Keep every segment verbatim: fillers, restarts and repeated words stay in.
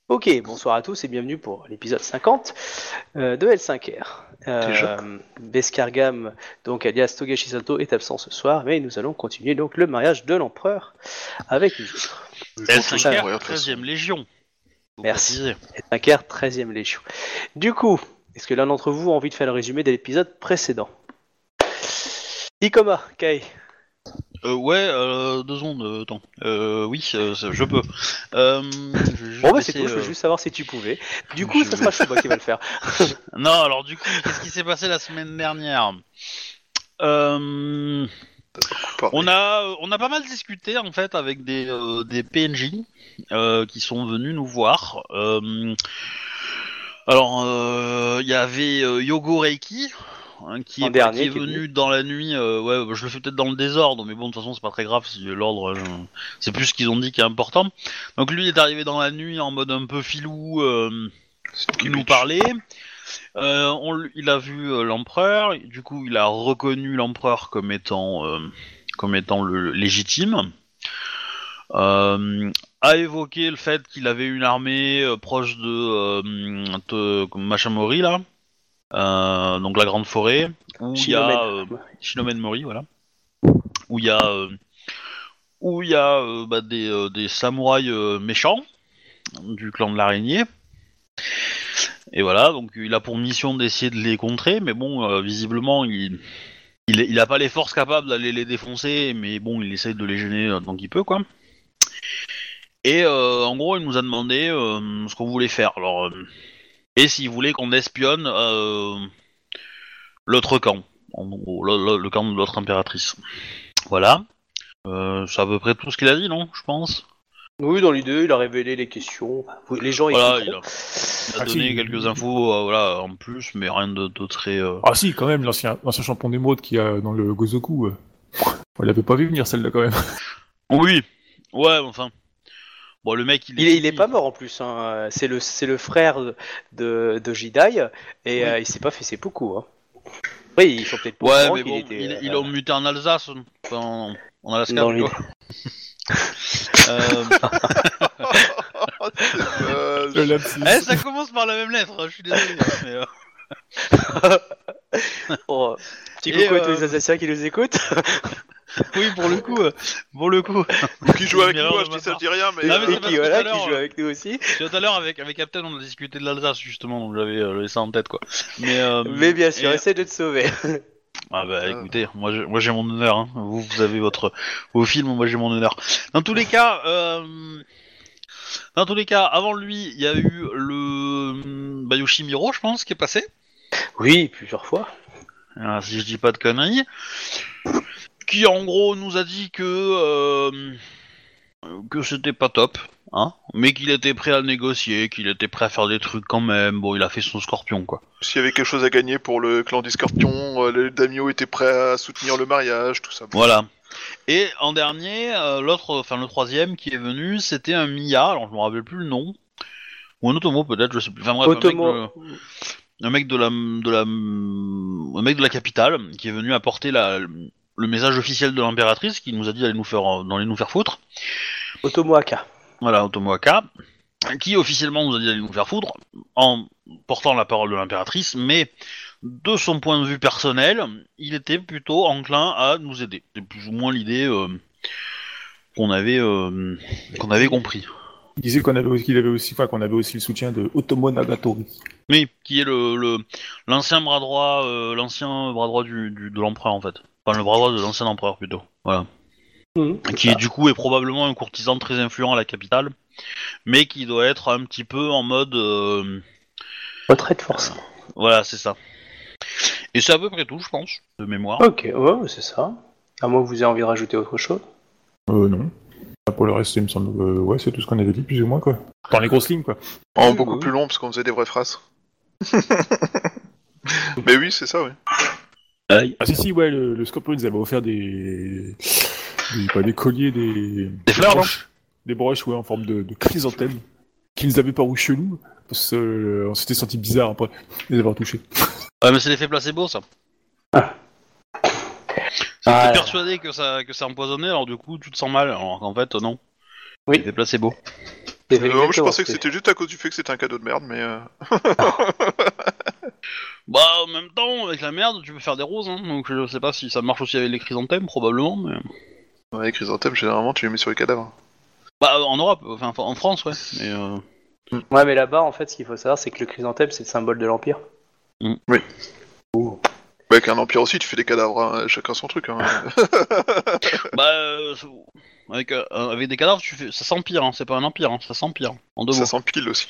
Ok, bonsoir à tous et bienvenue pour l'épisode cinquante euh, de L cinq R. Euh, Bescargam, donc alias Togashi Sato, est absent ce soir, mais nous allons continuer donc le mariage de l'empereur avec nous autres. L cinq R, treizième Légion. Merci. L cinq R, treizième Légion. Du coup, est-ce que l'un d'entre vous a envie de faire le résumé de l'épisode précédent? Ikoma, Kai. Euh, ouais, euh, deux secondes, euh, attends. Euh, oui, euh, je peux. Euh, je bon bah c'est tout, euh... je veux juste savoir si tu pouvais. Du coup, je... ça sera Shuba qui va le faire. Non, alors du coup, qu'est-ce qui s'est passé la semaine dernière? euh... On a, on a pas mal discuté en fait avec des, euh, des P N J euh, qui sont venus nous voir. Euh... Alors, il euh, y avait euh, Yogo Reiki. Hein, qui, est, dernier, qui est venu qui dans la nuit, euh, ouais, je le fais peut-être dans le désordre, mais bon, de toute façon, c'est pas très grave si l'ordre, je... c'est plus ce qu'ils ont dit qui est important. Donc lui est arrivé dans la nuit en mode un peu filou, euh, il nous parlait. Euh, on, il a vu euh, l'empereur, du coup, il a reconnu l'empereur comme étant, euh, comme étant le, le légitime. Euh, a évoqué le fait qu'il avait une armée euh, proche de, euh, de Machamori là. Euh, donc la grande forêt où il y a euh, Shinomen Mori, voilà, où il y a euh, où il y a euh, bah, des, euh, des samouraïs euh, méchants du clan de l'araignée, et voilà, donc il a pour mission d'essayer de les contrer, mais bon, euh, visiblement il il, il a pas les forces capables d'aller les défoncer, mais bon, il essaye de les gêner euh, tant qu'il peut, quoi. Et euh, en gros, il nous a demandé euh, ce qu'on voulait faire, alors euh, et s'il voulait qu'on espionne euh, l'autre camp, en gros, le, le, le camp de l'autre impératrice. Voilà. Euh, c'est à peu près tout ce qu'il a dit, non, je pense. Oui, dans l'idée, il a révélé les questions. Les gens voilà, il a, il a ah, donné si, quelques il... infos euh, voilà, en plus, mais rien de, de très... Euh... Ah si, quand même, l'ancien, l'ancien champion d'émeraude qu'il y a dans le Gozoku, euh... on l'avait pas vu venir celle-là quand même. Oui, ouais, enfin... Bon, le mec, il est... Il est, il est pas mort en plus, hein. c'est, le, c'est le frère de, de Jidai, et oui. euh, il s'est pas fait seppuku. Hein. Oui, ils sont peut-être pas ouais, au mais bon, était, il, euh, il a muté en Alsace, en, en Alaska, dans plutôt. euh... eh, ça commence par la même lettre, je suis désolé. Mais euh... oh, petit coucou euh... à tous les Alsaciens qui nous écoutent. Oui, pour le coup, euh, pour le coup. Ou qui joue avec nous, je dis ça, je dis rien, mais... Ah, mais et qui, voilà, qui joue avec nous aussi. Tout à l'heure, avec, avec Captain, on a discuté de l'Alsace, justement, donc j'avais euh, ça en tête, quoi. Mais, euh, mais bien sûr, et... essaie de te sauver. Ah bah écoutez, moi j'ai, moi j'ai mon honneur, hein. vous, vous avez votre vos films, moi j'ai mon honneur. Dans tous les cas, euh... dans tous les cas, avant lui, il y a eu le bah, Yoshimiro, je pense, qui est passé. Oui, plusieurs fois. Alors, si je dis pas de conneries. Qui en gros nous a dit que euh, que c'était pas top, hein, mais qu'il était prêt à négocier, qu'il était prêt à faire des trucs quand même. Bon, il a fait son scorpion, quoi. S'il y avait quelque chose à gagner pour le clan des scorpions, euh, les daimyo étaient prêts à soutenir le mariage, tout ça. Voilà. Et en dernier, euh, l'autre, enfin le troisième qui est venu, c'était un Miya. Alors je me rappelle plus le nom, ou un Otomo peut-être, je sais plus. Enfin bref, Otomo. un mec de, un mec de la de la un mec de la capitale qui est venu apporter la le message officiel de l'impératrice qui nous a dit d'aller nous faire, d'aller nous faire foutre. Otomoaka. Voilà, Otomoaka, qui officiellement nous a dit d'aller nous faire foutre en portant la parole de l'impératrice, mais de son point de vue personnel, il était plutôt enclin à nous aider. C'est plus ou moins l'idée euh, qu'on avait euh, qu'on avait compris. Il disait qu'on avait, qu'il avait aussi, enfin, qu'on avait aussi le soutien de Otomo Nagatori. Oui, qui est le, le l'ancien bras droit, euh, l'ancien bras droit du, du de l'empereur en fait. Enfin, le bras droit de l'ancien empereur plutôt. Voilà. Mmh, qui est, du coup est probablement un courtisan très influent à la capitale, mais qui doit être un petit peu en mode euh... retrait de force. Euh, voilà, c'est ça. Et c'est à peu près tout, je pense, de mémoire. Ok, ouais, c'est ça. À moins que vous ayez envie de rajouter autre chose. Euh, non. Pour le reste, il me semble, euh, ouais, c'est tout ce qu'on avait dit, plus ou moins, quoi. Dans les grosses lignes, quoi. En beaucoup oui. plus long, parce qu'on faisait des vraies phrases. Mais oui, c'est ça, oui. Ah si si ouais le, le Scorpion ils avaient offert des des, pas, des colliers des des fleurs des broches, des broches ouais en forme de, de chrysanthème qu'ils avaient paru chelou parce qu'on euh, s'était senti bizarre après de les avoir touchés. Ouais mais c'est l'effet placebo ça. Ah. T'es ah, persuadé que ça que c'est empoisonné alors du coup tu te sens mal alors qu'en fait non. Oui. L'effet placebo. C'est Euh, moi, je exactement, pensais que c'est- c'était juste à cause du fait que c'était un cadeau de merde, mais... Euh... Bah, en même temps, avec la merde, tu peux faire des roses, hein, donc je sais pas si ça marche aussi avec les chrysanthèmes, probablement, mais... Ouais, les chrysanthèmes, généralement, tu les mets sur les cadavres. Bah, en Europe, enfin, en France, ouais, mais... Euh... Ouais, mais là-bas, en fait, ce qu'il faut savoir, c'est que le chrysanthème, c'est le symbole de l'Empire. Oui. Ouh. Bah, avec un empire aussi, tu fais des cadavres, hein, chacun son truc. Hein. Bah, euh, avec, euh, avec des cadavres, tu fais... ça s'empire, hein, c'est pas un empire, hein, ça s'empire, en deux Ça mots. s'empile aussi.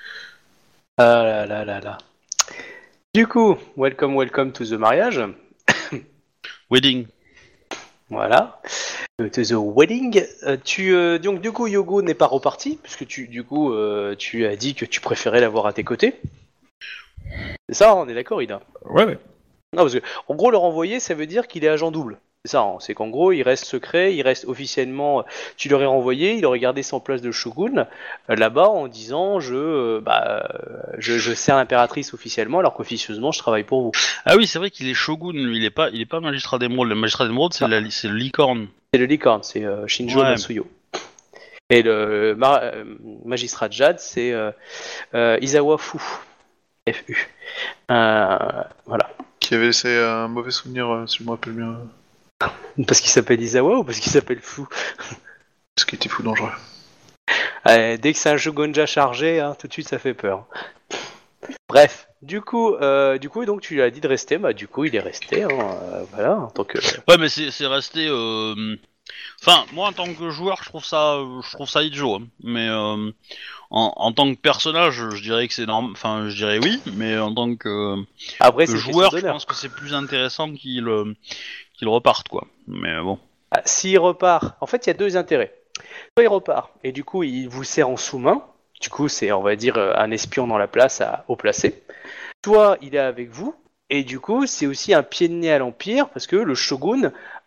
Ah là là là là. Du coup, welcome, welcome to the mariage. Wedding. Voilà. Euh, To the wedding. Euh, tu, euh, donc, du coup, Yogo n'est pas reparti, puisque tu, du coup, euh, tu as dit que tu préférais l'avoir à tes côtés. C'est ça, on est d'accord, Ida? Ouais, ouais. Non, parce que, en gros, le renvoyer, ça veut dire qu'il est agent double. C'est ça, hein. C'est qu'en gros, il reste secret, il reste officiellement. Tu l'aurais renvoyé, il aurait gardé son place de shogun euh, là-bas en disant je, euh, bah, euh, je, je sers l'impératrice officiellement, alors qu'officieusement, je travaille pour vous. Ah oui, c'est vrai qu'il est shogun, lui, il est pas, il est pas magistrat d'émeraude. Le magistrat d'émeraude, c'est, Ah. la- c'est le licorne. C'est le licorne, c'est euh, Shinjo Ouais. Masuyo. Et le ma- euh, magistrat de Jade, c'est euh, euh, Izawa Fu. F U. Euh, voilà. Qui avait laissé un mauvais souvenir, euh, si je me rappelle bien. Parce qu'il s'appelle Izawa ou parce qu'il s'appelle Fu? Ce qui était fou dangereux. Euh, dès que c'est un shogunja chargé, hein, tout de suite ça fait peur. Bref, du coup, euh, du coup, donc tu lui as dit de rester, bah du coup il est resté, hein, euh, voilà, en tant que. Ouais, mais c'est, c'est resté. Euh... Enfin, moi, en tant que joueur, je trouve ça, je trouve ça idiot. Hein. Mais euh, en, en tant que personnage, je dirais que c'est normal. Enfin, je dirais oui, mais en tant que, Après que c'est joueur, je d'honneur. pense que c'est plus intéressant qu'il, euh, qu'il reparte, quoi. Mais bon. Ah, s'il repart, en fait il y a deux intérêts. Soit il repart et du coup il vous sert en sous-main. Du coup c'est, on va dire, un espion dans la place à haut placé. Soit il est avec vous. Et du coup, c'est aussi un pied de nez à l'Empire, parce que le shogun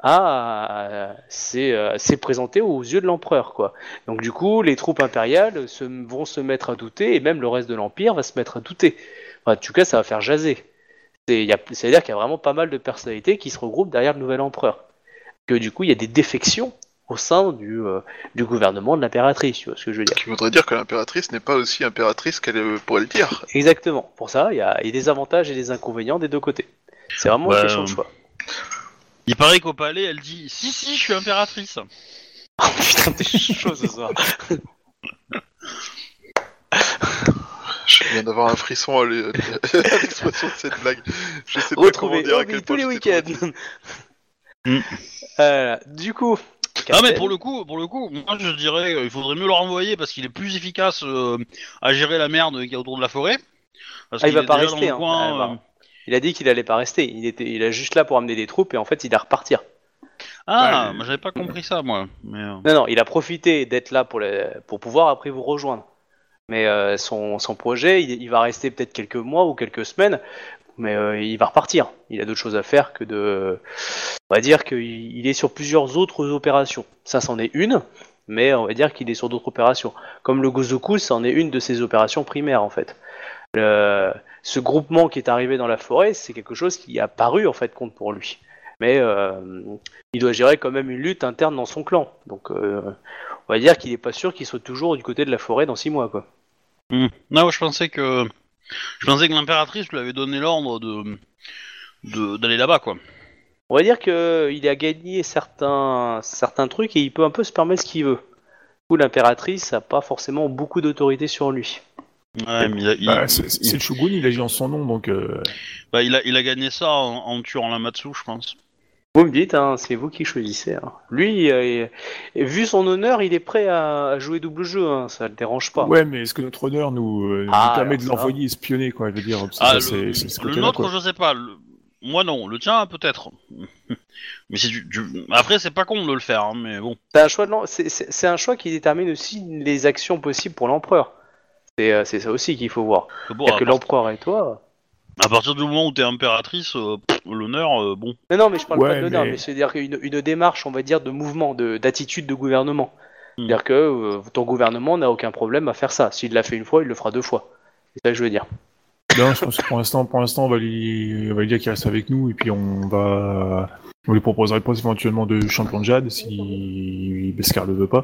a, s'est, euh, s'est présenté aux yeux de l'empereur, quoi. Donc du coup, les troupes impériales se, vont se mettre à douter, et même le reste de l'Empire va se mettre à douter. Enfin, en tout cas, ça va faire jaser. C'est, y a, c'est-à-dire qu'il y a vraiment pas mal de personnalités qui se regroupent derrière le nouvel empereur. Que du coup, il y a des défections au sein du, euh, du gouvernement de l'impératrice, tu vois ce que je veux dire. Qui voudrait dire que l'impératrice n'est pas aussi impératrice qu'elle euh, pourrait le dire. Exactement. Pour ça, il y a, il y a des avantages et des inconvénients des deux côtés. C'est vraiment Bah, une question de choix. Il paraît qu'au palais, elle dit si si, je suis impératrice. Oh putain, t'es chaud ce soir. Je viens d'avoir un frisson à l'e- à l'expression de cette blague. Je sais pas Retrouvez comment dire à Obi quel tous point les j'étais week-ends. Mm. Euh, du coup. Ah mais Captain, pour le coup, pour le coup, moi je dirais euh, il faudrait mieux le renvoyer parce qu'il est plus efficace euh, à gérer la merde qu'il y a autour de la forêt. Parce Ah, il qu'il va est pas déjà rester, dans le hein. coin, Ah, bah. euh, il a dit qu'il allait pas rester. Il était, il est juste là pour amener des troupes et en fait il va repartir. Ah, Bah, moi j'avais pas compris ça moi. Mais euh, Non, non, il a profité d'être là pour, le, pour pouvoir après vous rejoindre. Mais euh, son, son projet, il, il va rester peut-être quelques mois ou quelques semaines, mais euh, il va repartir. Il a d'autres choses à faire que de. On va dire qu'il il est sur plusieurs autres opérations. Ça, c'en est une, mais on va dire qu'il est sur d'autres opérations. Comme le Gozoku, c'en est une de ses opérations primaires en fait. Le, ce groupement qui est arrivé dans la forêt, c'est quelque chose qui a paru en fait compte pour lui. Mais euh, il doit gérer quand même une lutte interne dans son clan. Donc euh, on va dire qu'il est pas sûr qu'il soit toujours du côté de la forêt dans six mois, quoi. hmm. Non, je pensais que je pensais que l'impératrice lui avait donné l'ordre de de- d'aller là-bas quoi. On va dire qu'il a gagné certains, certains trucs et il peut un peu se permettre ce qu'il veut. Du coup, l'impératrice n'a pas forcément beaucoup d'autorité sur lui. Ouais, mais il a, il- Bah, c'est, c'est il- le shogun, il agit en son nom, donc... Euh... bah, il a, il a gagné ça en, en tuant Lamatsu, je pense. Vous me dites, hein, c'est vous qui choisissez. Hein. Lui, euh, vu son honneur, il est prêt à, à jouer double jeu, hein, ça ne le dérange pas. Ouais, mais est-ce que notre honneur nous, euh, Ah, nous permet alors de ça. l'envoyer espionner, quoi, je veux dire, c'est, Ah, ça, le, c'est, c'est ce le côté-là, nôtre, quoi. je sais pas. le- Moi non, le tien peut-être. Mais si tu, tu- après, c'est pas con de le faire, hein, mais bon. C'est un choix de l'em- c'est, c'est- c'est un choix qui détermine aussi les actions possibles pour l'empereur. C'est, euh, c'est ça aussi qu'il faut voir. Bon, Il y a à, que part- l'empereur et toi. à partir du moment où t'es impératrice, euh, pff, l'honneur, euh, bon. Non, non, mais je parle Ouais, pas de l'honneur, mais- mais, c'est-à-dire qu'une une démarche, on va dire, de mouvement, de, d'attitude de gouvernement. Hmm. C'est-à-dire que euh, ton gouvernement n'a aucun problème à faire ça. S'il l'a fait une fois, il le fera deux fois. C'est ça que je veux dire. Non, je pense que pour l'instant, pour l'instant, on va lui, on va lui dire qu'il reste avec nous, et puis on va, on lui proposerait pas éventuellement de champion de Jade si Beskar le veut pas.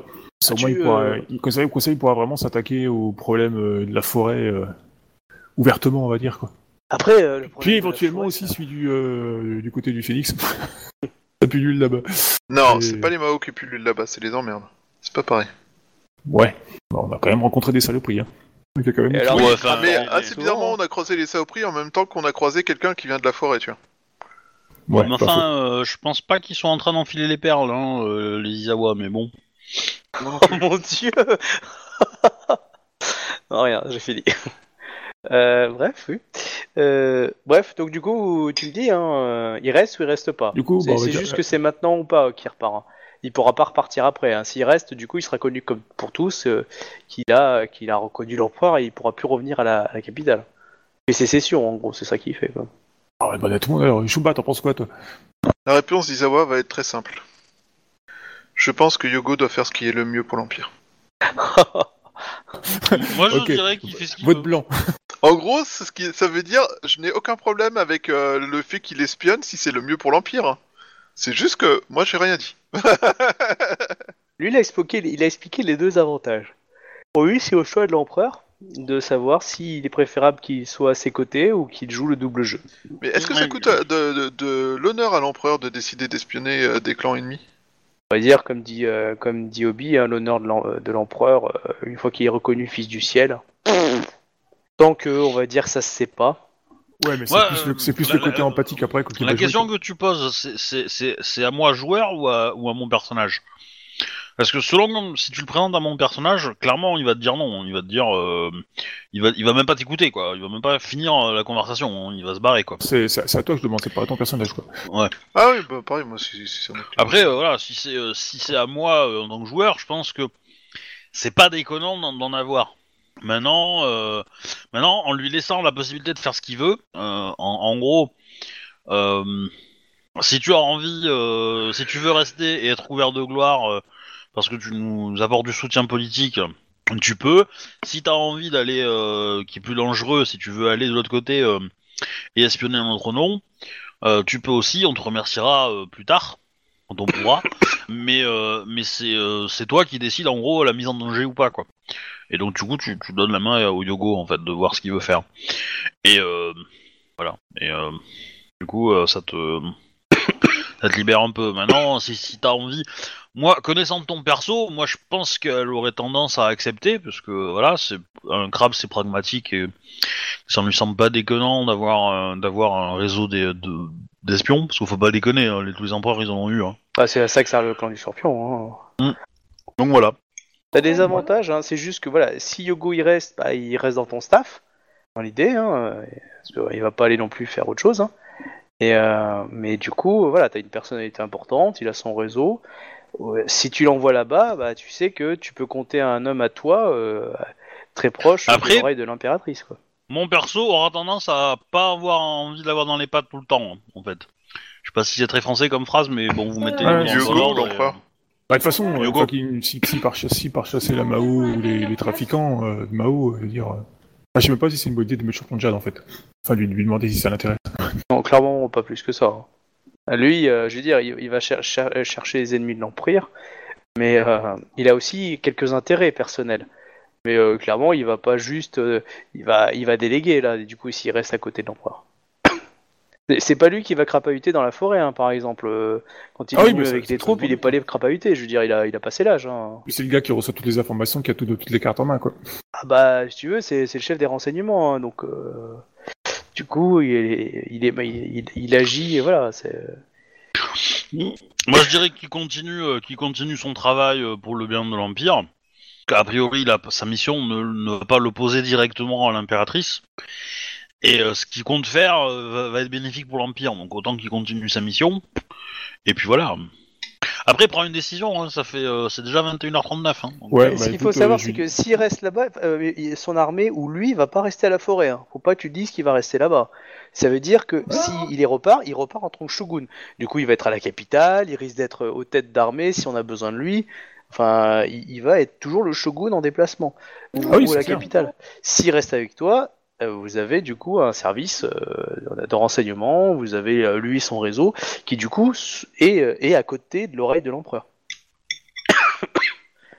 Ça, au tu, moins, il pourra, euh, il, comme ça, comme ça, il pourra vraiment s'attaquer aux problèmes euh, de la forêt euh, ouvertement, on va dire, quoi. Après, euh, le problème Puis de la éventuellement forêt, aussi ça- celui du, euh, du côté du Phénix. Ça pullule là-bas. Non, Et- c'est pas les Mao qui pullulent là-bas, c'est les emmerdes. C'est pas pareil. Ouais. Bon, on a quand même rencontré des saloperies. Hein. Il y a quand même... Et alors, Ouais, oui, enfin, Mais euh, assez souvent, bizarrement, on a croisé les saloperies en même temps qu'on a croisé quelqu'un qui vient de la forêt, tu vois. Ouais, mais pas enfin, euh, je pense pas qu'ils sont en train d'enfiler les perles, hein, euh, les Izawa, mais bon. Non, non Oh plus. mon dieu. Non, rien, j'ai fini. Euh, bref, oui. Euh, bref, donc du coup, tu me dis, hein, euh, il reste ou il reste pas. Du coup, c'est bah, on va c'est dire- juste que c'est maintenant ou pas qu'il repart. Hein. Il pourra pas repartir après. Hein. S'il reste, du coup, il sera connu comme pour tous euh, qu'il a qu'il a reconnu l'empereur et il pourra plus revenir à la, à la capitale. Et c'est sécession, en gros, c'est ça qu'il fait. Quoi. Ah ouais, bah, honnêtement, alors, Shuba, t'en penses quoi, toi? La réponse d'Izawa va être très simple. Je pense que Yogo doit faire ce qui est le mieux pour l'Empire. Moi, je Ok. dirais qu'il fait ce qu'il Vote veut. blanc. En gros, c'est ce qui, ça veut dire, je n'ai aucun problème avec euh, le fait qu'il espionne si c'est le mieux pour l'Empire. hein. C'est juste que moi, j'ai rien dit. Lui, il a, expliqué, il a expliqué les deux avantages. Pour lui, c'est au choix de l'empereur de savoir s'il est préférable qu'il soit à ses côtés ou qu'il joue le double jeu. Mais est-ce que ça Ouais. coûte euh, de, de- de l'honneur à l'empereur de décider d'espionner euh, des clans ennemis? On va dire, comme dit, euh, comme dit Obi, hein, l'honneur de l'em- de l'empereur, euh, une fois qu'il est reconnu fils du ciel, tant que, on va dire, ça se sait pas. Ouais, mais c'est Ouais, plus, le, euh, c'est plus la- le côté la- empathique après qu'il La va jouer, question quoi. que tu poses, c'est- c'est c'est- c'est à moi joueur ou à, ou à mon personnage? Parce que selon si tu le présentes à mon personnage, clairement il va te dire non, il va te dire, euh, il va, il va même pas t'écouter quoi, il va même pas finir euh, la conversation, hein, il va se barrer quoi. C'est, c'est, c'est à toi que je demande, c'est pas à ton personnage, quoi. Ouais. Ah oui, bah pareil, moi, si, si c'est un autre clan. Après euh, voilà, si c'est euh, si c'est à moi euh, en tant que joueur, je pense que c'est pas déconnant d'en, d'en avoir. Maintenant, euh, maintenant en lui laissant la possibilité de faire ce qu'il veut, euh, en, en gros. Euh, Si tu as envie, euh, si tu veux rester et être couvert de gloire euh, parce que tu nous apportes du soutien politique, tu peux. Si tu as envie d'aller, euh, qui est plus dangereux, si tu veux aller de l'autre côté euh, et espionner un autre nom, euh, tu peux aussi, on te remerciera euh, plus tard, quand on pourra. Mais, euh, mais c'est, euh, c'est toi qui décides en gros la mise en danger ou pas, quoi. Et donc du coup, tu, tu donnes la main au Yogo, en fait, de voir ce qu'il veut faire. Et euh, voilà. Et euh, du coup, euh, ça te... ça te libère un peu. Maintenant, si, si t'as envie, moi, connaissant ton perso, moi je pense qu'elle aurait tendance à accepter, parce que voilà, c'est un crabe, c'est pragmatique et ça ne lui semble pas déconnant d'avoir un, d'avoir un réseau des- de- d'espions, parce qu'il faut pas déconner, hein, les, tous les empereurs ils en ont eu. Hein. Ah, c'est à ça que sert le clan du Scorpion. Hein. Donc voilà. T'as des avantages, hein, c'est juste que voilà, si Yogo il reste, bah, il reste dans ton staff, dans l'idée, hein, parce qu'il va pas aller non plus faire autre chose. Hein. Et euh, mais du coup, voilà, t'as une personnalité importante, il a son réseau. Euh, Si tu l'envoies là-bas, bah, tu sais que tu peux compter à un homme à toi, euh, très proche Après- de l'oreille de l'impératrice, quoi. Mon perso aura tendance à pas avoir envie de l'avoir dans les pattes tout le temps, hein, en fait. Je sais pas si c'est très français comme phrase, mais bon, vous mettez Ouais, les mots en Yogo, ordre et, l'empereur. euh, Bah, de toute façon, Yogo. une fois qu'il si, si par, si par chasser la Mao ou les, les trafiquants euh, de Mao, je veux dire... euh, enfin, je sais même pas si c'est une bonne idée de mettre sur Jad, en fait. Enfin, lui, lui demander si ça l'intéresse. Non, clairement, pas plus que ça. Hein. Lui, euh, je veux dire, il, il va cher- cher- chercher les ennemis de l'Empire, mais euh, il a aussi quelques intérêts personnels. Mais euh, clairement, il va pas juste, euh, il va, il va déléguer là. Du coup, s'il reste à côté de l'empereur, c'est- c'est pas lui qui va crapahuter dans la forêt, hein, par exemple. Euh, Quand il Ah est oui, venu mais ça- avec ça- les ça troupes, se il est pas allé crapahuter. Je veux dire, il a, il a passé l'âge. Hein. C'est le gars qui reçoit toutes les informations, qui a tout, toutes les cartes en main, quoi. Ah bah, si tu veux, c'est c'est le chef des renseignements, hein, donc euh, du coup, il, est, il, est, il, il- il agit, et voilà. C'est... Moi, je dirais qu'il continue, euh, qu'il continue son travail euh, pour le bien de l'Empire. A priori, la, sa mission ne, ne va pas l'opposer directement à l'impératrice. Et euh, ce qu'il compte faire euh, va, va être bénéfique pour l'Empire. Donc autant qu'il continue sa mission. Et puis voilà. Après, prends une décision. Hein, ça fait, euh, c'est déjà vingt et une heures trente-neuf. Hein, donc, Ouais, ce bah, qu'il écoute, faut savoir, euh, je c'est lui- que s'il reste là-bas, euh, il- son armée ou lui, il va pas rester à la forêt. Hein. Faut pas que tu dises qu'il va rester là-bas. Ça veut dire que s'il est repart, il repart en tant que shogun. Du coup, il va être à la capitale, il risque d'être aux têtes d'armée si on a besoin de lui. Enfin, il, il va être toujours le shogun en déplacement. Ou, Ah oui, ou c'est à la clair. capitale. S'il reste avec toi, euh, vous avez du coup un service euh, de renseignement, vous avez euh, lui son réseau, qui du coup s- est, euh, est à côté de l'oreille de l'empereur.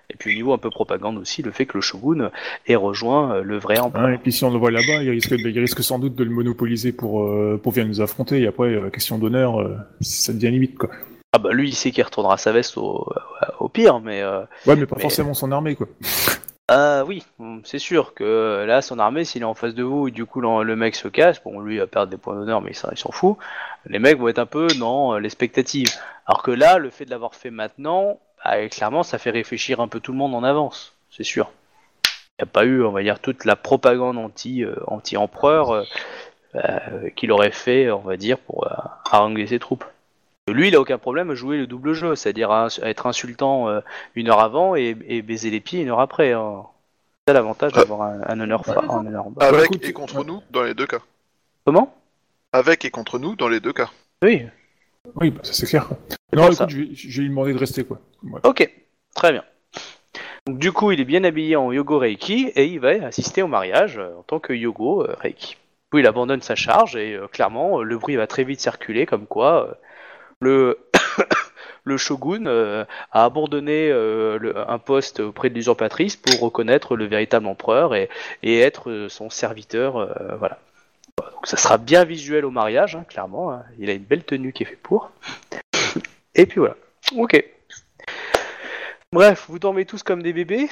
Et puis au niveau un peu propagande aussi, le fait que le shogun ait rejoint le vrai empereur. Ouais, et puis si on le voit là-bas, il risque, de, il risque sans doute de le monopoliser pour, euh, pour venir nous affronter, et après, euh, question d'honneur, euh, ça devient limite, quoi. Ah bah lui, il sait qu'il retournera sa veste au, au pire, mais... Euh, ouais, mais pas mais... forcément son armée, quoi. Ah euh, oui, c'est sûr que là, son armée, s'il est en face de vous, et du coup le mec se casse, bon, lui il va perdre des points d'honneur, mais ça, il s'en fout. Les mecs vont être un peu dans l'expectative. Alors que là, le fait de l'avoir fait maintenant, bah, clairement, ça fait réfléchir un peu tout le monde en avance, c'est sûr. Il n'y a pas eu, on va dire, toute la propagande anti, euh, anti-empereur euh, euh, qu'il aurait fait, on va dire, pour euh, haranguer ses troupes. Lui, il a aucun problème à jouer le double jeu, c'est-à-dire à, à être insultant euh, une heure avant et, et baiser les pieds une heure après. Hein. C'est l'avantage d'avoir un, un honneur fa- un honneur bas. Avec bah, écoute, et contre nous, dans les deux cas. Comment ? Avec et contre nous, dans les deux cas. Oui. Oui, bah, ça c'est clair, quoi. Non, écoute, ça. je vais, je vais lui demander de rester, quoi. Ouais. Ok, très bien. Donc, du coup, il est bien habillé en Yogo Reiki et il va assister au mariage euh, en tant que Yogo euh, Reiki. Puis il abandonne sa charge et euh, clairement, euh, le bruit va très vite circuler comme quoi... Euh, Le, le shogun euh, a abandonné euh, le, un poste auprès de l'usurpatrice pour reconnaître le véritable empereur et, et être euh, son serviteur. Euh, voilà. Donc ça sera bien visuel au mariage, hein, clairement. Hein. Il a une belle tenue qui est faite pour. Et puis voilà. Ok. Bref, vous dormez tous comme des bébés.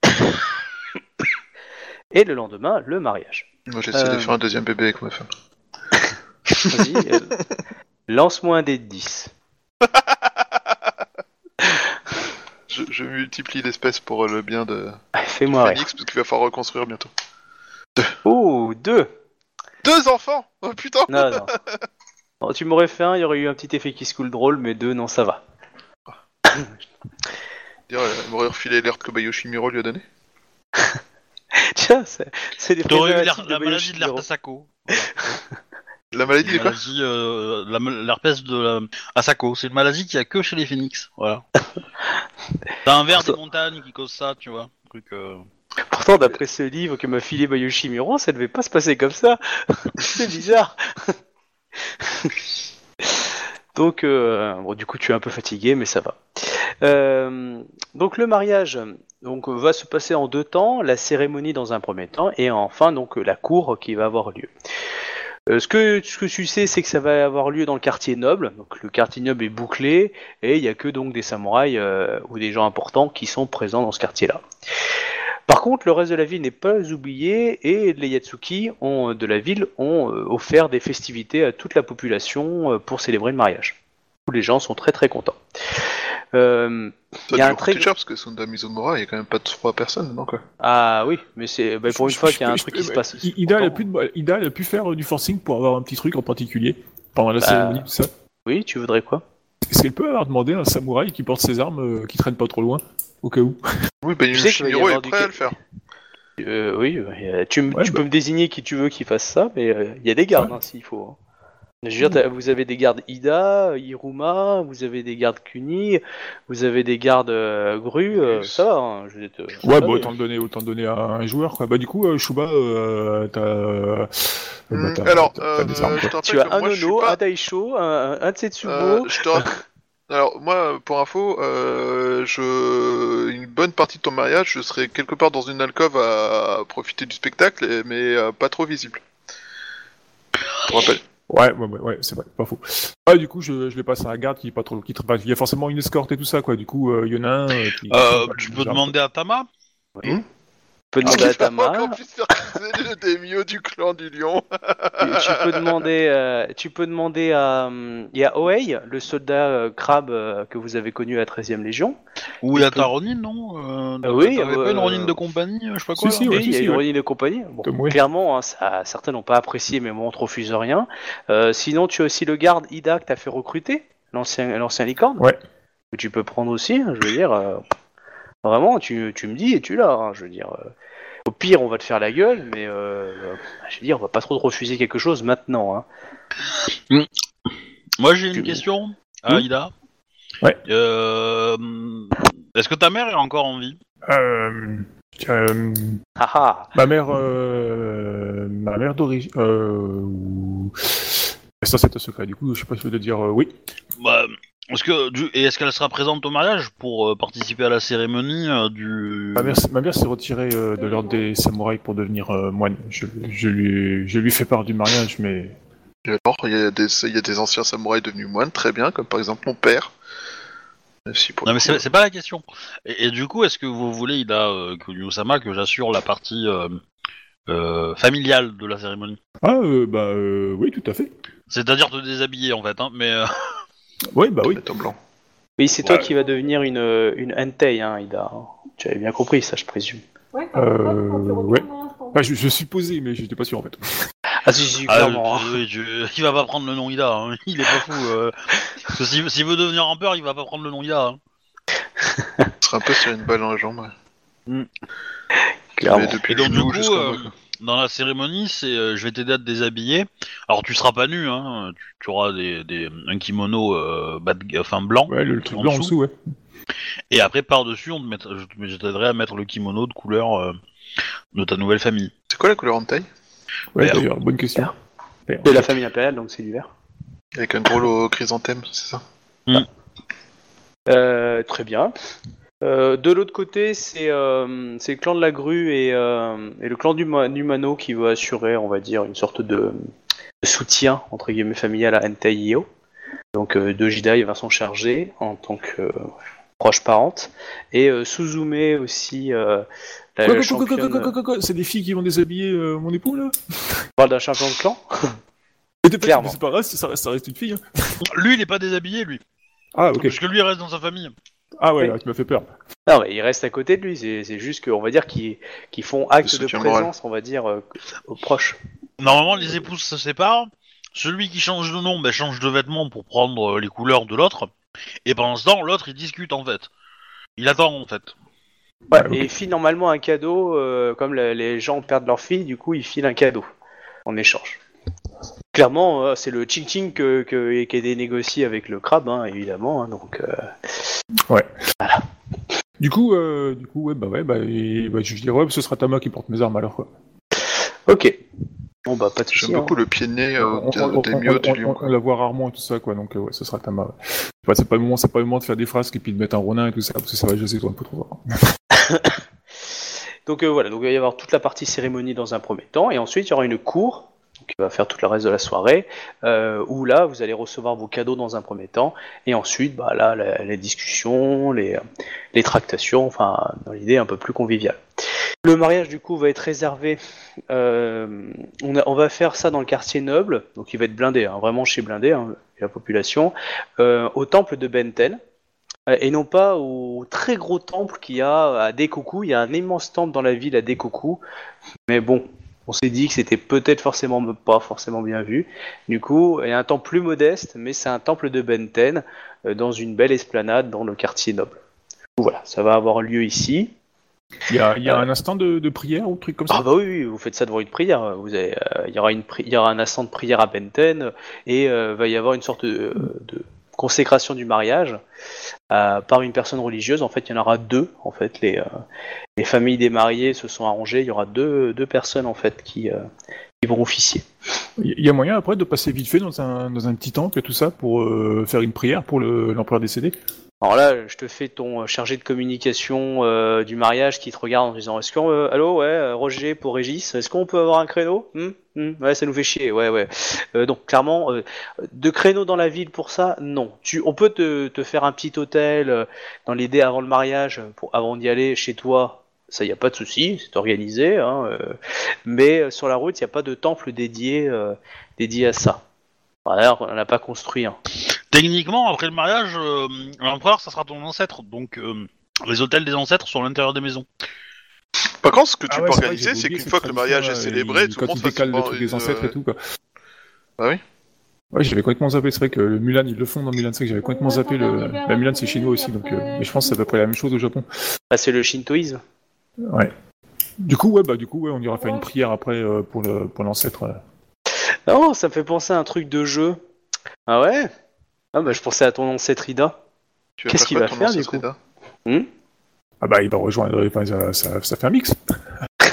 Et le lendemain, le mariage. Moi j'essaie euh... de faire un deuxième bébé avec ma femme. Vas-y. Euh... Lance-moi un dé de dix. je, je multiplie l'espèce pour le bien de Fais-moi Phoenix, parce qu'il va falloir reconstruire bientôt. Deux. Oh, deux. Deux enfants. Oh putain. Non, non. Bon, tu m'aurais fait un, il y aurait eu un petit effet qui se coule drôle, mais deux, non, ça va. Dire, elle m'aurait refilé l'air que Bayoshi Miro lui a donné. Tiens, c'est, c'est des T'aurais eu l'air, la maladie de l'Artasako. La maladie de quoi maladie, euh, la, l'herpès de la... Asako, c'est une maladie qu'il y a que chez les phénix, voilà. T'as un ver des montagnes qui cause ça, tu vois. Un truc, euh... Pourtant, d'après ce livre que m'a filé Bayoshi Miro, ça devait pas se passer comme ça. C'est bizarre. Donc, euh, bon, du coup, tu es un peu fatigué, mais ça va. Euh, donc, le mariage donc, va se passer en deux temps, la cérémonie dans un premier temps, et enfin, donc, la cour qui va avoir lieu. Euh, ce, que, ce que tu sais, c'est que ça va avoir lieu dans le quartier noble. Donc le quartier noble est bouclé et il n'y a que donc des samouraïs euh, ou des gens importants qui sont présents dans ce quartier-là. Par contre, le reste de la ville n'est pas oublié et les Yatsuki ont, de la ville ont euh, offert des festivités à toute la population euh, pour célébrer le mariage. Tous les gens sont très très contents. Euh, ça a un très cher parce que Sunda Mizumura, il y a quand même pas de trois personnes, non quoi. Ah oui, mais c'est bah, pour une je, fois je, qu'il y a un je, truc je, qui se passe. Ida a, pu, Ida a pu faire du forcing pour avoir un petit truc en particulier pendant la bah, cérémonie, tout ça. Oui, tu voudrais quoi ? Est-ce qu'elle peut avoir demandé à un samouraï qui porte ses armes, euh, qui traîne pas trop loin, au cas où ? Oui, ben tu sais que Shimiro est prêt du... à le faire. Euh, oui, euh, tu, ouais, tu bah... peux me désigner qui tu veux qui fasse ça, mais il euh, y a des gardes ouais. hein, s'il faut. Hein. Je veux dire, vous avez des gardes Ida, Hiruma, vous avez des gardes Kuni, vous avez des gardes euh, Gru, euh, ça va. Hein, je vais te... Ouais, bon, autant le donner, autant le donner à un joueur, quoi. Bah du coup, euh, Shuba, euh, t'as, euh, bah, t'as, Alors, t'as, t'as des armes, euh, tu as un Ono, pas... un Daisho, un, un Tetsubo. Euh, je te rappelle... Alors moi, pour info, euh, je... une bonne partie de ton mariage, je serai quelque part dans une alcôve à profiter du spectacle, mais euh, pas trop visible. Je te rappelle. Ouais, ouais, ouais, ouais, c'est vrai, pas faux. Ah, du coup, je, je vais passer à la garde qui est pas trop, qui il y a forcément une escorte et tout ça, quoi. Du coup, il euh, y en a un. Euh, qui, euh, qui tu peux demander à Tama. Oui. Hmm Tu peux demander ah, à Tama. Encore plus faire cuisiner le daimyo du clan du lion. tu, tu peux demander, euh, tu peux demander à, il y a Oei, le soldat euh, crabe euh, que vous avez connu à la treizième Légion. Ou il y a ta Ronin, non euh, Oui. T'avais euh, pas une Ronin de compagnie, je sais pas quoi. Si, si, oui, il y a si, une ouais. Ronin de compagnie. Bon, clairement, hein, ça, certains n'ont pas apprécié, mais bon, on te refuse rien. Euh, sinon, tu as aussi le garde Ida que t'as fait recruter, l'ancien, l'ancien licorne. Ouais. Que tu peux prendre aussi. Hein, je veux dire, euh, vraiment, tu, tu me dis et tu l'as. Hein, je veux dire. Euh, Au pire, on va te faire la gueule, mais euh, je veux dire, on va pas trop te refuser quelque chose maintenant. Hein. Mmh. Moi, j'ai une tu... question à mmh. Ida. Ouais. Euh, est-ce que ta mère est encore en vie ? Euh, euh, ah ah. Ma mère, euh, ma mère d'origine. Euh, ça, c'est un secret. Du coup, je sais pas si je veux te dire euh, oui. Bah, Est-ce que du... et est-ce qu'elle sera présente au mariage pour euh, participer à la cérémonie euh, du Ma mère, ma mère s'est retirée euh, de l'ordre des samouraïs pour devenir euh, moine. Je, je lui, je lui fais part du mariage, mais Et alors, il y, a des- il y a des anciens samouraïs devenus moines, très bien, comme par exemple mon père. Même si pour Non le mais coup, c'est, c'est pas la question. Et, et du coup, est-ce que vous voulez, Ida euh, Kunyosama, que j'assure la partie euh, euh, familiale de la cérémonie? ah euh, bah euh, oui, tout à fait. C'est-à-dire te déshabiller en fait, hein, mais euh, Oui, bah oui. mettre en blanc. Oui, c'est toi Ouais. qui vas devenir une, une Entei, hein, Ida. Tu avais bien compris ça, je présume. Ouais, Euh, ouais. ouais. Ah, je, je supposais, mais j'étais pas sûr en fait. Ah si, si, ah, clairement. hein. euh, oui, je- il va pas prendre le nom Ida. Hein. Il est pas fou. Euh... Parce que s'il, s'il veut devenir empereur, il va pas prendre le nom Ida. Hein. Ce serait un peu sur une balle dans la jambe. Ouais. Clairement. Mais depuis Et donc le du genou coup, jusqu'au euh, bas, quoi. dans la cérémonie, c'est, euh, je vais t'aider à te déshabiller. Alors tu seras pas nu, hein. Tu, tu auras des, des, un kimono euh, bas de- enfin blanc. Ouais, le, le truc en blanc en dessous. dessous, ouais. Et après par dessus, on te mettra- je, je t'aiderai à mettre le kimono de couleur euh, de ta nouvelle famille. C'est quoi la couleur en taille? Ouais, Vert. d'ailleurs, bonne question. Vert. Vert. C'est la famille impériale, donc c'est du vert. Avec un gros lot chrysanthème, c'est ça? Euh, très bien. Euh, de l'autre côté, c'est euh, c'est le clan de la grue et, euh, et le clan du, ma- du Mano qui va assurer, on va dire, une sorte de, de soutien, entre guillemets, familial à Entei Io. Donc euh, Dojidai va s'en charger en tant que euh, proche parente. Et euh, Suzume aussi, euh, la, Quoi, la quoi, quoi, quoi, championne... quoi, quoi, quoi, quoi, c'est des filles qui vont déshabiller euh, mon époux là? On parle d'un champion de clan. Mais t'es pas- Clairement. mais c'est pas grave, ça reste, ça reste une fille. Hein. Lui, il est pas déshabillé, lui. Ah ok. Parce que lui, il reste dans sa famille. Ah ouais, Oui. là, tu m'as fait peur. Non, mais il reste à côté de lui, c'est c'est juste qu'on va dire qu'ils qu'ils font acte Le de soutien moral. présence, on va dire, euh, aux proches. Normalement, les épouses se séparent. Celui qui change de nom, ben, change de vêtements pour prendre euh, les couleurs de l'autre. Et pendant ce temps, l'autre, il discute, en fait. Il attend, en fait. Ouais, Ouais, ok. et il file normalement un cadeau, euh, comme la- les gens perdent leur fille, du coup il file un cadeau en échange. Clairement, euh, c'est le ching-ching que, que, qui a été négocié avec le crabe, hein, évidemment, hein, donc... euh, Du coup, euh, du coup, ouais, bah ouais, bah, et, bah je dirais, ouais, ce sera Tama qui porte mes armes alors quoi. Ok. Bon bah pas de soucis. J'aime beaucoup hein. le pied de nez euh, on, on, des, des on- mieux on- du on- lion. on Quoi. la voit rarement et tout ça quoi, donc euh, ouais, ce sera Tama. Ouais. Bah, c'est pas le moment, c'est pas le moment de faire des phrases et puis de mettre un ronin et tout ça, parce que ça va jaser toi un peu trop fort. Donc euh, voilà, donc il va y avoir toute la partie cérémonie dans un premier temps, et ensuite il y aura une cour qui va faire tout le reste de la soirée, euh, où là vous allez recevoir vos cadeaux dans un premier temps, et ensuite bah là la- les discussions, les, les tractations, enfin dans l'idée un peu plus conviviale. Le mariage du coup va être réservé, euh, on, a- on va faire ça dans le quartier noble, donc il va être blindé, hein, vraiment chez blindé, hein, la population, euh, au temple de Benten. Euh, Et non pas au très gros temple qu'il y a à Dekoku. Il y a un immense temple dans la ville à Dekoku. Mais bon, on s'est dit que c'était peut-être forcément pas forcément bien vu. Du coup, il y a un temple plus modeste, mais c'est un temple de Benten, euh, dans une belle esplanade dans le quartier noble. Donc voilà, ça va avoir lieu ici. Il y a, il y a Euh, un instant de, de prière ou truc comme ça. Ah bah oui, oui, vous faites ça devant une prière. Vous avez, euh, il y aura une pri- il y aura un instant de prière à Benten et euh, va y avoir une sorte de, de consécration du mariage euh, par une personne religieuse. En fait, il y en aura deux. En fait, les, euh, les familles des mariés se sont arrangées. Il y aura deux, deux personnes en fait qui, euh, qui vont officier. Il y a moyen après de passer vite fait dans un, dans un petit temple et tout ça pour euh, faire une prière pour le- l'empereur décédé. Alors là, je te fais ton chargé de communication euh, du mariage qui te regarde en disant est-ce qu'on, euh, allô, ouais, euh, Roger pour Régis, est-ce qu'on peut avoir un créneau? Hmm Hmm Ouais, ça nous fait chier, ouais, ouais. Euh, donc clairement, euh, de créneaux dans la ville pour ça, non. Tu, on peut te, te faire un petit hôtel euh, dans l'idée avant le mariage, pour avant d'y aller chez toi. Ça, y a pas de souci, c'est organisé. Hein, euh, mais euh, sur la route, il y a pas de temple dédié euh, dédié à ça. D'ailleurs, on n'a pas construit un. Techniquement, après le mariage, euh, l'empereur, ça sera ton ancêtre. Donc, euh, les hôtels des ancêtres sont à l'intérieur des maisons. Par contre, ce que tu Ah peux ouais, c'est vrai, organiser, j'avais c'est oublié qu'une cette fois que le mariage est tradition-là, célébré, il- tout le quand monde il fasse décale le une- truc des une, ancêtres euh, et tout quoi. Ah oui. Ouais, j'avais complètement zappé. C'est vrai que le Mulan, ils le font dans Mulan cinq. J'avais complètement zappé le. La Mulan, c'est chinois aussi, donc. euh, Mais je pense que c'est à peu près la même chose au Japon. Ah, c'est le shintoïsme. Ouais. Du coup, ouais, bah du coup, ouais, on ira faire une prière après euh, pour le pour l'ancêtre. euh. Non, ça me fait penser à un truc de jeu. Ah ouais? Ah bah je pensais à ton ancêtre Ida. Tu vas Qu'est-ce faire qu'il quoi, va ton faire, du ancêtre coup Ida Hmm Ah bah il va rejoindre. Enfin, ça, ça, ça fait un mix.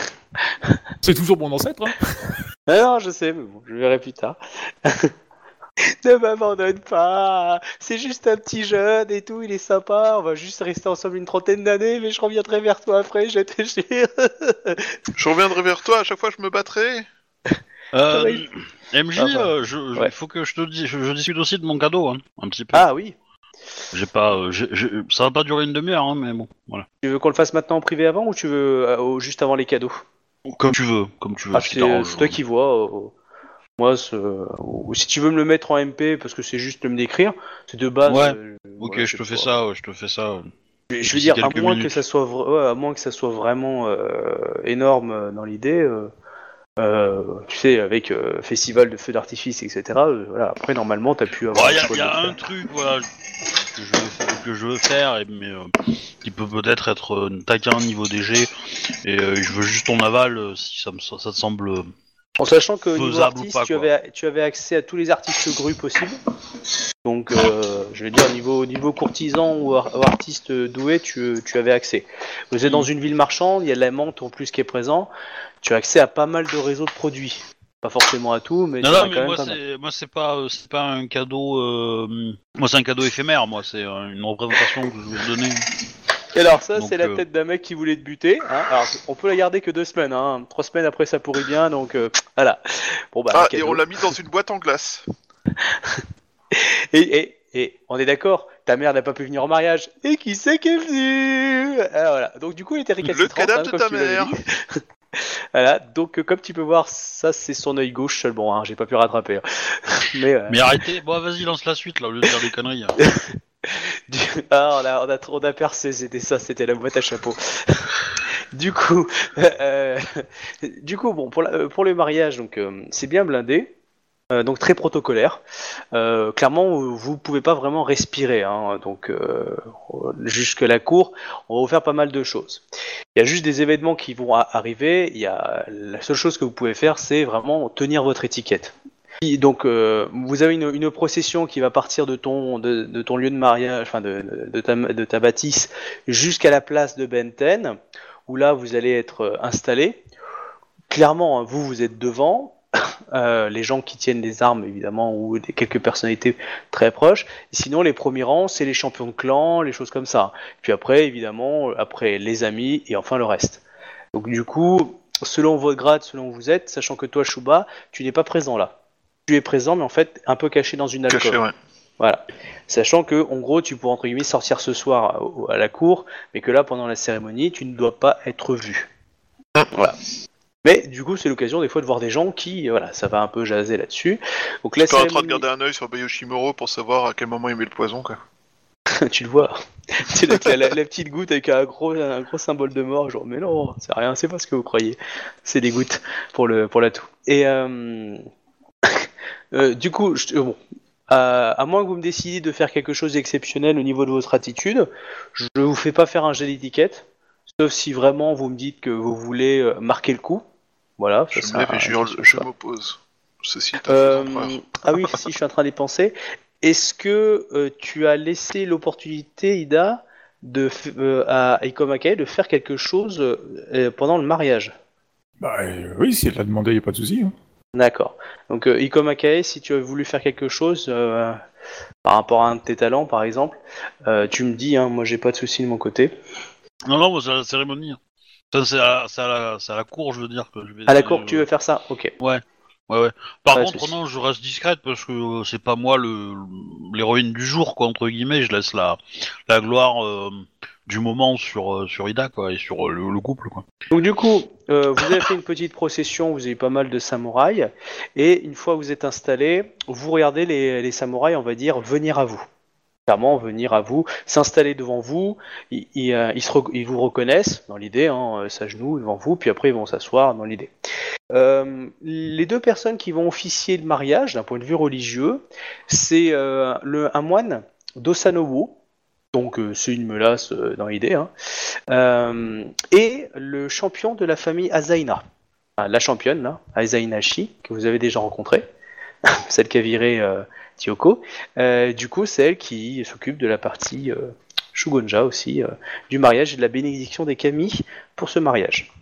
C'est toujours mon ancêtre. Hein. Ah non, je sais, mais bon, je verrai plus tard. Ne m'abandonne pas. C'est juste un petit jeune et tout, il est sympa. On va juste rester ensemble une trentaine d'années, mais je reviendrai vers toi après, je te jure. Je reviendrai vers toi, à chaque fois je me battrai. Euh, Oui. M J, Ah, bah. euh, je, je- Ouais. il faut que je te dise, je, je discute aussi de mon cadeau, hein, un petit peu. Ah oui. J'ai pas, euh, j'ai- j'ai- ça va pas durer une demi-heure, hein, mais bon, voilà. Tu veux qu'on le fasse maintenant en privé avant ou tu veux euh, au- juste avant les cadeaux? Comme tu veux, comme tu veux, Ah, ce qui c'est t'arrange. c'est toi qui vois. euh, Moi, c'est- ou si tu veux me le mettre en M P parce que c'est juste de me décrire, c'est de base. Ouais. euh, Ok, voilà, je c'est te fais pas- ça, ouais, je te fais ça. Je, je veux d'ici dire, à quelques moins minutes. que ça soit, vra- ouais, à moins que ça soit vraiment euh, énorme euh, dans l'idée. euh, euh, tu sais, avec euh, festival de feux d'artifice, et cetera. euh, voilà. Après, normalement, t'as pu avoir. Il le y a, choix y de a le un faire. truc, voilà, que je veux, fa- que je veux faire, et- mais euh, qui peut peut-être être euh, taquin niveau D G, et euh, je veux juste ton aval euh, si ça, me, ça te semble euh, En sachant que niveau faisable ou artiste, pas, tu quoi. avais, tu avais accès à tous les artistes grues possibles. Donc, euh, je veux dire, niveau, niveau courtisan ou, ar- ou artiste doué, tu, tu avais accès. Vous êtes dans Mm. une ville marchande, il y a de la menthe en plus qui est présent. Tu as accès à pas mal de réseaux de produits. Pas forcément à tout, mais Non, tu en non, as mais quand même moi pas mal. c'est, moi c'est pas, euh, c'est pas un cadeau. euh, Moi c'est un cadeau éphémère. Moi c'est euh, une représentation que je veux te donner. Et alors ça, Donc, c'est la euh, tête d'un mec qui voulait te buter. Hein. Alors, on peut la garder que deux semaines. Hein. Trois semaines après, ça pourrit bien. Donc, euh, voilà. Bon, bah, un Ah, et cadeau. on l'a mis dans une boîte en glace. Et, et, et on est d'accord, ta mère n'a pas pu venir au mariage. Et qui c'est qui est venu? Ah, voilà. Donc du coup, il était Le récalcitrant, cadavre hein, de comme ta tu l'avais mère. dit. Voilà. Donc euh, comme tu peux voir, ça c'est son œil gauche seulement. Hein. J'ai pas pu rattraper. Hein. Mais, euh, Mais arrêtez. Bon, vas-y, lance la suite là, au lieu de dire des conneries. hein. du- ah, on a, on a, trop- on a percé. C'était ça, c'était la boîte à chapeau. Du coup, euh, du coup, bon, pour, la- euh, pour le mariage, donc euh, c'est bien blindé. Euh, donc très protocolaire. Euh, clairement, vous pouvez pas vraiment respirer. Hein, donc euh, jusque la cour, on va vous faire pas mal de choses. Il y a juste des événements qui vont a- arriver. Il y a la seule chose que vous pouvez faire, c'est vraiment tenir votre étiquette. Et donc euh, vous avez une, une procession qui va partir de ton de, de ton lieu de mariage, enfin de, de, de ta, de ta bâtisse jusqu'à la place de Benten, où là vous allez être installé. Clairement, hein, vous vous êtes devant. Euh, les gens qui tiennent les armes évidemment ou des, quelques personnalités très proches. Et sinon les premiers rangs c'est les champions de clan, les choses comme ça. Puis après évidemment après les amis et enfin le reste. Donc du coup selon votre grade, selon où vous êtes, sachant que toi Shuba tu n'es pas présent là. Tu es présent mais en fait un peu caché dans une alcôve. Caché, ouais. Voilà. Sachant que en gros tu pourras entre guillemets sortir ce soir à, à la cour, mais que là pendant la cérémonie tu ne dois pas être vu. Voilà. Mais du coup, c'est l'occasion des fois de voir des gens qui, voilà, ça va un peu jaser là-dessus. Donc la Je suis en train de cérémonie, garder un œil sur Bayoshimuro pour savoir à quel moment il met le poison, quoi. tu le vois, c'est la, la, la petite goutte avec un gros, un gros symbole de mort. Genre, mais non, c'est rien, c'est pas ce que vous croyez. C'est des gouttes pour le, pour l'atout. Et euh, euh, du coup, je, bon, à, à moins que vous me décidiez de faire quelque chose d'exceptionnel au niveau de votre attitude, je vous fais pas faire un jet d'étiquette, sauf si vraiment vous me dites que vous voulez euh, marquer le coup. Voilà. Je ça, me c'est lève un- et je un hurle, jet sur je ça. m'oppose. Ceci est un Euh, faux empereur. ah oui, si je suis en train d'y penser. Est-ce que euh, tu as laissé l'opportunité, Ida, de f- euh, à Ikomake de faire quelque chose euh, pendant le mariage? Bah euh, oui, si elle l'a demandé, il n'y a pas de souci. Hein. D'accord. Donc euh, Ikomake, si tu as voulu faire quelque chose euh, par rapport à un de tes talents, par exemple, euh, tu me dis. Hein, moi, j'ai pas de souci de mon côté. Non, non, moi c'est à la cérémonie. hein. Ça, c'est à, c'est à la, c'est à la cour, je veux dire que je vais. À la cour, tu euh, veux faire ça? Ok. Ouais. Ouais, ouais. Par Pas de contre, souci. non, je reste discrète parce que euh, c'est pas moi le l'héroïne du jour, quoi, entre guillemets. Je laisse la la gloire euh, du moment sur euh, sur Ida, quoi, et sur euh, le, le couple, quoi. Donc du coup, euh, vous avez fait une petite procession, vous avez eu pas mal de samouraïs, et une fois que vous êtes installés, vous regardez les, les samouraïs, on va dire, venir à vous. Clairement, venir à vous, s'installer devant vous, ils, ils, euh, ils, se rec- ils vous reconnaissent dans l'idée, hein, s'agenouillent devant vous, puis après ils vont s'asseoir dans l'idée. Euh, les deux personnes qui vont officier le mariage, d'un point de vue religieux, c'est euh, le, un moine d'Osanobu, donc euh, c'est une melasse euh, dans l'idée, hein, euh, et le champion de la famille Azaina. Enfin, la championne, là, Azainashi, que vous avez déjà rencontrée, celle qui a viré euh, Tiyoko. Euh, du coup, c'est elle qui s'occupe de la partie euh, Shugonja aussi, euh, du mariage et de la bénédiction des kami pour ce mariage.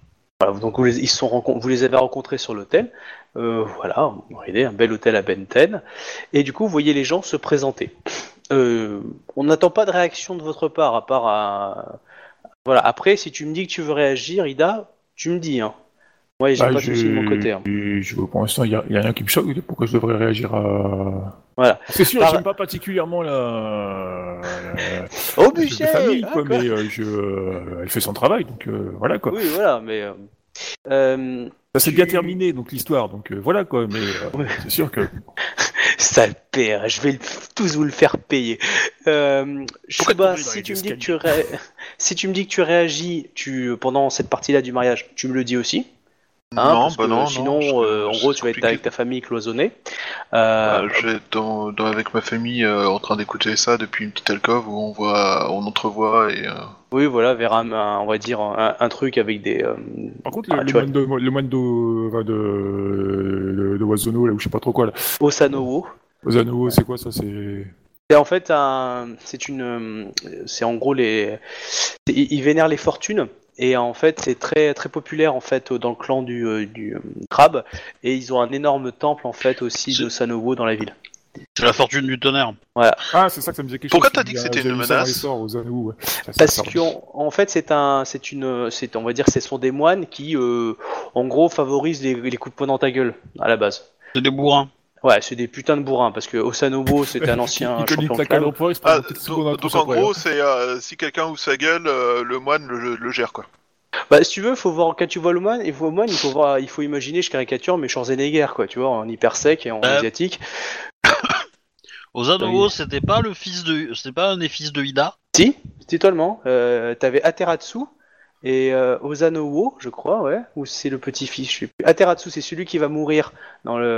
Voilà, donc vous les, ils sont rencon- vous les avez rencontrés sur l'hôtel. Euh, voilà, regardez, un bel hôtel à Benten. Et du coup, vous voyez les gens se présenter. Euh, on n'attend pas de réaction de votre part, à part à... Voilà, après, si tu me dis que tu veux réagir, Ida, tu me dis, hein. Moi, j'ai Bah, pas de je... soucis de mon côté. Hein. je... Pour l'instant, il n'y a, y a rien qui me choque. Pourquoi je devrais réagir à... Voilà. C'est sûr, Par- j'aime pas particulièrement la... Au la chef budget de famille, ah, quoi, quoi. mais euh, je... euh, elle fait son travail, donc euh, voilà, quoi. Oui, voilà, mais... euh, euh, Ça s'est tu- bien terminé, donc l'histoire, donc euh, voilà, quoi, mais euh, Ouais. c'est sûr que... Sale père, je vais le- tous vous le faire payer. Euh, Pourquoi Chouba, tomber dans si les tu me dis que escaliers tu ré... si tu me dis que tu réagis, tu pendant cette partie-là du mariage, tu me le dis aussi. Hein, non, parce bah que non, sinon, non. parce que euh, en c'est gros, tu vas être compliqué. avec ta famille cloisonnée. Euh, Bah, je vais être dans, dans- avec ma famille euh, en train d'écouter ça depuis une petite alcôve où on voit, on entrevoit et. Euh... Oui, voilà, vers un, un- on va dire un, un truc avec des. euh, Par contre, le, Ah, le tu vois. moine de, le moine de, enfin, de, de, de Wazono, là, ou je sais pas trop quoi, là. Osanowo. Wazano, c'est quoi ça? C'est... C'est en fait un, c'est une, euh, c'est en gros les, c'est- ils ils vénèrent les fortunes et en fait c'est très très populaire en fait dans le clan du, euh, du euh, crabe et ils ont un énorme temple en fait aussi C'est- de Sanowo dans la ville. C'est la fortune du tonnerre. Ah, c'est ça que ça me disait quelque Pourquoi chose. t'as dit que c'était J'ai une vu ça dans les menace sorts, Wazano, ouais. Ça, ça, Parce ça- qu'en en fait c'est un, c'est une, c'est on va dire ce sont des moines qui euh, en gros favorisent les, les coups de poing dans ta gueule à la base. C'est des bourrins. Ouais, c'est des putains de bourrins parce que Osanowo c'était un ancien Il connaît champion de la clan. calle emploi, il se Ah, prend quelques secondes donc, entre donc ça, en quoi, gros, hein. c'est euh, si quelqu'un ouvre sa gueule, euh, le moine le, le gère quoi. Bah, si tu veux, faut voir quand tu vois le moine, il faut moine, il faut voir, il faut imaginer, je caricature, mais Schwarzenegger, quoi, tu vois, en hyper sec et en Euh. asiatique. Ozanowo, c'était pas le fils de, c'était pas un des fils de Ida. Si, totalement. Euh, T'avais Ateratsu et euh, Ozanowo, je crois, ouais, ou c'est le petit-fils, je sais plus. Ateratsu, c'est celui qui va mourir dans le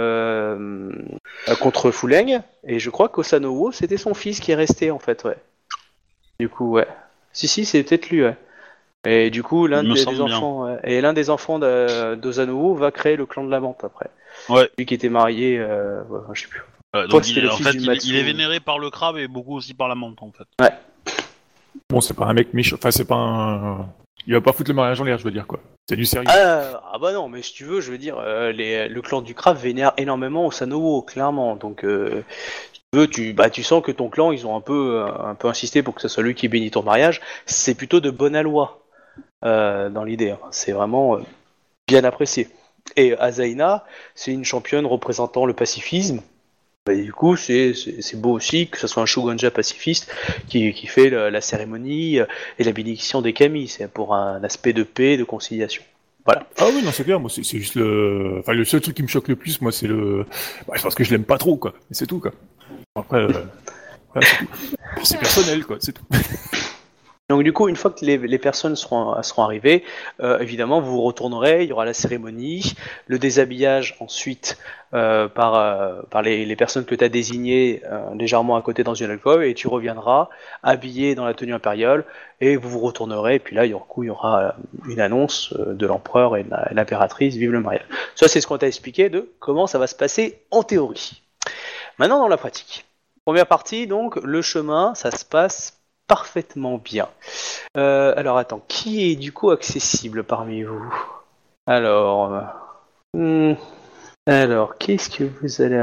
euh, contre Fuleng, et je crois qu'Osanowo, c'était son fils qui est resté en fait, ouais. Du coup, ouais. Si, si, c'est peut-être lui, ouais. Et du coup, l'un Il me des, semble des bien. enfants, ouais. Et l'un des enfants de- d'Ozanowo va créer le clan de la menthe après. Ouais. Lui qui était marié, euh, ouais, je sais plus. Ouais, Toi, donc c'était il, le en fils fait, du il, Matsu. il est vénéré par le crabe et beaucoup aussi par la menthe en fait. Bon, c'est pas un mec méchant, enfin, c'est pas un... Il va pas foutre le mariage en l'air, je veux dire, quoi. C'est du sérieux. Ah, ah bah non, mais si tu veux, je veux dire, euh, les, le clan du crabe vénère énormément Osanowo, clairement. Donc, euh, si tu veux, tu, bah, tu sens que ton clan, ils ont un peu, euh, un peu insisté pour que ce soit lui qui bénit ton mariage. C'est plutôt de bonne aloi euh, dans l'idée. Hein. C'est vraiment euh, bien apprécié. Et Azaina, c'est une championne représentant le pacifisme. Et du coup, c'est, c'est, c'est beau aussi que ce soit un shogunja pacifiste qui, qui fait la, la cérémonie euh, et la bénédiction des kami. C'est pour un aspect de paix, de conciliation. Voilà. Ah oui, non, c'est clair, moi, c'est, c'est juste le... Enfin, le seul truc qui me choque le plus, moi, c'est le... Bah, c'est parce que je l'aime pas trop, quoi. Mais c'est tout, quoi. Après, euh... voilà, c'est tout. C'est personnel, quoi, c'est tout. Donc du coup, une fois que les, les personnes seront, seront arrivées, euh, évidemment, vous vous retournerez, il y aura la cérémonie, le déshabillage ensuite euh, par, euh, par les, les personnes que tu as désignées euh, légèrement à côté dans une alcôve, et tu reviendras habillé dans la tenue impériale, et vous vous retournerez, et puis là, il y aura, il y aura une annonce de l'empereur et de la- l'impératrice, vive le mariage. Ça, c'est ce qu'on t'a expliqué de comment ça va se passer en théorie. Maintenant, dans la pratique. Première partie, donc, le chemin, ça se passe parfaitement bien. Euh, alors attends, qui est du coup accessible parmi vous? Alors, euh, hmm, alors, qu'est-ce que vous allez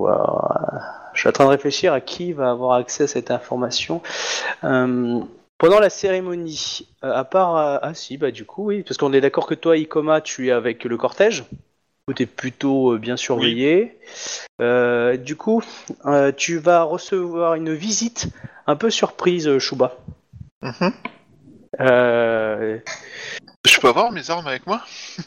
avoir? Je suis en train de réfléchir à qui va avoir accès à cette information. Euh, pendant la cérémonie, euh, à part, euh, ah si, bah du coup oui, parce qu'on est d'accord que toi, Ikoma, tu es avec le cortège. Tu es plutôt euh, bien surveillé. Euh, du coup, euh, tu vas recevoir une visite un peu surprise, euh, Chouba. Mhm. Euh, Je peux avoir mes armes avec moi?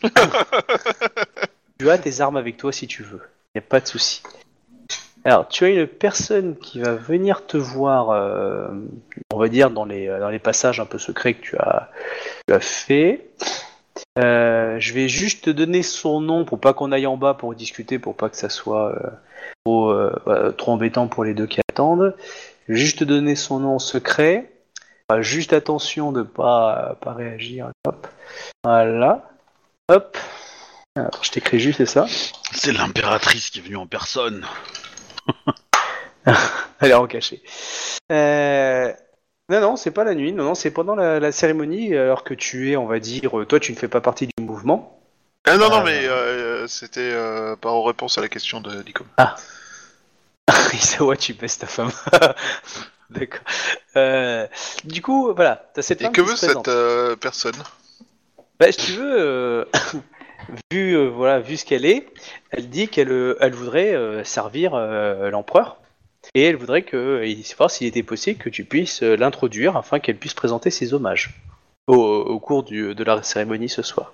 tu as tes armes avec toi si tu veux. Il n'y a pas de souci. Alors, tu as une personne qui va venir te voir, euh, on va dire, dans les, dans les passages un peu secrets que tu as, tu as fait. Euh, je vais juste te donner son nom pour pas qu'on aille en bas pour discuter, pour pas que ça soit euh, trop, euh, euh, trop embêtant pour les deux qui attendent. Je vais juste te donner son nom secret. Enfin, juste attention de pas, pas réagir. Hop. Voilà. Hop. Alors, je t'écris juste ça. C'est l'impératrice qui est venue en personne. Elle est en cachet. Euh, Non, non, c'est pas la nuit. Non, non, c'est pendant la, la cérémonie, alors que tu es, on va dire, euh, toi, tu ne fais pas partie du mouvement. Ah non, non, Euh, mais euh, c'était euh, par réponse à la question de Nico. Ah. Isawa, tu baisses ta femme. D'accord. Euh, du coup, voilà, t'as cette Et femme que qui veut se présente. cette euh, personne? Bah, si tu veux, euh, vu, euh, voilà, vu ce qu'elle est, elle dit qu'elle euh, elle voudrait euh, servir euh, l'empereur. Et elle voudrait que, et savoir s'il était possible que tu puisses euh, l'introduire afin qu'elle puisse présenter ses hommages au, au cours du, de la cérémonie ce soir.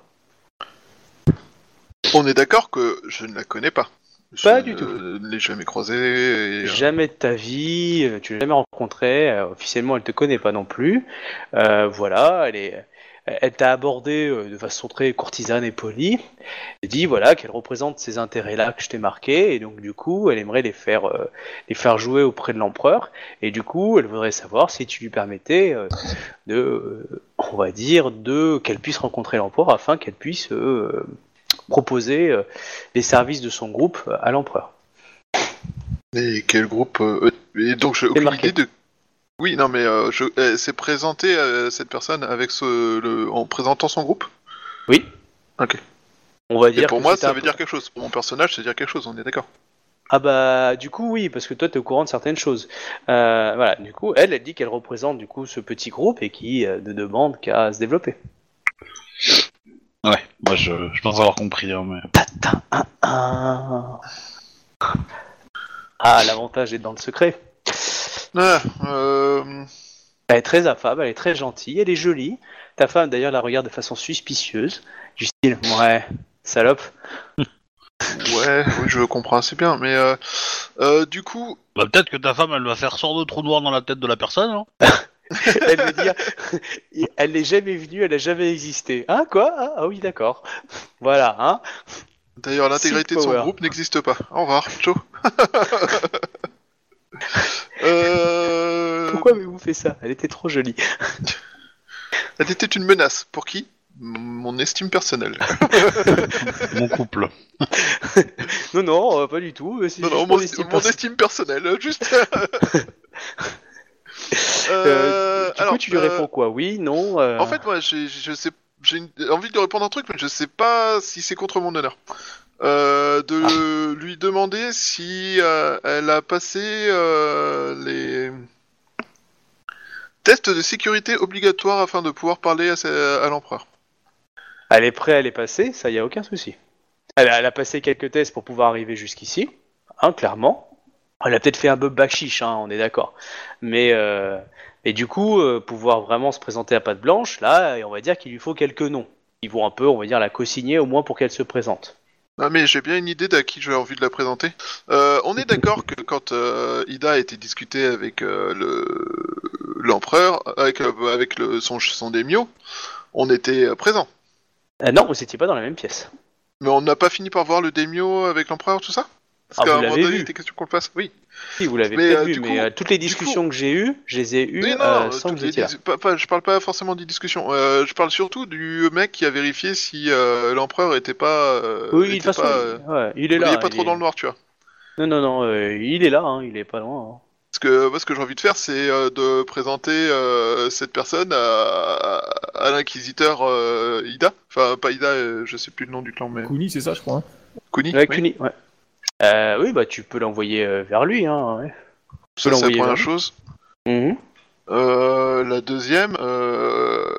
On est d'accord que je ne la connais pas. Pas je du tout. ne l'ai jamais croisée. Et, euh, Jamais de ta vie, euh, tu l'as jamais rencontrée, euh, officiellement elle te connaît pas non plus. Euh, voilà, elle est, elle t'a abordé euh, de façon très courtisane et polie. Elle dit voilà qu'elle représente ces intérêts-là que je t'ai marqués et donc du coup elle aimerait les faire, euh, les faire jouer auprès de l'empereur et du coup elle voudrait savoir si tu lui permettais euh, de, euh, on va dire, de qu'elle puisse rencontrer l'empereur afin qu'elle puisse euh, proposer euh, les services de son groupe à l'empereur. Et quel groupe euh, Et donc j'ai aucune marqué. idée de. Oui, non, mais euh, je... elle s'est présentée euh, cette personne avec ce, le... en présentant son groupe. Oui. Ok. On va Et dire pour que moi, c'était ça un veut peu- dire quelque chose. Pour mon personnage, ça veut dire quelque chose. On est d'accord. Ah bah du coup oui, parce que toi t'es au courant de certaines choses. Euh, voilà, du coup elle, elle dit qu'elle représente du coup ce petit groupe et qui euh, ne demande qu'à se développer. Ouais, moi je, je pense avoir compris. Hein, mais... Ah, ah l'avantage est dans le secret. Ah, euh... Elle est très affable, elle est très gentille, elle est jolie. Ta femme d'ailleurs la regarde de façon suspicieuse, du style ouais, salope. Ouais, oui, je comprends assez bien, mais euh, euh, du coup, Bah, peut-être que ta femme elle va faire sort de trou noir dans la tête de la personne. Hein. Elle veut dire, elle n'est jamais venue, elle n'a jamais existé. Hein quoi ah, ah oui d'accord. Voilà hein. d'ailleurs, l'intégralité de son Power. groupe n'existe pas. Au revoir, ciao. euh... Pourquoi avez-vous fait ça? Elle était trop jolie. Elle était une menace. Pour qui? Mon estime personnelle. Mon couple. Non, non, euh, pas du tout. euh, C'est Non, juste non, mon mon, estime mon perso- estime personnelle, juste. Euh, Euh, du coup, alors, tu lui euh, réponds quoi? Oui, non. euh, En fait, moi, j'ai, je sais, j'ai une- envie de lui répondre un truc, mais je sais pas si c'est contre mon honneur. Euh, de lui demander si euh, elle a passé euh, les tests de sécurité obligatoires afin de pouvoir parler à, sa- à l'empereur. Elle est prête, elle est passée, ça y a aucun souci. Elle a, elle a passé quelques tests pour pouvoir arriver jusqu'ici, hein, clairement. Elle a peut-être fait un peu bachiche, hein, on est d'accord. Mais euh, et du coup, euh, pouvoir vraiment se présenter à patte blanche, là, on va dire qu'il lui faut quelques noms. Ils vont un peu, on va dire, la co-signer au moins pour qu'elle se présente. Ah, mais j'ai bien une idée d'à qui j'ai envie de la présenter. Euh, on est d'accord que quand euh, Ida a été discutée avec euh, le l'empereur, avec, euh, avec le, son, son daimyo, on était euh, présents. Euh, non, vous n'étiez pas dans la même pièce. Mais on n'a pas fini par voir le daimyo avec l'empereur, tout ça? Parce Ah, qu'à vous un moment l'avez donné, vu. il était question qu'on le fasse. Oui. Si, vous l'avez Mais, peut-être euh, vu, du mais coup- euh, toutes les du discussions coup- que j'ai eues, je les ai eues Oui, non, euh, non, sans que toutes vous les étiez là. dis- pas- pas- je parle pas forcément des discussions. Euh, je parle surtout du mec qui a vérifié si euh, l'empereur était pas. Euh, Oui, de était toute façon, pas, il, euh, ouais, il est vous voyez là. pas il trop est- dans le noir, tu vois. Non, non, non, euh, il est là, hein, il est pas loin. hein. Parce que moi, ce que j'ai envie de faire, c'est euh, de présenter euh, cette personne à, à l'inquisiteur euh, Ida. Enfin, pas Ida, euh, je sais plus le nom du clan, mais Kuni, c'est ça, je crois. hein. Kuni. Ouais, oui. Kuni, ouais. Euh, oui, bah tu peux l'envoyer euh, vers lui, hein. Ouais. Ça, c'est la l'envoyer première vers lui. chose. Mhm. Euh, la deuxième, euh,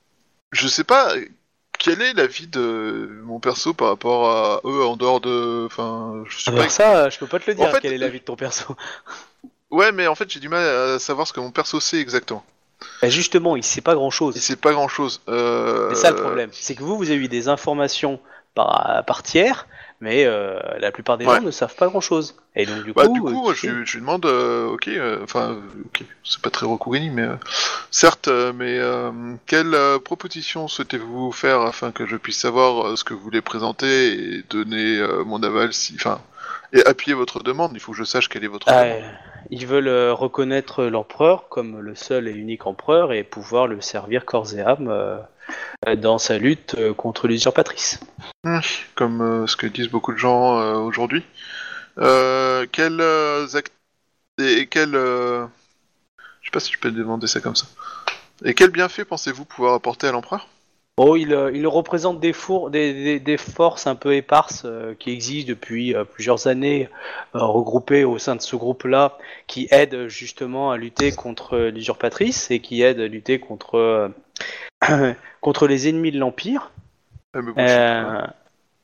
je sais pas quelle est la vie de mon perso par rapport à eux en dehors de, enfin, je sais Ah bah pas. ça, euh, je peux pas te le dire, En fait, quelle est la vie de ton perso. Ouais, mais en fait, j'ai du mal à savoir ce que mon perso sait exactement. Bah justement, il sait pas grand Il chose. sait pas grand chose. Euh... C'est ça le problème. C'est que vous, vous avez eu des informations par, par tiers, mais euh, la plupart des Ouais. gens ne savent pas grand chose. Et donc du Bah, coup, du coup, euh, moi, tu je, sais- je lui demande, euh, ok, euh, enfin, euh, ok, c'est pas très Rokugani, mais euh, certes, euh, mais euh, quelle euh, proposition souhaitez-vous faire afin que je puisse savoir euh, ce que vous voulez présenter et donner euh, mon aval, si, enfin, et appuyer votre demande. Il faut que je sache quelle est votre Ah, demande. euh, ils veulent euh, reconnaître l'empereur comme le seul et unique empereur et pouvoir le servir corps et âme euh, euh, dans sa lutte euh, contre l'usurpatrice. Hum, Comme euh, ce que disent beaucoup de gens euh, aujourd'hui. Euh, quels euh, act- et quels euh, Je sais pas si je peux demander ça comme ça. Et quel bienfait pensez-vous pouvoir apporter à l'empereur ? Oh, il, euh, il représente des, four, des, des, des forces un peu éparses euh, qui existent depuis euh, plusieurs années, euh, regroupées au sein de ce groupe-là, qui aident justement à lutter contre l'usurpatrice et qui aident à lutter contre, euh, contre les ennemis de l'Empire. Elle me bullshit Euh, comment ?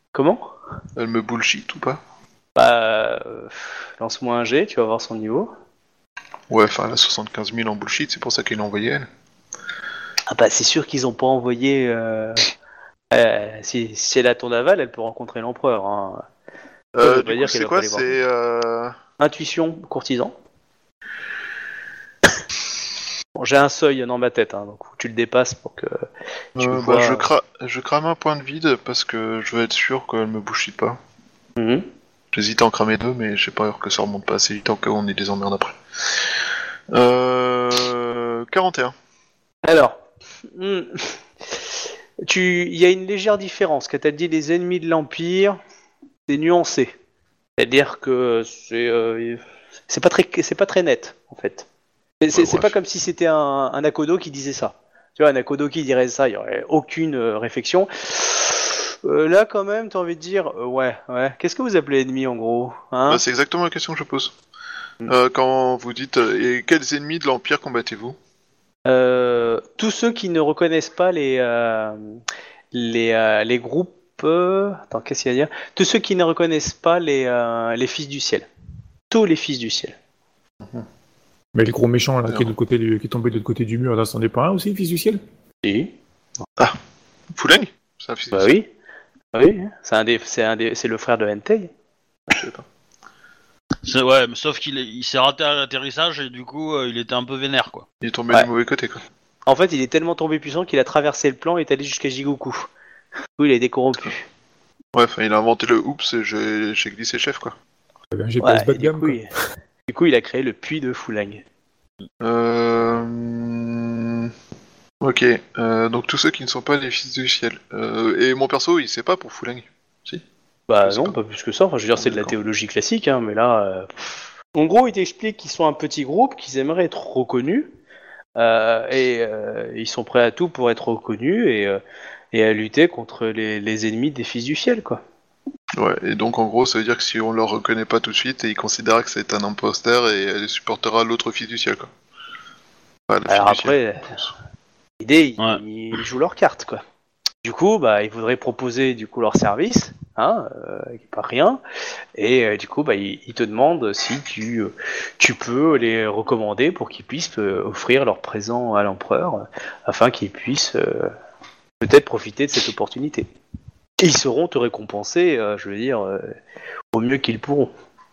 Elle me bullshit ou pas ? Bah, euh, lance-moi un G, tu vas voir son niveau. Ouais, enfin, elle a soixante-quinze mille en bullshit, c'est pour ça qu'il l'a envoyé elle. Ah bah c'est sûr qu'ils ont pas envoyé... Euh... Euh, si, si elle a ton aval, elle peut rencontrer l'empereur. Hein. Euh, du coup, c'est quoi ? C'est... Euh... Intuition, courtisan. Bon, j'ai un seuil dans ma tête, hein, donc tu le dépasses pour que tu euh, vois... bah, je, cra... je crame un point de vide parce que je veux être sûr qu'elle me bullshit pas. Mm-hmm. J'hésite à en cramer deux, mais j'ai pas peur que ça remonte pas assez vite en cas où on ait des emmerdes après. Euh... quarante et un. Alors... Hmm. Tu, il y a une légère différence. Quand tu as dit les ennemis de l'Empire, c'est nuancé. C'est-à-dire que c'est, euh, c'est pas très, c'est pas très net en fait. C'est, c'est, Ouais, c'est pas comme si c'était un, un Akodo qui disait ça. Tu vois, un Akodo qui dirait ça, il y aurait aucune euh, réflexion. Euh, là, quand même, t'as envie de dire, euh, ouais, ouais. Qu'est-ce que vous appelez ennemi en gros, hein ? Bah, c'est exactement la question que je pose. Mm. Euh, quand vous dites euh, et quels ennemis de l'Empire combattez-vous ? Euh, tous ceux qui ne reconnaissent pas les euh, les, euh, les groupes. Euh... Attends, qu'est-ce qu'il y a à dire ? Tous ceux qui ne reconnaissent pas les euh, les fils du ciel. Tous les fils du ciel. Mais le gros méchant là, qui est, de côté du... qui est tombé de l'autre côté du mur, là, c'en est pas un aussi, fils du ciel ? Si. Ah, Fuleng ? C'est un fils Bah du ciel. oui. Oui. C'est un des, c'est un des, c'est le frère de Entei. Je sais pas. C'est, ouais, mais sauf qu'il est, il s'est raté à l'atterrissage et du coup, euh, il était un peu vénère, quoi. Il est tombé Ouais. du mauvais côté, quoi. En fait, il est tellement tombé puissant qu'il a traversé le plan et est allé jusqu'à Jigoku. Du coup, il a été corrompu. Ouais, enfin, il a inventé le oups et j'ai, j'ai glissé chef, quoi. Il y avait un G P S Ouais, bas et de du, gamme, coup, quoi. il... du coup, il a créé le puits de Fulang. Euh... Ok, euh, donc tous ceux qui ne sont pas les fils du ciel. Euh, et mon perso, il sait pas pour Fuleng. Si. Bah Je sais non, pas. pas plus que ça. Enfin, je veux dire, c'est de la D'accord. théologie classique, hein, mais là... euh, En gros, il t'explique qu'ils sont un petit groupe, qu'ils aimeraient être reconnus, euh, et euh, ils sont prêts à tout pour être reconnus, et, euh, et à lutter contre les, les ennemis des fils du ciel, quoi. Ouais, et donc en gros, ça veut dire que si on le reconnaît pas tout de suite, il considérera que c'est un imposteur et elle supportera l'autre fils du ciel, quoi. Enfin, le Alors fils du ciel, après, en plus. l'idée, ils, Ouais. ils jouent leurs cartes, quoi. Du coup, bah, ils voudraient proposer du coup leur service, hein, euh, pas rien, et euh, du coup, bah, ils, ils te demandent si tu, euh, tu peux les recommander pour qu'ils puissent euh, offrir leur présent à l'empereur, euh, afin qu'ils puissent euh, peut-être profiter de cette opportunité. Et ils sauront te récompenser, euh, je veux dire, euh, au mieux qu'ils pourront.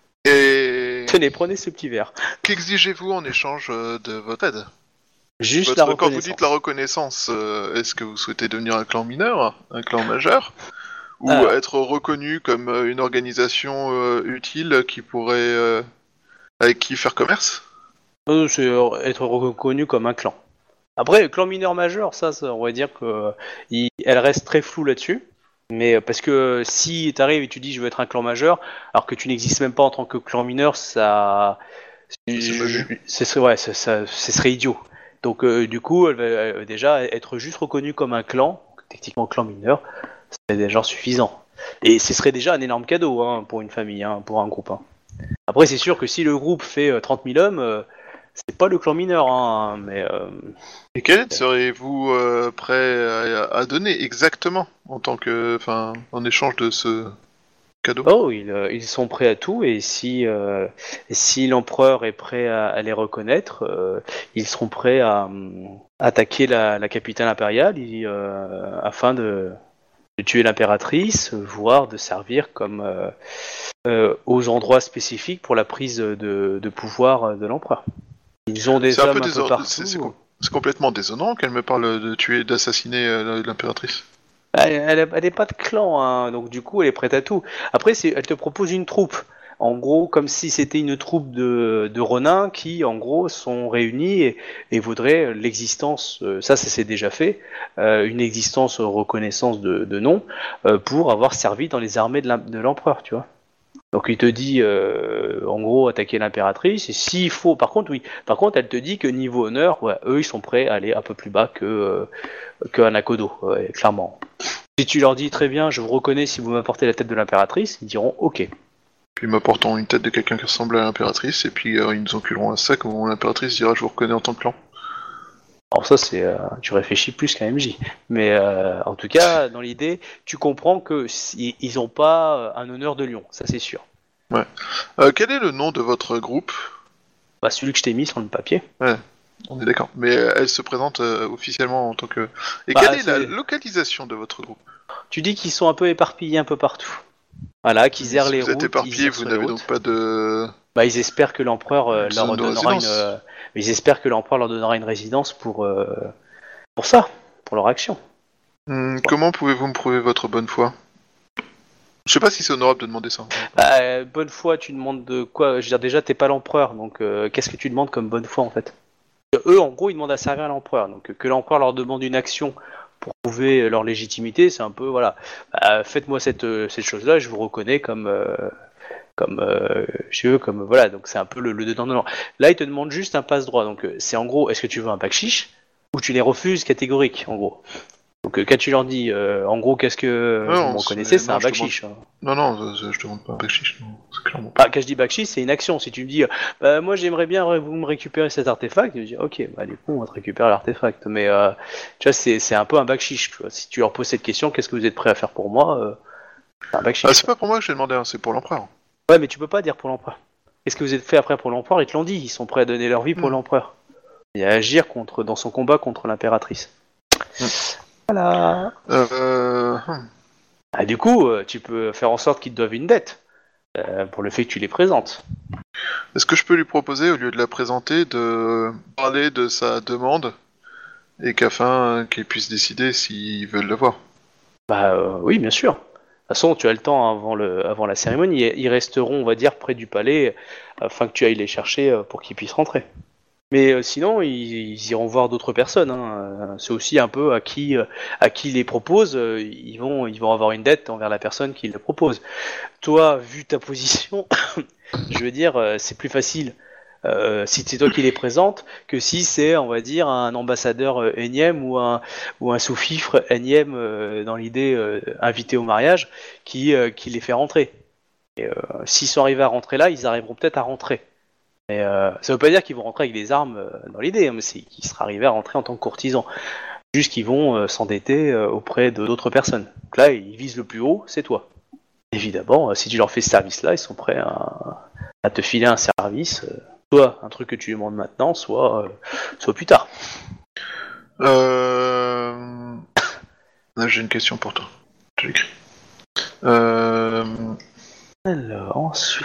Et Tenez, prenez ce petit verre. qu'exigez-vous en échange euh, de votre aide? Juste Votre- la Quand reconnaissance. vous dites la reconnaissance, euh, est-ce que vous souhaitez devenir un clan mineur, un clan majeur, ou Alors. être reconnu comme euh, une organisation euh, utile qui pourrait euh, avec qui faire commerce? Euh, c'est euh, être reconnu comme un clan. Après, clan mineur majeur, ça, ça, on va dire que euh, il- elle reste très floue là-dessus. Mais euh, parce que euh, si t'arrives et tu dis je veux être un clan majeur, alors que tu n'existes même pas en tant que clan mineur, ça, C'est pas je- vu. ce serait, ouais, ça, ça- ce serait idiot. Donc euh, du coup, elle va euh, déjà être juste reconnue comme un clan, techniquement clan mineur, c'est déjà suffisant. Et ce serait déjà un énorme cadeau hein, pour une famille, hein, pour un groupe. Hein. Après, c'est sûr que si le groupe fait euh, trente mille hommes, euh, c'est pas le clan mineur, hein, mais euh, Et quelle aide seriez-vous euh, prêt à, à donner exactement en tant que, enfin, en échange de ce cadeau? oh, ils, euh, ils sont prêts à tout, et si, euh, si l'empereur est prêt à, à les reconnaître, euh, ils seront prêts à euh, attaquer la, la capitale impériale et, euh, afin de, de tuer l'impératrice, voire de servir comme euh, euh, aux endroits spécifiques pour la prise de, de pouvoir de l'empereur. Ils ont des C'est un hommes peu un désor- peu partout. c'est- c'est com- C'est complètement déshonorant qu'elle me parle de tuer, d'assassiner euh, l'impératrice. Elle, elle, elle est pas de clan, hein, donc du coup elle est prête à tout. Après, c'est, elle te propose une troupe. En gros, comme si c'était une troupe de, de Ronin qui, en gros, sont réunis et, et voudraient l'existence, euh, ça, ça s'est déjà fait, euh, une existence reconnaissance de, de nom, euh, pour avoir servi dans les armées de, l'im- de l'empereur, tu vois. Donc il te dit, euh, en gros, attaquer l'impératrice. Et s'il faut, par contre, oui. Par contre, elle te dit que niveau honneur, ouais, eux, ils sont prêts à aller un peu plus bas que euh, qu'un Nakodo, ouais, clairement. Si tu leur dis très bien, je vous reconnais si vous m'apportez la tête de l'impératrice, ils diront ok. Puis m'apportant une tête de quelqu'un qui ressemble à l'impératrice, et puis euh, ils nous enculeront un sac où l'impératrice dira je vous reconnais en tant que clan. Alors ça, c'est, euh, tu réfléchis plus qu'un M J. Mais euh, en tout cas, dans l'idée, tu comprends que si, ils n'ont pas un honneur de lion, ça c'est sûr. Ouais. Euh, quel est le nom de votre groupe ? Bah celui que je t'ai mis sur le papier. Ouais, on est d'accord. Mais euh, elle se présente euh, officiellement en tant que... Et bah, quelle est c'est... la localisation de votre groupe ? Tu dis qu'ils sont un peu éparpillés un peu partout. Voilà, qu'ils errent si les vous routes. Vous êtes éparpillés, vous n'avez donc pas de... Bah ils espèrent que l'empereur euh, une leur donnera une... Euh, ils espèrent que l'empereur leur donnera une résidence pour... Euh, pour ça, pour leur action. Hum, bon. Comment pouvez-vous me prouver votre bonne foi ? Je sais pas si c'est honorable de demander ça. Bah, euh, bonne foi, tu demandes de quoi ? Je veux dire, déjà, t'es pas l'empereur, donc euh, qu'est-ce que tu demandes comme bonne foi, en fait ? Eux, en gros, ils demandent à servir à l'empereur, donc euh, que l'empereur leur demande une action pour prouver leur légitimité, c'est un peu, voilà, bah, faites-moi cette, euh, cette chose-là, je vous reconnais comme... Euh, comme euh, chez eux, comme... Voilà, donc c'est un peu le, le dedans-dedans. Là, ils te demandent juste un passe-droit, donc euh, c'est en gros, est-ce que tu veux un bakshish ? Ou tu les refuses catégorique, en gros. Donc euh, quand tu leur dis, euh, en gros, qu'est-ce que non, vous me reconnaissez, c'est, c'est un bakshish. Demande... Hein. Non, non, je, je te demande pas un bakshish, non, c'est clairement pas. Ah, quand je dis bakshish, c'est une action. Si tu me dis, bah, moi j'aimerais bien vous me récupérer cet artefact, je dis, ok, bah du coup on va te récupérer l'artefact. Mais euh, tu vois, c'est, c'est un peu un bakshish. Tu vois. Si tu leur poses cette question, qu'est-ce que vous êtes prêt à faire pour moi euh, c'est un bakshish. Ah, c'est pas pour moi que je t'ai demandé, hein, c'est pour l'empereur. Ouais, mais tu peux pas dire pour l'empereur. Qu'est-ce que vous êtes fait après pour l'empereur ? Ils te l'ont dit, ils sont prêts à donner leur vie pour mmh. l'empereur. Et à agir contre, dans son combat contre l'impératrice. Mmh. Voilà. Euh... Ah, du coup, euh, tu peux faire en sorte qu'ils te doivent une dette euh, pour le fait que tu les présentes. Est-ce que je peux lui proposer, au lieu de la présenter, de parler de sa demande et qu'afin qu'il puisse décider s'ils veulent le voir ? Bah euh, oui, bien sûr. De toute façon, tu as le temps avant, le, avant la cérémonie. Ils resteront, on va dire, près du palais afin que tu ailles les chercher pour qu'ils puissent rentrer. Mais euh, sinon, ils, ils iront voir d'autres personnes. Hein. C'est aussi un peu à qui, à qui ils les proposent. Ils vont, ils vont avoir une dette envers la personne qui les propose. Toi, vu ta position, je veux dire, c'est plus facile euh, si c'est toi qui les présentes que si c'est, on va dire, un ambassadeur énième ou un, ou un sous-fifre énième euh, dans l'idée euh, invité au mariage qui, euh, qui les fait rentrer. Et euh, s'ils sont arrivés à rentrer là, ils arriveront peut-être à rentrer. Mais euh, ça veut pas dire qu'ils vont rentrer avec des armes euh, dans l'idée, hein, mais c'est qu'ils seraient arrivés à rentrer en tant que courtisans. Juste qu'ils vont euh, s'endetter euh, auprès de, d'autres personnes. Donc là, ils visent le plus haut, c'est toi. Évidemment, euh, si tu leur fais ce service-là, ils sont prêts à, à te filer un service, euh, soit un truc que tu demandes maintenant, soit, euh, soit plus tard. Euh... J'ai une question pour toi. Je l'écris. Euh... Alors, ensuite...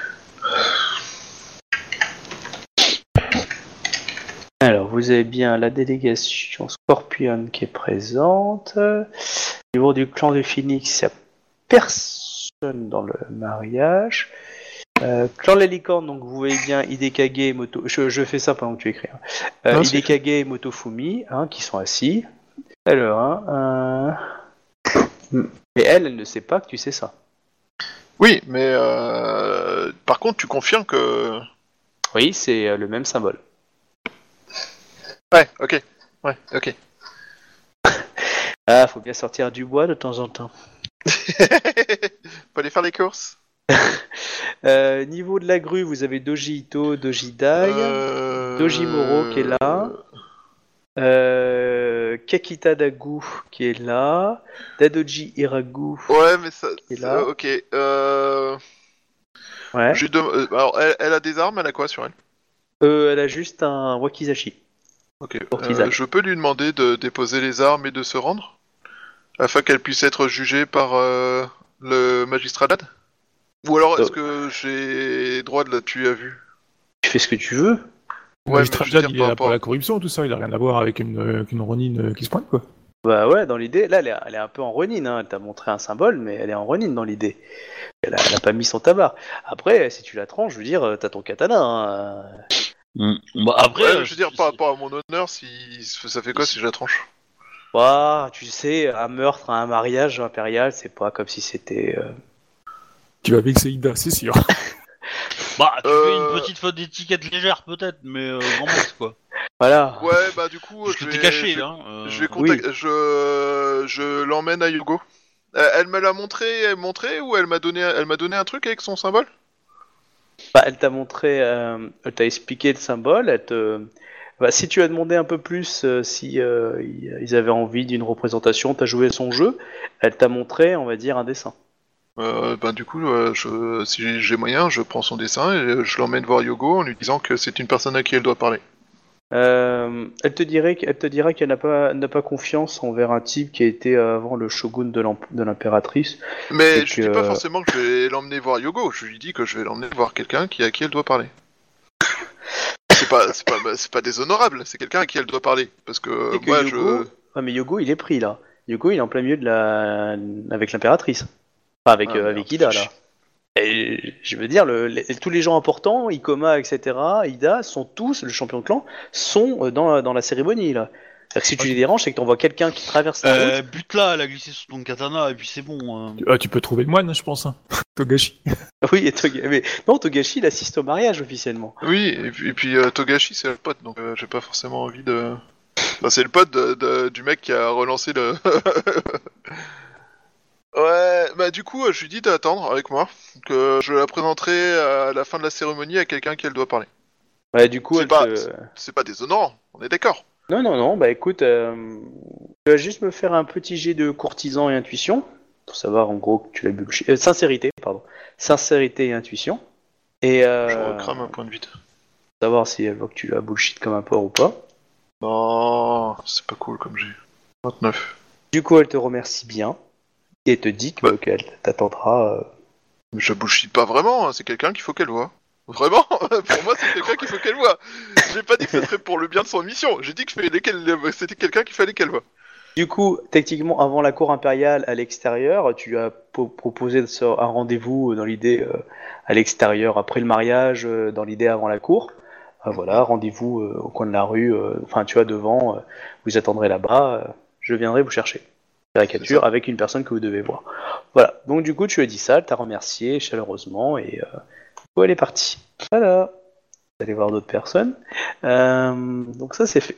Alors, vous avez bien la délégation Scorpion qui est présente. Au niveau du clan de Phoenix, il n'y a personne dans le mariage. Euh, clan de la licorne, donc vous voyez bien Hidekage et Moto... Je, je fais ça pendant que tu écris. Hein. Euh, non, Hidekage et Motofumi, hein, qui sont assis. Alors, hein, euh... et elle, elle ne sait pas que tu sais ça. Oui, mais euh... par contre, tu confirmes que... Oui, c'est le même symbole. Ouais, ok. Ouais, ok. Ah, faut bien sortir du bois de temps en temps. Faut aller faire les courses. euh, niveau de la grue, vous avez Doji Ito, Doji Dai, euh... Doji Moro qui est là, euh... Kakita Dagu qui est là, Dadoji Iragu ouais, mais ça, qui est là. Euh, ok. Euh... Ouais. De... Euh, alors, elle, elle a des armes, elle a quoi sur elle ? euh, Elle a juste un wakizashi. Ok. Euh, je peux lui demander de déposer les armes et de se rendre, afin qu'elle puisse être jugée par euh, le magistrat d'Ad ? Ou alors est-ce que j'ai droit de la tuer à vue ? Tu fais ce que tu veux. Le magistrat d'Ad, il est là pour la corruption, tout ça, il a rien à voir avec une, euh, une Ronin qui se pointe, quoi. Bah ouais, dans l'idée, là elle est, elle est un peu en Ronin, hein. Elle t'a montré un symbole, mais elle est en Ronin dans l'idée. Elle a, elle a pas mis son tabac. Après, si tu la tranches, je veux dire, t'as ton katana, hein. Mmh. Bah après, ouais, je veux dire, par rapport à mon honneur, si ça fait quoi si je la tranche ? Bah, tu sais, un meurtre, un mariage impérial, c'est pas comme si c'était. Euh... Tu vas vexer Ida, c'est sûr. Bah, tu Euh, fais une petite faute d'étiquette légère peut-être, mais euh, grand max quoi. Voilà. Ouais, bah du coup, Parce je que vais, t'es caché, je, hein. euh, je vais Oui. contact- je, je l'emmène à Yogo. Euh, Elle me l'a montré, elle montré ou elle m'a donné, elle m'a donné un truc avec son symbole. Bah, elle t'a montré, euh, elle t'a expliqué le symbole. Elle te... bah, si tu as demandé un peu plus euh, si euh, ils avaient envie d'une représentation, t'as joué son jeu. Elle t'a montré, on va dire, un dessin. Euh, bah du coup, euh, je, si j'ai- j'ai moyen, je prends son dessin et je l'emmène voir Yogo en lui disant que c'est une personne à qui elle doit parler. Euh, elle te dirait, qu'elle te dira qu'elle n'a pas, n'a pas confiance envers un type qui a été euh, avant le shogun de l'emp- de l'impératrice. Mais Et je que- lui dis pas forcément que je vais l'emmener voir Yogo. Je lui dis que je vais l'emmener voir quelqu'un qui à qui elle doit parler. C'est pas, c'est pas, c'est pas déshonorable. C'est quelqu'un à qui elle doit parler. Parce que et que moi, Yogo, je. ouais, mais Yogo, il est pris là. Yogo, il est en plein milieu de la, avec l'impératrice. Enfin, avec Ah, euh, merde, avec Ida fais là. Et je veux dire, le, les- tous les gens importants, Ikoma, et cetera, Ida, sont tous, le champion de clan, sont euh, dans, la- dans la cérémonie, là. C'est-à-dire que si tu les déranges, c'est que t'envoies quelqu'un qui traverse la Euh, route. but là, elle a glissé sous ton katana et puis c'est bon. hein. Ah, tu peux trouver le moine, je pense. Hein. Togashi. Oui, et Toga- mais non, Togashi, il assiste au mariage, officiellement. Oui, et puis, et puis, euh, Togashi, c'est le pote, donc euh, j'ai pas forcément envie de. Enfin, c'est le pote de, de- du mec qui a relancé le. Ouais, bah du coup, euh, je lui dis d'attendre avec moi, que je la présenterai à la fin de la cérémonie à quelqu'un qui elle doit parler. Ouais, du coup, C'est elle pas- te... C'est pas déshonorant, on est d'accord. Non, non, non, bah écoute, euh, tu vas juste me faire un petit jet de courtisan et intuition, pour savoir en gros que tu l'as bullshit. Euh, sincérité, pardon. Sincérité et intuition. Et euh, Je recrame un point de vide. savoir si elle voit que tu l'as bullshit comme un porc ou pas. Non, c'est pas cool comme j'ai. vingt-neuf. Du coup, elle te remercie bien et te dit que- Ouais. qu'elle t'attendra. euh, Mais je bullshit pas vraiment, hein, c'est quelqu'un qu'il faut qu'elle voie. Vraiment, pour moi c'est quelqu'un qu'il faut qu'elle voie. J'ai pas dit que ce serait pour le bien de son mission, j'ai dit que fallait qu'elle- c'était quelqu'un qu'il fallait qu'elle voie. Du coup, techniquement, avant la cour impériale à l'extérieur, tu lui as po- proposé de se- un rendez-vous dans l'idée euh, à l'extérieur après le mariage, euh, dans l'idée avant la cour. Euh, voilà, rendez-vous euh, au coin de la rue, euh, enfin tu vois devant, euh, vous attendrez là-bas, euh, je viendrai vous chercher. Caricature avec une personne que vous devez voir. Voilà, donc du coup tu as dit ça, elle t'a remercié chaleureusement et euh, du coup elle est partie. Voilà, vous allez voir d'autres personnes. Euh, donc ça c'est fait.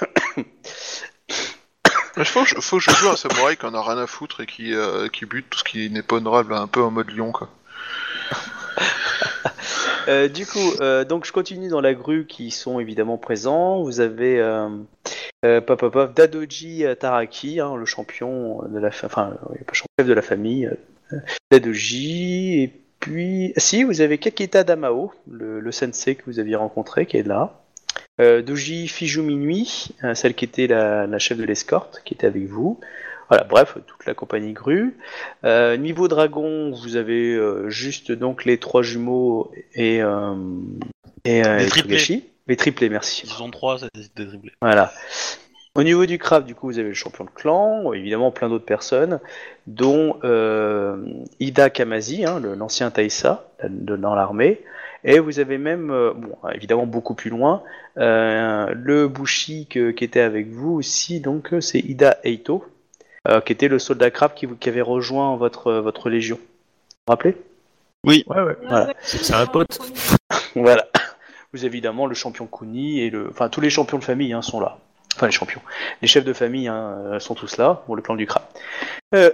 Il faut, que je- faut que je joue un samouraï qui en a rien à foutre et qui, euh, qui bute tout ce qui n'est pas honorable, un peu en mode lion quoi. Euh, du coup, euh, donc je continue dans la grue qui sont évidemment présents. Vous avez euh, euh, pop, pop, pop, Dadoji Taraki, hein, le champion de la, fa- enfin, euh, pas champion, chef de la famille. euh, Dadoji, et puis, si vous avez Kakita Damao, le, le sensei que vous aviez rencontré, qui est là. Euh, Doji Fijumi, euh, celle qui était la, la chef de l'escorte, qui était avec vous. Voilà, bref, toute la compagnie grue. Euh, niveau dragon, vous avez euh, juste donc les trois jumeaux et, euh, et, euh, Les et triplés. Togashi. Les triplés, merci. Ils ont trois, ça décide de dribbler. Voilà. Au niveau du craft, du coup, vous avez le champion de clan, évidemment plein d'autres personnes, dont euh, Ida Kamazi, hein, le- l'ancien Taïsa de- dans l'armée, et vous avez même, euh, bon, évidemment beaucoup plus loin, euh, le Bushi que- qui était avec vous aussi, donc euh, c'est Ida Eito, euh, qui était le soldat crabe qui, vous- qui avait rejoint votre, votre légion. Vous vous rappelez? Ouais, ouais. Voilà. C'est c'est un pote. Voilà. Vous avez évidemment le champion Kuni et le, enfin tous les champions de famille hein, sont là. Enfin les champions, les chefs de famille hein, euh, sont tous là pour le plan du crabe. Euh...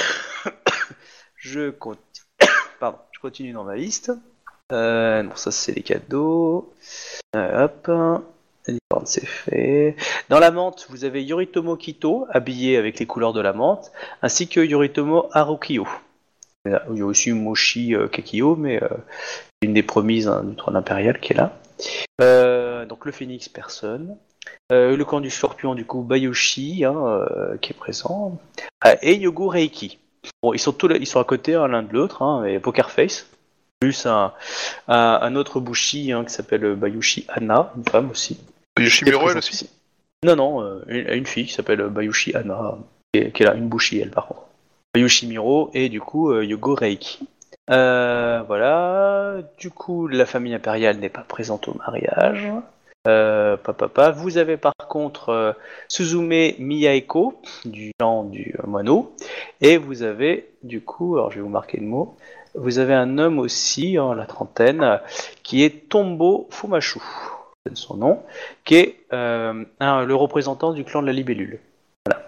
je continue. Pardon, je continue dans ma liste. Euh, non, ça c'est les cadeaux. Euh, hop. La licorne, c'est fait. Dans la menthe, vous avez Yoritomo Kito, habillé avec les couleurs de la menthe, ainsi que Yoritomo Harukiyo. Il y a aussi Moshi euh, Kekiyo, mais euh, une des promises hein, du trône impérial qui est là. Euh, donc le phénix, personne. Euh, le camp du scorpion, du coup, Bayoshi, hein, euh, qui est présent. Ah, et Yogo Reiki. Bon, ils sont tous là, ils sont à côté hein, l'un de l'autre, hein, et Poker Face. Plus un, un, un autre Bushi hein, qui s'appelle Bayushi Anna, une femme aussi. Yoshimiro elle aussi. Non, non, euh, une, une fille qui s'appelle Bayushi Anna, qui est, qui est là, une Bushi elle par contre. Bayushi Miro et du coup euh, Yogo Reiki. Euh, voilà, du coup la famille impériale n'est pas présente au mariage. Euh, papa, papa. Vous avez par contre euh, Suzume Miyaeko du clan du euh, moineau et vous avez du coup, alors je vais vous marquer le mot, vous avez un homme aussi, en la trentaine, qui est Tombo Fumashu, c'est son nom, qui est euh, un, le représentant du clan de la libellule. Voilà.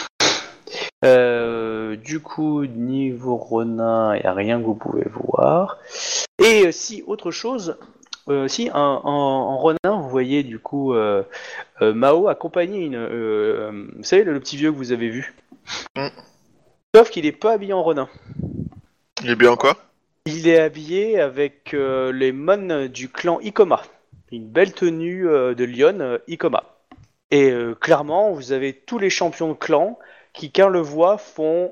Euh, du coup, niveau Ronin, il n'y a rien que vous pouvez voir. Et euh, si, autre chose, euh, si, en, en, en Ronin, vous voyez du coup euh, euh, Mao accompagner une... Euh, vous savez, le, le petit vieux que vous avez vu mm. Sauf qu'il n'est pas habillé en Ronin. Il est bien en quoi ? Il est habillé avec euh, les mon du clan Ikoma. Une belle tenue euh, de Lyon euh, Ikoma. Et euh, clairement, vous avez tous les champions de clan qui, quand le voient, font...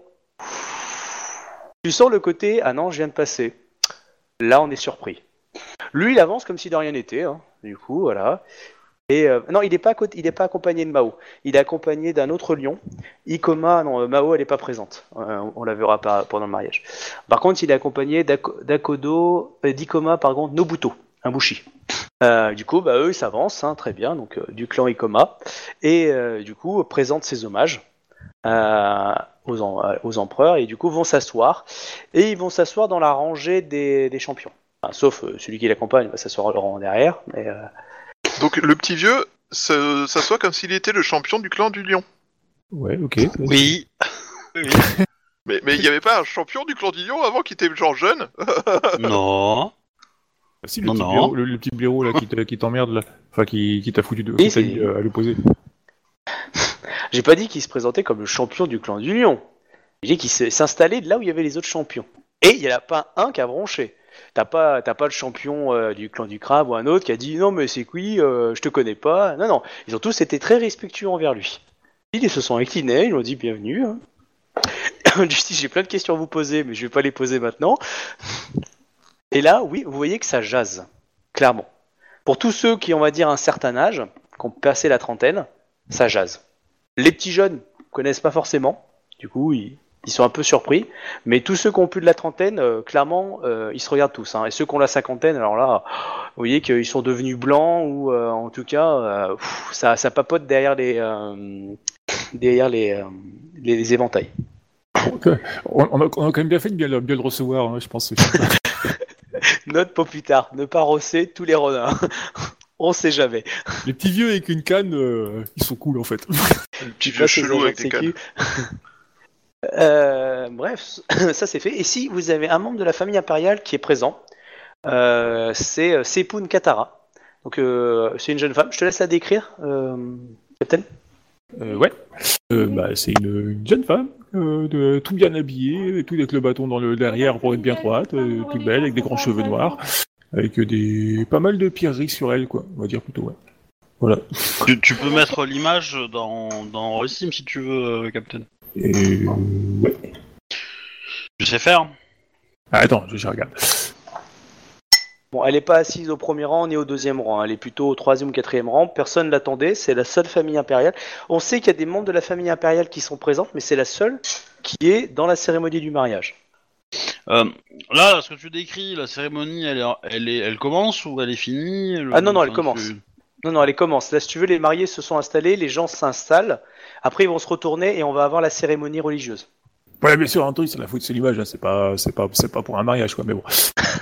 Tu sens le côté « Ah non, je viens de passer ». Là, on est surpris. Lui, il avance comme si de rien n'était. Hein. Du coup, voilà. Et euh, non, il n'est pas, il est pas accompagné de Mao. Il est accompagné d'un autre lion. Ikoma, non, Mao, elle n'est pas présente. Euh, on la verra pas pendant le mariage. Par contre, il est accompagné d'Akodo, euh, d'Ikoma, par contre, Nobuto, un bushi. Euh, du coup, bah, eux, ils s'avancent, hein, très bien, donc euh, du clan Ikoma. Et euh, du coup, présentent ses hommages. Euh, aux, en, aux empereurs et du coup vont s'asseoir et ils vont s'asseoir dans la rangée des, des champions, enfin, sauf euh, celui qui l'accompagne va s'asseoir en derrière mais, euh... donc le petit vieux s'assoit comme s'il était le champion du clan du lion. Ouais, ok. Oui. Oui. mais mais il n'y avait pas un champion du clan du lion avant qui était genre jeune? Non. Ah, si, le, non, petit non. Blaireau, le, le petit blaireau là qui t'emmerde là, enfin qui, qui t'a foutu de, oui, qui t'a mis à l'opposé. J'ai pas dit qu'il se présentait comme le champion du clan du lion. J'ai dit qu'il s'installait de là où il y avait les autres champions. Et il n'y en a pas un qui a bronché. T'as pas, t'as pas le champion euh, du clan du crabe ou un autre qui a dit non mais c'est qui, euh, je te connais pas. Non non, ils ont tous été très respectueux envers lui. Ils se sont inclinés, ils lui ont dit bienvenue. Hein. Du style j'ai plein de questions à vous poser mais je vais pas les poser maintenant. Et là oui, vous voyez que ça jase, clairement. Pour tous ceux qui ont on va dire un certain âge, qui ont passé la trentaine, ça jase. Les petits jeunes connaissent pas forcément, du coup ils, ils sont un peu surpris, mais tous ceux qui ont plus de la trentaine, euh, clairement, euh, ils se regardent tous. Hein. Et ceux qui ont la cinquantaine, alors là, vous voyez qu'ils sont devenus blancs ou euh, en tout cas, euh, pff, ça, ça papote derrière les, euh, derrière les, euh, les, les éventails. Okay. On, on, a, on a quand même bien fait de bien, le, bien le recevoir, hein, je pense. Note pour plus tard, ne pas rosser tous les renards. On sait jamais. Les petits vieux avec une canne, euh, ils sont cool en fait. Les petits vieux chelous avec des cannes. euh, bref, ça c'est fait. Et si vous avez un membre de la famille impériale qui est présent, euh, c'est Sepun Katara. Donc euh, c'est une jeune femme. Je te laisse la décrire, euh, Captain. Euh, ouais. Euh, bah, c'est une, une jeune femme, euh, de, tout bien habillée, tout avec le bâton dans le derrière pour être bien droite, euh, toute belle, avec des grands cheveux noirs. Avec des pas mal de pierreries sur elle, quoi. On va dire plutôt, ouais. Voilà. Tu, tu peux mettre l'image dans, dans Ressim si tu veux, euh, Captain. Et... ouais. Je sais faire. Ah, attends, je, je regarde. Bon, elle n'est pas assise au premier rang ni au deuxième rang. Elle est plutôt au troisième ou quatrième rang. Personne ne l'attendait. C'est la seule famille impériale. On sait qu'il y a des membres de la famille impériale qui sont présents, mais c'est la seule qui est dans la cérémonie du mariage. Euh, là, ce que tu décris, la cérémonie, elle, est, elle, est, elle commence ou elle est finie le... Ah non, non, elle commence. Tu... Non, non, elle commence. Là, si tu veux, les mariés se sont installés, les gens s'installent. Après, ils vont se retourner et on va avoir la cérémonie religieuse. Ouais, bien sûr, Anthony, c'est la faute, c'est l'image. Hein. C'est pas, c'est pas, c'est pas pour un mariage, quoi. Mais bon.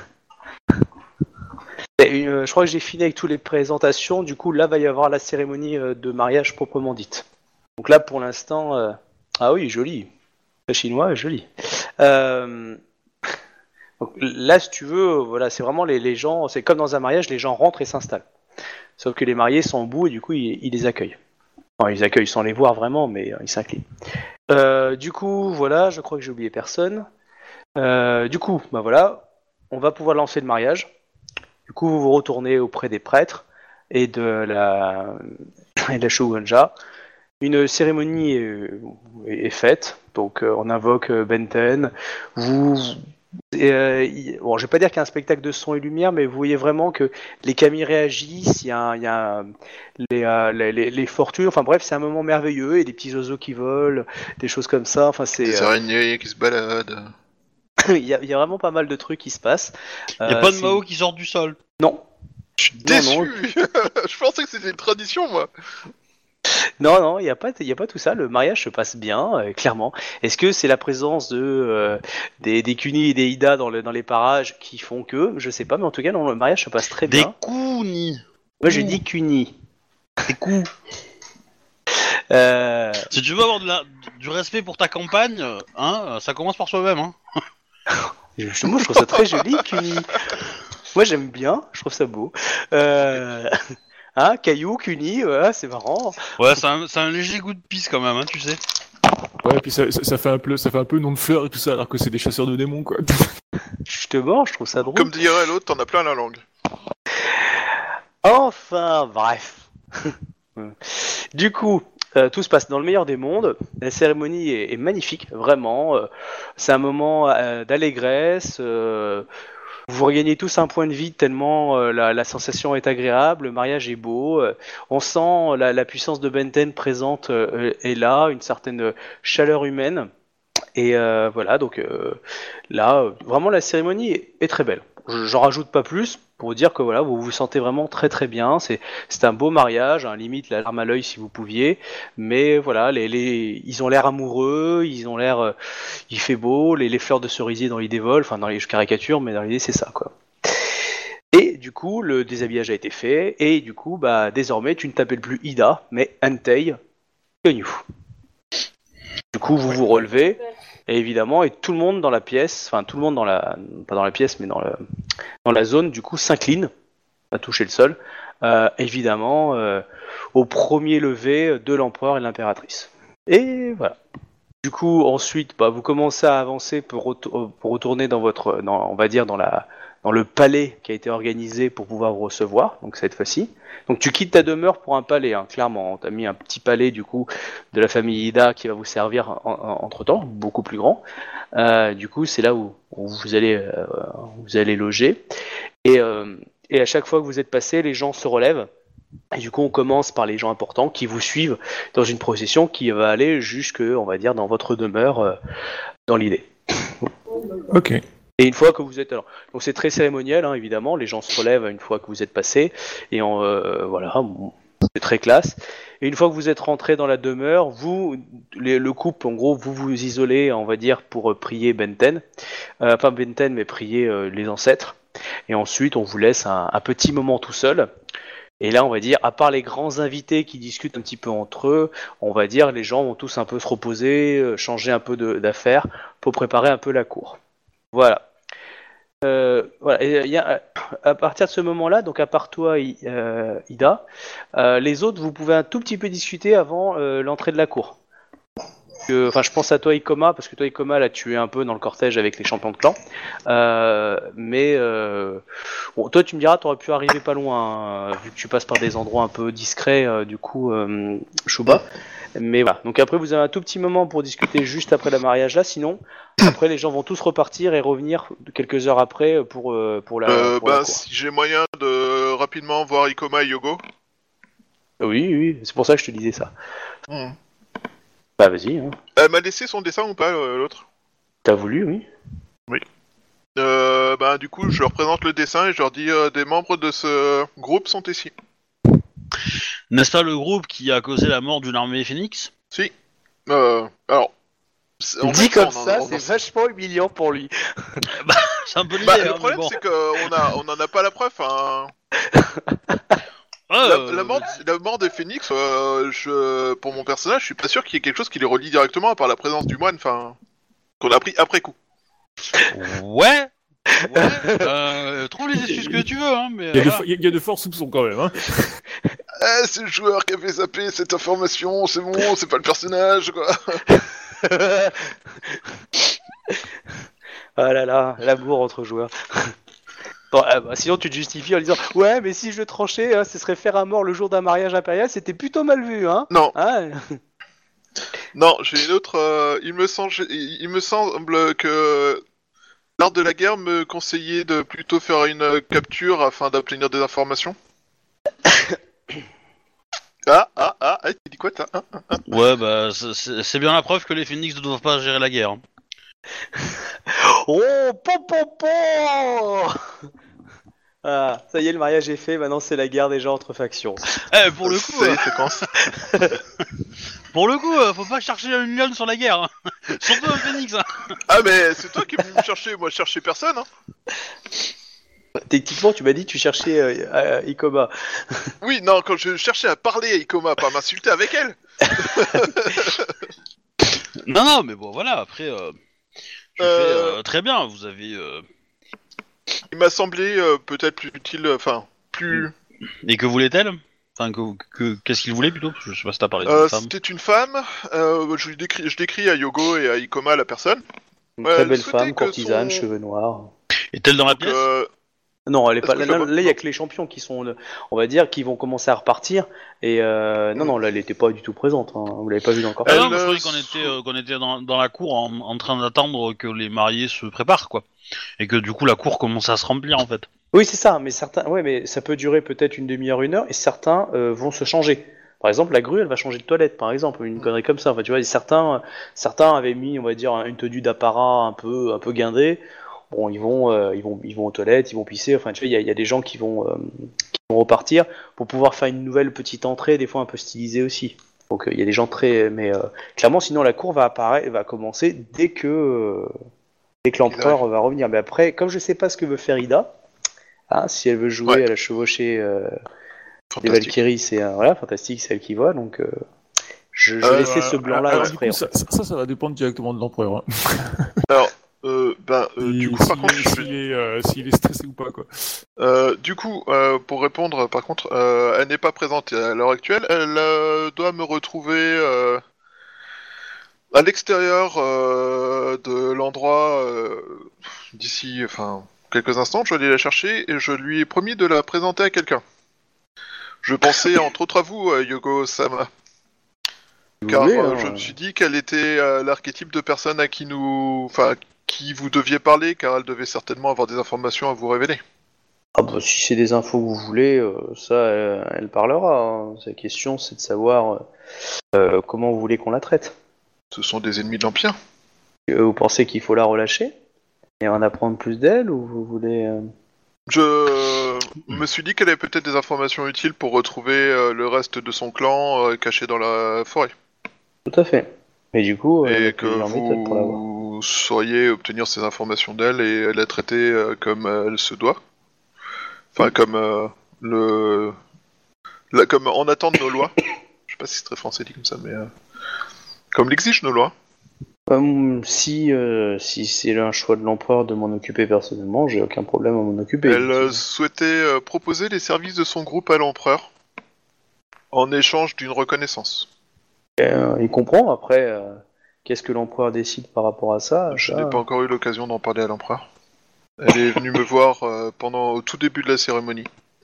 Une, je crois que j'ai fini avec toutes les présentations. Du coup, là, va y avoir la cérémonie de mariage proprement dite. Donc là, pour l'instant, euh... ah oui, joli. Le chinois, joli. Euh... Donc là, si tu veux, voilà, c'est vraiment les, les gens, c'est comme dans un mariage, les gens rentrent et s'installent. Sauf que les mariés sont au bout et du coup, ils, ils les accueillent. Enfin, ils les accueillent sans les voir vraiment, mais euh, ils s'inclinent. Euh, du coup, voilà, je crois que j'ai oublié personne. Euh, du coup, bah voilà, on va pouvoir lancer le mariage. Du coup, vous vous retournez auprès des prêtres et de la, et de la Shogunja. Une cérémonie est, est faite, donc euh, on invoque euh, Benten. Vous Euh, il, bon, je vais pas dire qu'il y a un spectacle de son et lumière, mais vous voyez vraiment que les camis réagissent, il y a, il y a les, euh, les, les, les fortunes, enfin bref, c'est un moment merveilleux, et des petits oiseaux qui volent, des choses comme ça, enfin c'est... Des euh... araignées qui se baladent... il, y a, il y a vraiment pas mal de trucs qui se passent. Il n'y a euh, pas de Mao qui sort du sol. Non. Je suis déçu. Non, non. Je pensais que c'était une tradition, moi. Non, non, il n'y a pas, il y a pas tout ça. Le mariage se passe bien, euh, clairement. Est-ce que c'est la présence de euh, des, des Kuni et des Ida dans, le, dans les parages qui font que, je sais pas, mais en tout cas, non, le mariage se passe très Des bien. Kuni. Moi, je dis Kuni. Des coups. Euh... Si tu veux avoir de la, du respect pour ta campagne, hein, ça commence par soi-même. Hein. Justement, je trouve ça très joli, Kuni. Moi, j'aime bien. Je trouve ça beau. Euh... Hein, caillou, Kuni, ouais, c'est marrant. Ouais, c'est un, c'est un léger goût de pisse quand même, hein, tu sais. Ouais, et puis ça, ça, ça fait un peu, ça fait un peu nom de fleurs et tout ça, alors que c'est des chasseurs de démons, quoi. Justement, je trouve ça drôle. Comme dirait l'autre, t'en as plein la langue. Enfin, bref. Du coup, euh, tout se passe dans le meilleur des mondes. La cérémonie est, est magnifique, vraiment. Euh, c'est un moment euh, d'allégresse. Euh, vous regagnez tous un point de vie tellement euh, la, la sensation est agréable. Le mariage est beau. Euh, on sent la, la puissance de Benten présente euh, est là, une certaine chaleur humaine. Et euh, voilà, donc euh, là, euh, vraiment la cérémonie est, est très belle. Je, j'en rajoute pas plus pour vous dire que voilà, vous vous sentez vraiment très très bien. C'est, c'est un beau mariage, hein, limite la larme à l'œil si vous pouviez. Mais voilà, les, les, ils ont l'air amoureux, ils ont l'air, euh, il fait beau, les, les fleurs de cerisier dans l'idée volent, enfin dans les je caricature, mais dans l'idée c'est ça quoi. Et du coup, le déshabillage a été fait, et du coup, bah désormais tu ne t'appelles plus Ida, mais Entei Kenyu. Du coup, vous vous relevez, et évidemment, et tout le monde dans la pièce, enfin tout le monde dans la, pas dans la pièce, mais dans, le, dans la zone, du coup, s'incline, à toucher le sol, euh, évidemment, euh, au premier lever de l'empereur et de l'impératrice. Et voilà. Du coup, ensuite, bah, vous commencez à avancer pour, ret- pour retourner dans votre, dans, on va dire, dans la, dans le palais qui a été organisé pour pouvoir vous recevoir, donc cette fois-ci. Donc tu quittes ta demeure pour un palais, hein, clairement. T'as mis un petit palais du coup de la famille Ida qui va vous servir en, en, entre temps, beaucoup plus grand. Euh, du coup, c'est là où, où vous allez, euh, vous allez loger. Et, euh, et à chaque fois que vous êtes passé, les gens se relèvent. Et du coup, on commence par les gens importants qui vous suivent dans une procession qui va aller jusque, on va dire, dans votre demeure, euh, dans l'idée. Ok. Et une fois que vous êtes alors, donc c'est très cérémoniel, hein, évidemment, les gens se relèvent une fois que vous êtes passé, et en, euh, voilà, bon, c'est très classe. Et une fois que vous êtes rentré dans la demeure, vous, les, le couple, en gros, vous vous isolez, on va dire, pour prier Benten, euh, pas Benten, mais prier euh, les ancêtres. Et ensuite, on vous laisse un, un petit moment tout seul. Et là, on va dire, à part les grands invités qui discutent un petit peu entre eux, on va dire, les gens vont tous un peu se reposer, euh, changer un peu de, d'affaires pour préparer un peu la cour. Voilà. Euh, voilà. Et, y a, à partir de ce moment-là, donc à part toi, euh, Ida, euh, les autres, vous pouvez un tout petit peu discuter avant euh, l'entrée de la cour. Enfin, je pense à toi, Ikoma, parce que toi, Ikoma, l'a tué un peu dans le cortège avec les champions de clan. Euh, mais euh, bon, toi, tu me diras, t'aurais pu arriver pas loin, hein, vu que tu passes par des endroits un peu discrets, euh, du coup, euh, Shuba. Mais voilà. Donc après, vous avez un tout petit moment pour discuter juste après le mariage là. Sinon, après, les gens vont tous repartir et revenir quelques heures après pour euh, pour la. Euh, pour bah, la cour. si j'ai moyen de rapidement voir Ikoma et Yogo. Oui, oui, c'est pour ça que je te disais ça. Mmh. Bah vas-y. Hein. Elle m'a laissé son dessin ou pas, l'autre? T'as voulu, oui. Oui. Euh, bah du coup, je leur présente le dessin et je leur dis euh, des membres de ce groupe sont ici. N'est-ce pas le groupe qui a causé la mort d'une armée phénix? Si. Euh, alors. En dit comme ça, on, on, c'est on... vachement humiliant pour lui. bah, c'est un peu l'idée. Bah, hein, le problème, bon. c'est qu'on a, on en a pas la preuve. Hein. Ah, la, euh... la, mort, la mort des phénix, euh, je, pour mon personnage, je suis pas sûr qu'il y ait quelque chose qui les relie directement à part la présence du moine, enfin, qu'on a pris après coup. Ouais. Ouais. euh, trouve les excuses que tu veux, hein. Mais il y a, voilà. de, il y a de forts soupçons quand même, hein. Eh, c'est le joueur qui a fait zapper cette information. C'est bon, c'est pas le personnage, quoi. Ah là là, l'amour entre joueurs. Bon, euh, bah, sinon tu te justifies en disant ouais, mais si je tranchais, hein, ce serait faire un mort le jour d'un mariage impérial, c'était plutôt mal vu, hein. Non. Hein non, j'ai une autre. Euh, il me semble, il me semble que l'art de la guerre me conseillait de plutôt faire une capture afin d'obtenir des informations. ah ah ah, ah, tu dis quoi, t'as ah, ah, ah. Ouais, bah c'est, c'est bien la preuve que les phénix ne doivent pas gérer la guerre. Hein. Oh, pom pom pom. Ah, ça y est, le mariage est fait, maintenant c'est la guerre déjà entre factions. Eh, pour le coup, c'est euh... séquence. Pour le coup, euh, faut pas chercher une lionne sur la guerre. Hein. Surtout un phénix. Hein. Ah mais c'est toi qui es venu me chercher, moi je cherchais personne. Hein. Techniquement, tu m'as dit que tu cherchais euh, à Ikoma. Oui, non, quand je cherchais à parler à Ikoma, pas m'insulter avec elle. Non, non, mais bon, voilà, après, euh, tu Euh, fais euh, très bien, vous avez... euh, Il m'a semblé euh, peut-être plus utile, enfin, plus... Et que voulait-elle? Enfin, que, que- qu'est-ce qu'il voulait plutôt? Parce que je sais pas si t'as parlé de Euh, une femme. C'était une femme, euh, je, lui décris, je décris à Yogo et à Ikoma la personne. Une Ouais, très elle belle souhaitait femme, que courtisane, son- cheveux noirs. Est-elle dans la Donc, pièce? euh, Non, elle est pas Est-ce là. que je Là, vois il y a que les champions qui sont, euh, on va dire, qui vont commencer à repartir. Et euh, non, non, là, elle était pas du tout présente. Hein. Vous l'avez pas vu dans le Ah cortège. Elle, non, moi, je euh, croyais qu'on était, euh, qu'on était dans, dans la cour en, en train d'attendre que les mariés se préparent, quoi. Et que du coup, la cour commence à se remplir, en fait. Oui, c'est ça. Mais certains, ouais, mais ça peut durer peut-être une demi-heure, une heure, et certains euh, vont se changer. Par exemple, la grue, elle va changer de toilette, par exemple, une connerie comme ça. Enfin, tu vois, et certains, certains avaient mis, on va dire, une tenue d'apparat un peu, un peu guindée. Bon, ils vont, euh, ils vont, ils vont aux toilettes, ils vont pisser. Enfin, tu vois, il y a, il y a des gens qui vont, euh, qui vont repartir pour pouvoir faire une nouvelle petite entrée, des fois un peu stylisée aussi. Donc, euh, il y a des gens très, mais euh, clairement, sinon la cour va apparaître, va commencer dès que, euh, dès que l'empereur va revenir. Mais après, comme je sais pas ce que veut faire Ida, hein, si elle veut jouer Ouais. à la chevauchée euh, des fantastique. Valkyries, c'est euh, voilà, fantastique, c'est elle qui voit. Donc, euh, je, je Euh, laissais ce blanc-là Alors, exprès. du en coup, ça, fait. ça, ça, ça va dépendre directement de l'empereur. Hein. Alors, euh, ben, euh, du Et coup, par s'il contre, est- je s'il est, euh, s'il est stressé ou pas, quoi. Euh, du coup, euh, pour répondre, par contre, euh, elle n'est pas présente à l'heure actuelle. Elle euh, doit me retrouver euh, à l'extérieur euh, de l'endroit euh, d'ici, enfin, quelques instants. Je vais aller la chercher et je lui ai promis de la présenter à quelqu'un. Je pensais entre autres à vous, euh, Yogo-sama, Si vous car voulez, euh, hein, je me suis dit qu'elle était euh, l'archétype de personne à qui nous, enfin, qui vous deviez parler, car elle devait certainement avoir des informations à vous révéler. Ah bah, si c'est des infos que vous voulez, euh, ça, euh, elle parlera. Hein. La question, c'est de savoir euh, comment vous voulez qu'on la traite. Ce sont des ennemis de l'Empire. Euh, Vous pensez qu'il faut la relâcher et en apprendre plus d'elle, ou vous voulez... euh, Je me suis dit qu'elle avait peut-être des informations utiles pour retrouver euh, le reste de son clan euh, caché dans la forêt. Tout à fait. Et du coup, elle Et a que plusieurs méthodes pour l'avoir. vous sauriez obtenir ces informations d'elle et la traiter euh, comme elle se doit. Enfin, comme euh, le... la- comme en attente de nos lois. Je sais pas si c'est très français dit comme ça, mais... euh, comme l'exigent nos lois. Hum, si euh, si c'est un choix de l'empereur de m'en occuper personnellement, j'ai aucun problème à m'en occuper. Elle euh, souhaitait euh, proposer les services de son groupe à l'empereur en échange d'une reconnaissance. Euh, il comprend, après, euh, qu'est-ce que l'empereur décide par rapport à ça, Je ça- n'ai pas encore eu l'occasion d'en parler à l'empereur. Elle est venue me voir euh, pendant au tout début de la cérémonie.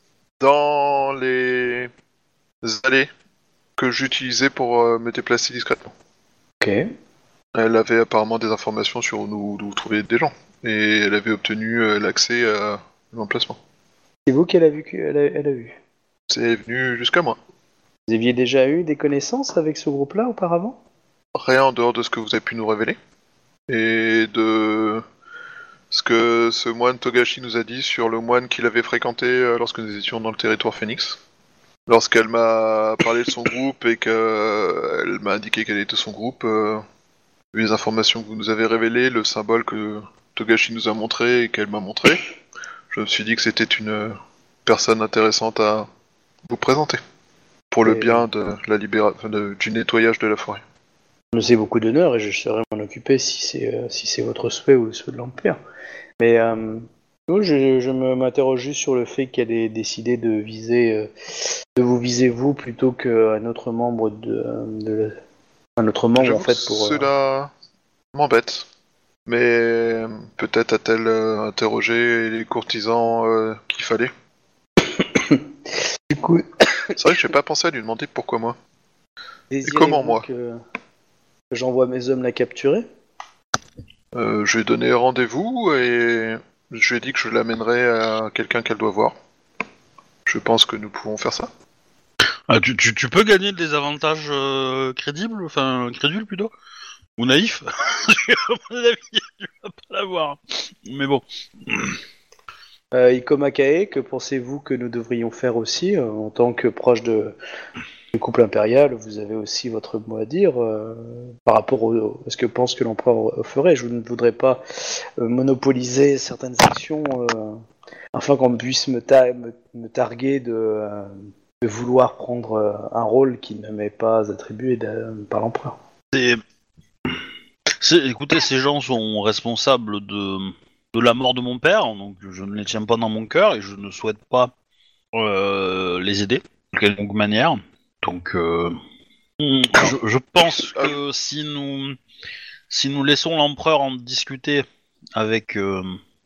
Dans les allées que j'utilisais pour euh, me déplacer discrètement. Ok. Elle avait apparemment des informations sur où nous trouver des gens. Et elle avait obtenu euh, l'accès à l'emplacement. C'est vous qu'elle a vu, qu'elle a, elle a vu. C'est venu jusqu'à moi. Vous aviez déjà eu des connaissances avec ce groupe-là auparavant? Rien en dehors de ce que vous avez pu nous révéler. Et de ce que ce moine Togashi nous a dit sur le moine qu'il avait fréquenté euh, lorsque nous étions dans le territoire Phoenix. Lorsqu'elle m'a parlé de son groupe et qu'elle m'a indiqué quel était son groupe, euh, les informations que vous nous avez révélées, le symbole que Togashi nous a montré et qu'elle m'a montré, je me suis dit que c'était une personne intéressante à vous présenter. Pour le Et- bien de la libéra... enfin, de- du nettoyage de la forêt. Je me sais beaucoup d'honneur et je saurais m'en occuper si c'est euh, si c'est votre souhait ou le souhait de l'Empire. Mais euh, moi, je, je me m'interroge juste sur le fait qu'elle ait décidé de viser, euh, de vous viser vous plutôt qu'un autre membre de, de la- un autre membre J'avoue en fait que pour. euh, Cela m'embête. Mais peut-être a-t-elle euh, interrogé les courtisans euh, qu'il fallait. Du coup, C'est vrai que j'ai pas pensé à lui demander pourquoi moi. désirez-vous comment, moi que, que j'envoie mes hommes la capturer? Euh, je lui ai donné rendez-vous et je lui ai dit que je l'amènerais à quelqu'un qu'elle doit voir. Je pense que nous pouvons faire ça. Ah, tu, tu, tu peux gagner des avantages euh, crédibles, enfin crédules plutôt, ou naïfs. À mon avis, tu vas pas l'avoir. Mais bon. Euh, Ikoma Kae, que pensez-vous que nous devrions faire aussi euh, en tant que proche de le couple impérial, vous avez aussi votre mot à dire euh, par rapport au, à ce que pense que l'empereur ferait. Je ne voudrais pas euh, monopoliser certaines actions euh, afin qu'on puisse me, ta- me, me targuer de, euh, de vouloir prendre euh, un rôle qui ne m'est pas attribué de, par l'empereur. C'est... C'est... Écoutez, ces gens sont responsables de... de la mort de mon père, donc je ne les tiens pas dans mon cœur et je ne souhaite pas euh, les aider de quelque manière. Donc, euh, je, je pense que si nous si nous laissons l'empereur en discuter avec euh,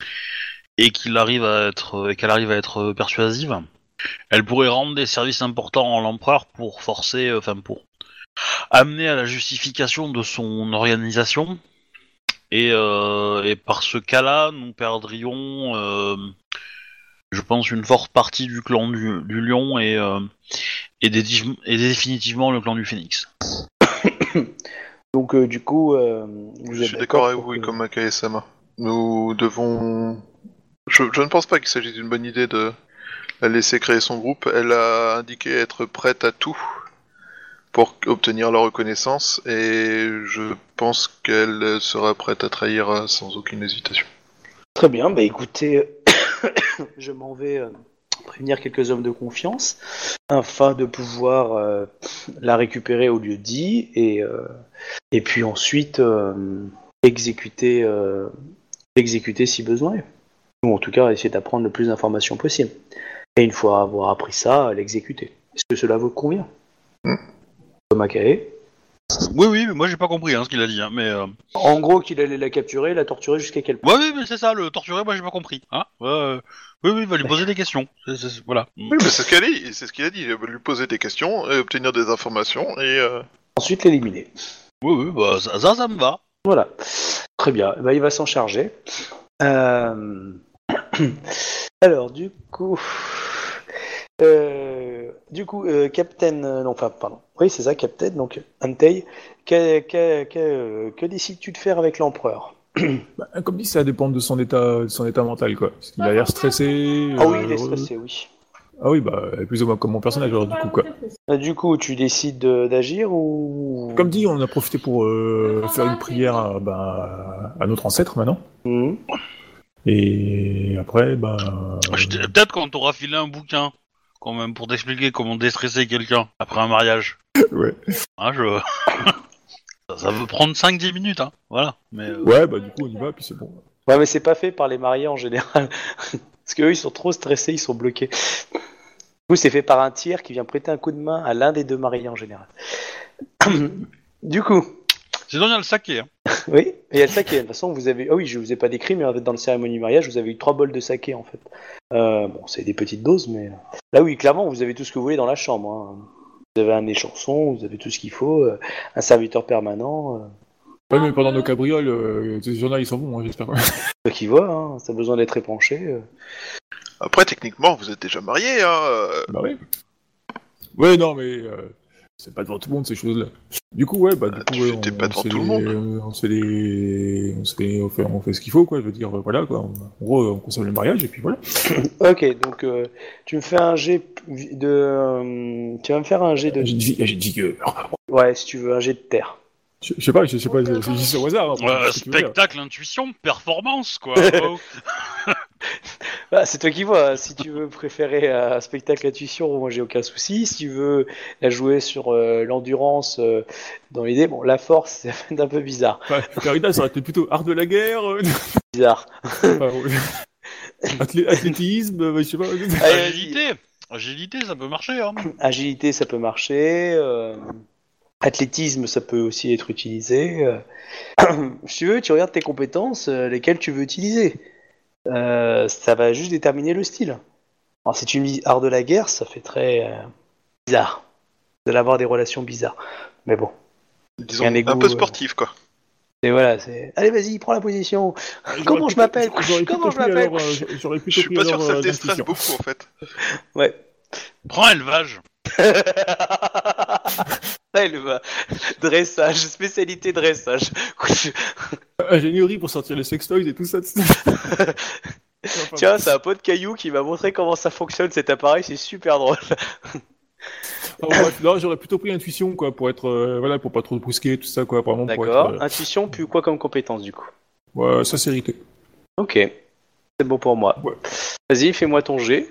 et qu'il arrive à être et qu'elle arrive à être persuasive, elle pourrait rendre des services importants à l'empereur pour forcer, enfin pour amener à la justification de son organisation. Et, euh, et par ce cas-là, nous perdrions, euh, je pense, une forte partie du clan du, du Lion et, euh, et, des, et définitivement le clan du Phénix. Donc, euh, du coup, euh, vous je êtes suis d'accord avec pour vous, que- comme Akae-sama. Nous devons... Je, je ne pense pas qu'il s'agisse d'une bonne idée de la laisser créer son groupe. Elle a indiqué être prête à tout pour obtenir la reconnaissance, et je pense qu'elle sera prête à trahir sans aucune hésitation. Très bien, bah écoutez, je m'en vais euh, prévenir quelques hommes de confiance afin de pouvoir euh, la récupérer au lieu dit et, euh, et puis ensuite euh, exécuter, euh, exécuter si besoin est. Ou en tout cas essayer d'apprendre le plus d'informations possible. Et une fois avoir appris ça, l'exécuter. Est-ce que cela vous convient mm. Makae. Oui, oui, mais moi j'ai pas compris hein, ce qu'il a dit, hein, mais... Euh... En gros, qu'il allait la capturer, la torturer jusqu'à quel point? Ouais, oui, mais c'est ça, le torturer, moi j'ai pas compris. Hein euh... Oui, oui, il va lui poser des questions. C'est, c'est, voilà. Oui, mais c'est ce qu'elle dit, c'est ce qu'il a dit. Il va lui poser des questions, et obtenir des informations, et... Euh... Ensuite l'éliminer. Oui, oui, bah ça, ça, ça me va. Voilà. Très bien, bah, il va s'en charger. Euh... Alors, du coup... Euh, du coup, euh, Captain... euh, non, enfin, pardon. Oui, c'est ça, Captain, donc Antei. Que, que, que, que décides-tu de faire avec l'empereur? Bah, comme dit, ça dépend de son état, de son état mental, quoi. Parce qu'il a l'air stressé. Ah oui, il est euh, stressé, oui. Ah oui, bah, plus ou moins comme mon personnage, alors, du coup, quoi. Euh, Du coup, tu décides de- d'agir ou... Comme dit, on en a profité pour euh, faire une prière à, bah, à notre ancêtre, maintenant. Mhm. Et après, bah... Je te- Peut-être quand t'auras filé un bouquin, quand même, pour t'expliquer comment déstresser quelqu'un après un mariage. Ouais. Hein, je... ça, ça peut prendre cinq dix minutes, hein. Voilà. Mais, euh... Ouais, bah, du coup, on y va, puis c'est bon. Ouais, mais c'est pas fait par les mariés en général. Parce qu'eux, ils sont trop stressés, ils sont bloqués. Du coup, c'est fait par un tiers qui vient prêter un coup de main à l'un des deux mariés en général. Du coup, Sinon, il y a le saké, hein. oui, et il y a le saké. De toute façon, vous avez. Ah oui, je vous ai pas décrit, mais dans le cérémonie du mariage, vous avez eu trois bols de saké en fait. Euh, bon, c'est des petites doses, mais. Là, oui, clairement, vous avez tout ce que vous voulez dans la chambre. Hein. Vous avez un échanson, vous avez tout ce qu'il faut, euh, un serviteur permanent. Euh... Ouais, mais pendant nos cabrioles, euh, ces gens-là, ils s'en vont, hein, j'espère. Ceux qui voient, hein, ça a besoin d'être épanché. Euh... Après, techniquement, vous êtes déjà mariés, hein. euh, Bah ouais. Ouais, non, mais euh, c'est pas devant tout le monde, ces choses-là. Du coup, ouais, bah, du Ah, coup, tu ouais, fais- t'es on, pas on devant se fait tout le des- monde. euh, on se fait des... On se fait... On fait, on fait ce qu'il faut, quoi, je veux dire, euh, voilà, quoi. En gros, on consomme le mariage, et puis voilà. Ok, donc euh, tu me fais un jet de. euh, tu vas me faire un jet de. J'ai dit, j'ai dit que... Ouais, si tu veux, un jet de terre. Je je sais pas, je sais pas, c'est c'est juste au hasard. après, Euh, ce que tu veux faire. spectacle, intuition, performance, quoi. Oh. Bah, c'est toi qui vois. Si tu veux préférer un spectacle intuition, moi j'ai aucun souci. Si tu veux la jouer sur euh, l'endurance, euh, dans l'idée, bon, la force, ça fait un peu bizarre. Enfin, Carita, ça aurait été plutôt art de la guerre, euh, Bizarre. enfin, ouais. Athlé- athlétisme, euh, je sais pas. Allez, Agilité. Agilité, ça peut marcher, hein. Agilité, ça peut marcher. euh, Athlétisme, ça peut aussi être utilisé. euh. Si tu veux, tu regardes tes compétences, euh, lesquelles tu veux utiliser. Euh, ça va juste déterminer le style. Alors, si tu me dis art de la guerre, ça fait très euh, bizarre. Vous allez avoir des relations bizarres. Mais bon. Disons, Un un, égo, peu euh, sportif, quoi. Et voilà, c'est. Allez, vas-y, prends la position. Comment je m'appelle J'aurais Comment plutôt je pris m'appelle alors, euh, J'aurais Je plutôt suis pris pas sûr alors, que ça euh, te déstresse l'intuition. beaucoup, en fait. Ouais. Prends élevage. Ouais, le va. Dressage, spécialité dressage. Ingénierie pour sortir les sextoys et tout ça. Tiens, c'est un pote caillou qui m'a montré comment ça fonctionne cet appareil, c'est super drôle. Enfin, bref, là, j'aurais plutôt pris intuition, quoi, pour être, euh, voilà, pour pas trop brusquer, tout ça, quoi, vraiment pour D'accord. être. euh, Intuition, puis quoi comme compétence du coup? Ouais, sincérité. Ok. C'est bon pour moi. Ouais. Vas-y, fais-moi ton G.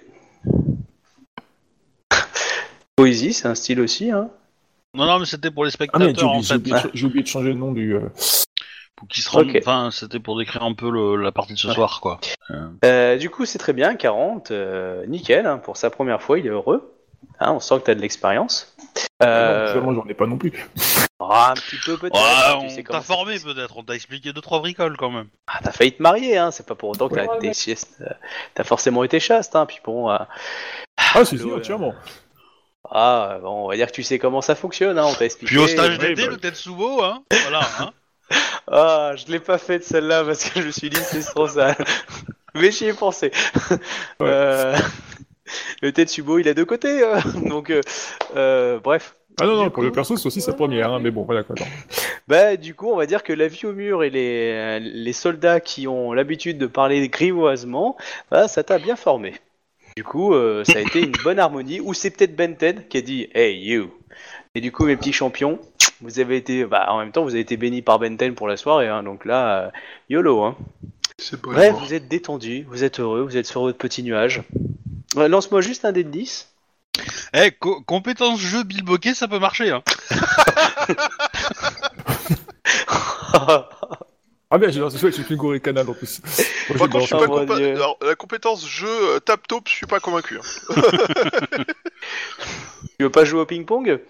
Poésie, c'est un style aussi, hein. Non, non, mais c'était pour les Ah merde, j'ai spectateurs oublié, en j'ai fait. oublié, de cha- j'ai oublié de changer le nom du. euh, Pour qu'ils se rendent. Ok. Enfin, c'était pour décrire un peu le- la partie de ce Ouais. soir, quoi. Euh, du coup, c'est très bien, quarante, euh, nickel, hein, pour sa première fois, il est heureux. Hein, on sent que tu as de l'expérience. Non, Euh... finalement, j'en ai pas non plus. ah, un petit peu peut-être. Ouais, hein, on tu sais t'a comment ça formé fonctionne. peut-être, on t'a expliqué deux trois bricoles quand même. Ah, t'as failli te marier, hein, c'est pas pour autant que Ouais. t'as été chaste. euh, T'as forcément été chaste, hein, puis bon... euh, Ah, si, le- si, entièrement. Ah, bon, on va dire que tu sais comment ça fonctionne, hein, on t'a expliqué. Puis au stage Ouais, d'été, bah- le Tetsubo, hein. Voilà, hein. Ah, je l'ai pas fait de celle-là parce que je me suis dit c'est trop sale. Mais j'y ai pensé. Ouais. Euh, Le Tetsubo, il a deux côtés, euh, donc euh, euh, bref. Ah non, non, Du pour coup- le perso, c'est aussi sa première, hein, mais bon, voilà, quoi. non. Bah, du coup, on va dire que la vie au mur et les, euh, les soldats qui ont l'habitude de parler grivoisement, bah, ça t'a bien formé. Du coup, euh, ça a été une bonne harmonie. Ou c'est peut-être Ben Ten qui a dit Hey, you! Et du coup, mes petits champions, vous avez été, bah, en même temps, vous avez été bénis par Ben Ten pour la soirée, hein, donc là, euh, YOLO, hein. C'est pas Bref, mort. vous êtes détendus, vous êtes heureux, vous êtes sur votre petit nuage. Ouais, lance-moi juste un dé de dix. Eh, co- compétence jeu Bill Bokeh, ça peut marcher, hein. Ah bien, j'ai lancé celui avec une gorille canal en plus. Moi, Par j'ai contre, je suis lancé- pas Oh, mon compa- Dieu. Alors, la compétence jeu euh, tap taupe, je suis pas convaincu. hein. Tu veux pas jouer au ping-pong?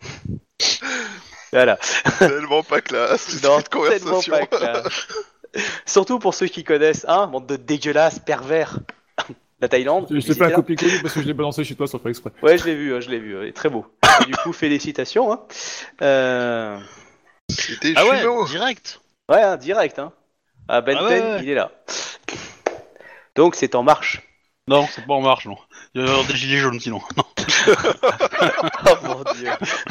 Voilà. Tellement pas classe. Non, cette tellement conversation. pas classe. Surtout pour ceux qui connaissent, hein, bande de dégueulasses, pervers. La Thaïlande. Je vous t'ai fait étiez un là copier-coller parce que je l'ai balancé chez toi sans faire exprès. Ouais, je l'ai vu, hein, je l'ai vu, euh, très beau. Et du coup, félicitations. Hein. Euh... C'était Ah ouais, jumeau. direct. Ouais, hein, direct. Hein. Ah, Ben Ah ouais, Ten, ouais. il est là. Donc, c'est en marche. Non, c'est pas en marche, non. Il va y avoir des gilets jaunes sinon. Non. Oh mon dieu.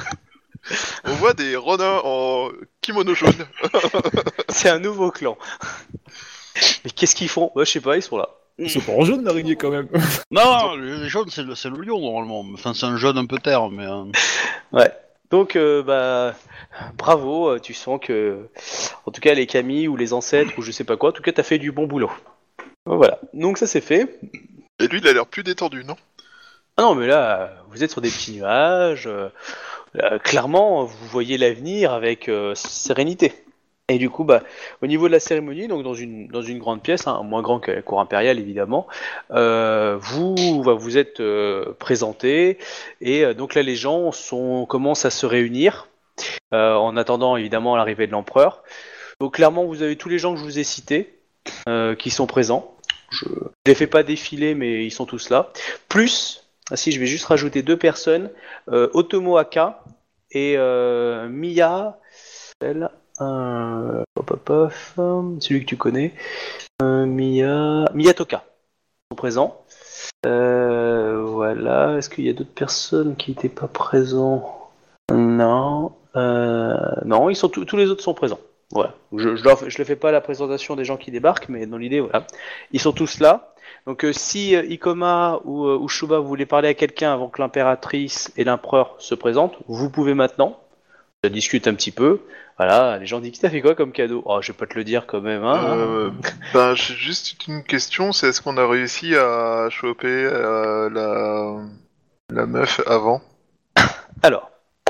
On voit des renards en kimono jaune. C'est un nouveau clan. Mais qu'est-ce qu'ils font? Ouais, je sais pas, ils sont là. C'est pas en jaune l'araignée quand même. Non, les les jaunes, c'est le, c'est le lion normalement. Enfin, c'est un jaune un peu terre, mais. euh, Ouais. Donc, euh, bah, bravo, euh, tu sens que, en tout cas, les Camille ou les ancêtres ou je sais pas quoi, en tout cas, t'as fait du bon boulot. Voilà. Donc, ça c'est fait. Et lui, il a l'air plus détendu, non? Ah non, mais là, euh, vous êtes sur des petits nuages. euh, euh, clairement, vous voyez l'avenir avec euh, sérénité. Et du coup, bah, au niveau de la cérémonie, donc dans une dans une grande pièce, hein, moins grand que la cour impériale évidemment, euh, vous bah, vous êtes euh, présentés et euh, donc là les gens sont commencent à se réunir euh, en attendant évidemment l'arrivée de l'empereur. Donc clairement, vous avez tous les gens que je vous ai cités euh, qui sont présents. Je ne les fais pas défiler, mais ils sont tous là. Plus, ah si, je vais juste rajouter deux personnes, euh, Otomo Aka et euh, Miya, elle, euh, hop, hop, hop, celui que tu connais, euh, Miya, Miyatoka, sont présents. Euh, voilà, est-ce qu'il y a d'autres personnes qui n'étaient pas présents? Non, euh, non, ils sont tous tous les autres sont présents. Voilà. Je je, leur, je ne fais pas la présentation des gens qui débarquent, mais dans l'idée, voilà. Ils sont tous là. Donc euh, si euh, Ikoma ou, euh, ou Shuba vous voulez parler à quelqu'un avant que l'impératrice et l'empereur se présentent, vous pouvez maintenant. Ça discute un petit peu. Voilà, les gens disent t'as fait quoi comme cadeau? Oh, je vais pas te le dire quand même. Hein, Euh, ben, j'ai juste une question, c'est est-ce qu'on a réussi à choper euh, la... la meuf avant? Alors,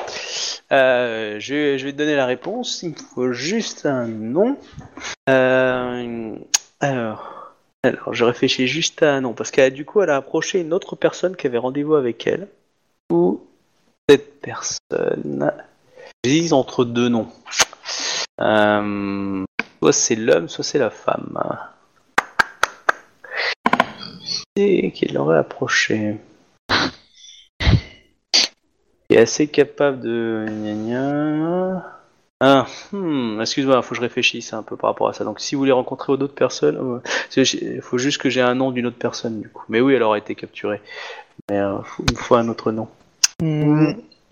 euh, je, vais- je vais te donner la réponse. Il me faut juste un nom. Euh, alors, alors, je réfléchis juste à un nom parce qu'elle du coup, elle a approché une autre personne qui avait rendez-vous avec elle. Ou cette personne. J'hésite entre deux noms. Euh, soit c'est l'homme, soit c'est la femme. Et qui l'aurait approché. Qui est assez capable de. Gna gna. Ah, hmm, excuse-moi, faut que je réfléchisse un peu par rapport à ça. Donc, si vous voulez rencontrer d'autres personnes, euh, il faut juste que j'ai un nom d'une autre personne, du coup. Mais oui, elle aurait été capturée. Mais euh, faut- il me faut un autre nom. Hmm.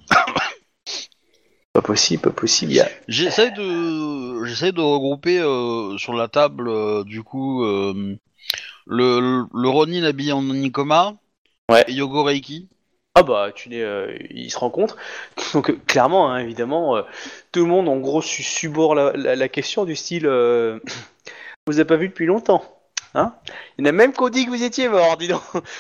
Pas possible, pas possible. Il y a... J'essaie de, j'essaie de regrouper euh, sur la table, euh, du coup, euh, le, le Ronin habillé en Nikoma Ouais. et Yogo Reiki. Ah bah, tu n'es, euh, ils se rencontrent. Donc euh, clairement, hein, évidemment, euh, tout le monde en gros su- suborde la, la, la question du style euh, vous avez pas vu depuis longtemps, hein? Il y en a même qu'on dit que vous étiez mort, dis donc.